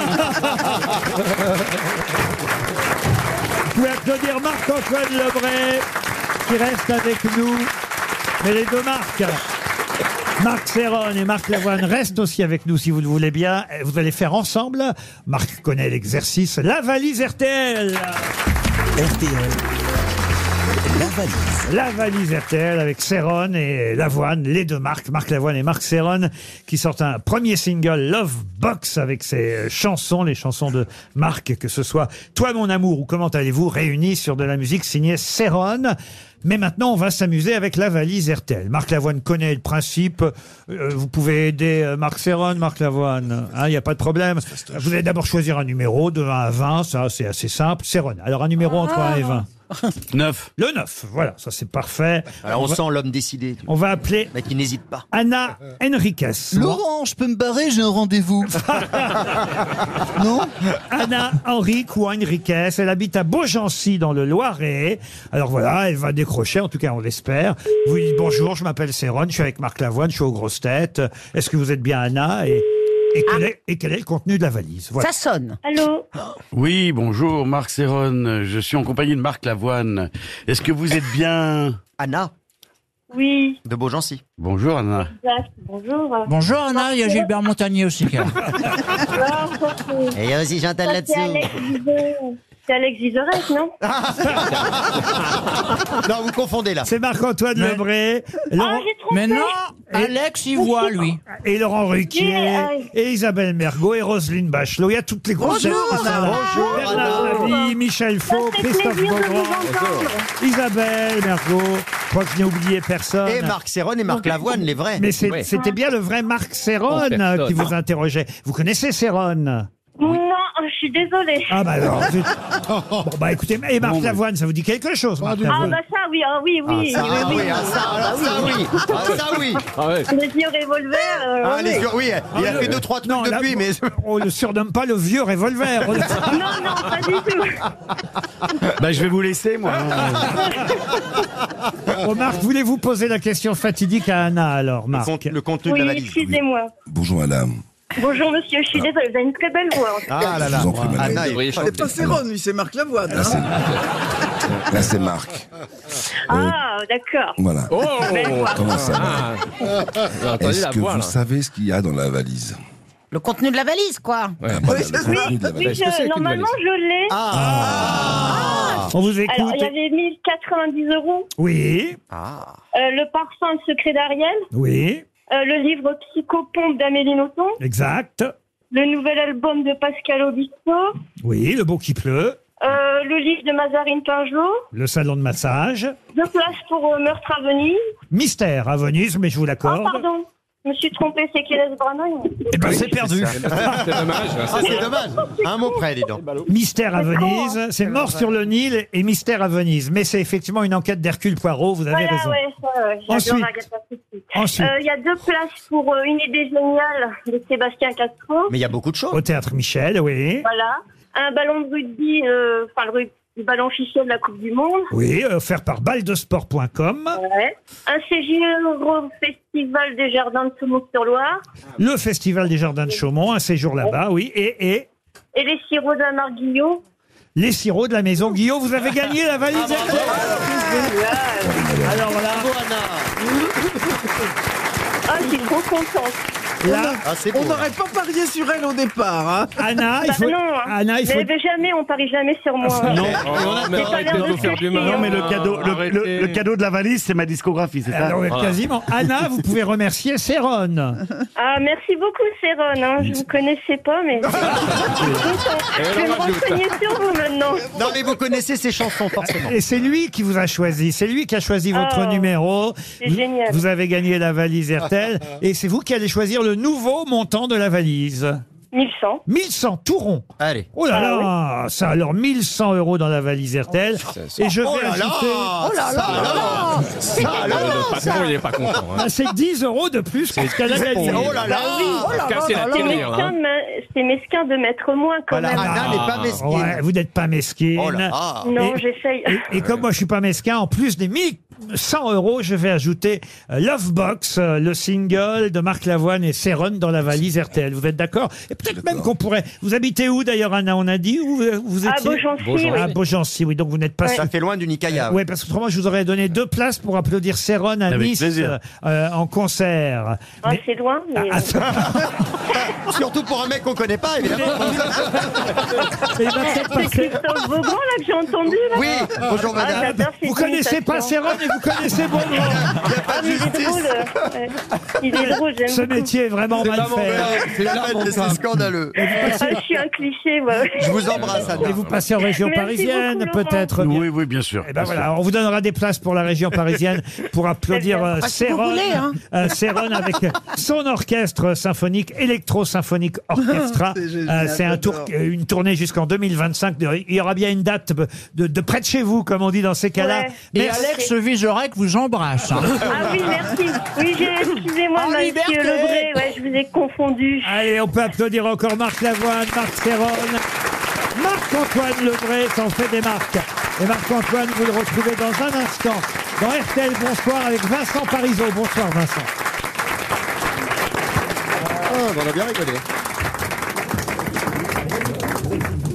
Vous pouvez applaudir Marc-Antoine Lebré, qui reste avec nous. Mais les deux marques, Marc Céron et Marc Lavoine, restent aussi avec nous si vous le voulez bien. Vous allez faire ensemble, Marc connaît l'exercice, la valise RTL. RTL. La valise. La valise RTL avec Céron et Lavoine, les deux marques, Marc Lavoine et Marc Céron, qui sortent un premier single, Love Box, avec ses chansons, les chansons de Marc, que ce soit Toi mon amour ou Comment allez-vous, réunis sur de la musique signée Céron. Mais maintenant, on va s'amuser avec la valise RTL. Marc Lavoine connaît le principe. Vous pouvez aider Marc Céron, Marc Lavoine. Il n'y a pas de problème. Vous allez d'abord choisir un numéro de 1 à 20. Ça, c'est assez simple. Céron. Alors, un numéro entre 1 et 20. 9. Le 9. Voilà, ça c'est parfait. Alors on sent l'homme décidé. On va appeler Mais qui n'hésite pas. Anna Henriquez. Laurent, je peux me barrer, j'ai un rendez-vous. Non? Anna Henrique ou Henriquez, elle habite à Beaugency dans le Loiret. Alors voilà, elle va décrocher, en tout cas on l'espère. Vous lui dites bonjour, je m'appelle Céron, je suis avec Marc Lavoine, je suis aux grosses têtes. Est-ce que vous êtes bien Anna et quel est le contenu de la valise? Voilà. Ça sonne. Allô? Oui, bonjour, Marc Céron. Je suis en compagnie de Marc Lavoine. Est-ce que vous êtes bien Anna Oui. de Beaugency. Bonjour, Anna. Exact. Bonjour. Bonjour Anna, il y a Gilbert Montagnier aussi. Et il y a aussi Chantal Ça, c'est là-dessous. Alex Vizet. C'est Alex Vizorek, non? Non, vous confondez là. C'est Marc-Antoine Lebré. Laurent... j'ai trompé. Mais non, Alex, il voit, lui. Et Laurent Ruquier, et Isabelle Mergo, et Roselyne Bachelot. Il y a toutes les grosses têtes. Bonjour, Bernard Mabille, Michel Faux, Christophe Beaugrand, Isabelle Mergo. Je crois que je n'ai oublié personne. Et Marc Serron et Marc Lavoine, les vrais. Mais c'était bien le vrai Marc Serron qui vous interrogeait. Vous connaissez Serron? Non, je suis désolée. Ah bah alors, bon bah écoutez, et Marc Lavoine, ça vous dit quelque chose, Marc Lavoine? bah ça, oui, oui. oui. Ça oui. Les vieux revolvers. Les vieux, oui. Il a fait 2-3 trucs depuis, mais... On ne surnomme pas le vieux revolver. Non, pas du tout. Bah, je vais vous laisser, moi. Bon, Marc, voulez-vous poser la question fatidique à Anna, alors, Marc? Le contenu de la valise. Excusez-moi. Bonjour madame. Bonjour monsieur, je suis désolée, vous avez une très belle voix. Ah là là. C'est pas Serron, lui, c'est Marc Lavoine. Là, c'est Marc. Ah, d'accord. Voilà. Belle voix. Comment ça va? Est-ce que vous savez ce qu'il y a dans la valise? Le contenu de la valise, quoi. Normalement, je l'ai. On vous écoute. Alors, il y avait 1090 €. Oui. Le parfum Le secret d'Ariel. Oui. Le livre Psychopompe d'Amélie Nothomb. Exact. Le nouvel album de Pascal Obispo. Oui, Le beau qui pleut. Le livre de Mazarine Pinjot. Le salon de massage. 2 places pour Meurtre à Venise. Mystère à Venise, mais je vous l'accorde. Ah, pardon. Je me suis trompée, c'est Kenneth Branagh. Eh ben, c'est perdu. C'est dommage. C'est dommage. Un mot près, dis donc. Mystère à Venise, c'est Mort sur le Nil et Mystère à Venise. Mais c'est effectivement une enquête d'Hercule Poirot, vous avez raison. Ensuite, Ensuite. il y a 2 places pour Une idée géniale de Sébastien Castro. Mais il y a beaucoup de choses. Au Théâtre Michel, oui. Voilà. Un ballon de rugby, le ballon officiel de la Coupe du Monde. Oui, offert par baldesport.com. Ouais. Un séjour au Festival des Jardins de Saumon-sur-Loire. Le Festival des Jardins de Chaumont, un séjour là-bas, oui. Et les sirops de la marque Guillot. les sirops de la maison Guillot. Vous avez gagné la valise RTL. Alors voilà. Bravo, Anna. Ah, je suis trop contente. Là, on n'aurait pas parié sur elle au départ. Hein. Anna, il faut... Anna, il faut... Mais jamais, on parie jamais sur moi. Non, mais le cadeau de la valise, c'est ma discographie, c'est ça? Alors, quasiment. Anna, vous pouvez remercier Serron. Ah, merci beaucoup, Serron. Hein. Je ne vous connaissais pas, mais... Je vais me renseigner sur vous maintenant. Non, mais vous connaissez ses chansons, forcément. Et c'est lui qui vous a choisi. C'est lui qui a choisi votre numéro. C'est génial. Vous avez gagné la valise RTL. Et c'est vous qui allez choisir le nouveau montant de la valise. 1100. 1100, tout rond. Allez. Oh là là, ça alors 1100 € dans la valise RTL. Et je vais ajouter... Oh là là. Le patron, il n'est pas content. Ah, c'est 10 € de plus que ce qu'elle a gagné. Oh là là. C'est mesquin de mettre moins quand même. Anna n'est pas mesquine. Ouais, vous n'êtes pas mesquine. Oh là. Non, j'essaye. Et comme moi je suis pas mesquin, en plus des 1100 €, je vais ajouter Lovebox, le single de Marc Lavoine et Serron dans la valise RTL. Vous êtes d'accord? Et peut-être même qu'on pourrait... Vous habitez où d'ailleurs, Anna? On a dit où vous étiez? À Beaugency, oui. À Beaugency, oui. Donc vous n'êtes pas... Ça fait loin du Nicaïa. Oui, parce que autrement je vous aurais donné 2 places pour applaudir Serron à Nice en concert. Ah, c'est loin, mais... Surtout pour un mec qu'on connaît pas, évidemment. C'est Christophe Beaugrand, là, que j'ai entendu, là. Oui, bonjour madame. Vous connaissez pas Serron et vous connaissez Beaugrand. Ah, mais il est drôle. Il est drôle, j'aime Ce métier est vraiment mal fait. C'est scandaleux. Je suis un cliché, ouais. Je vous embrasse, Anna. Et vous passez en région Merci parisienne, beaucoup, Laurent. peut-être? Oui, oui, bien sûr. Et ben voilà, on vous donnera des places pour la région parisienne pour applaudir Serron. Serron avec son orchestre symphonique, électro-symphonique orchestra. C'est une tournée jusqu'en 2025. Il y aura bien une date de près de chez vous, comme on dit dans ces cas-là. Ouais. Et Alex Vizorek vous embrasse. Hein. Ah oui, merci. Oui, excusez-moi, monsieur Lebré, ouais, je vous ai confondu. Allez, on peut applaudir encore Marc Lavoine, Marc Serron, Marc-Antoine Lebré, s'en fait des marques. Et Marc-Antoine, vous le retrouvez dans un instant dans RTL Bonsoir avec Vincent Parisot. Bonsoir Vincent. On a bien rigolé.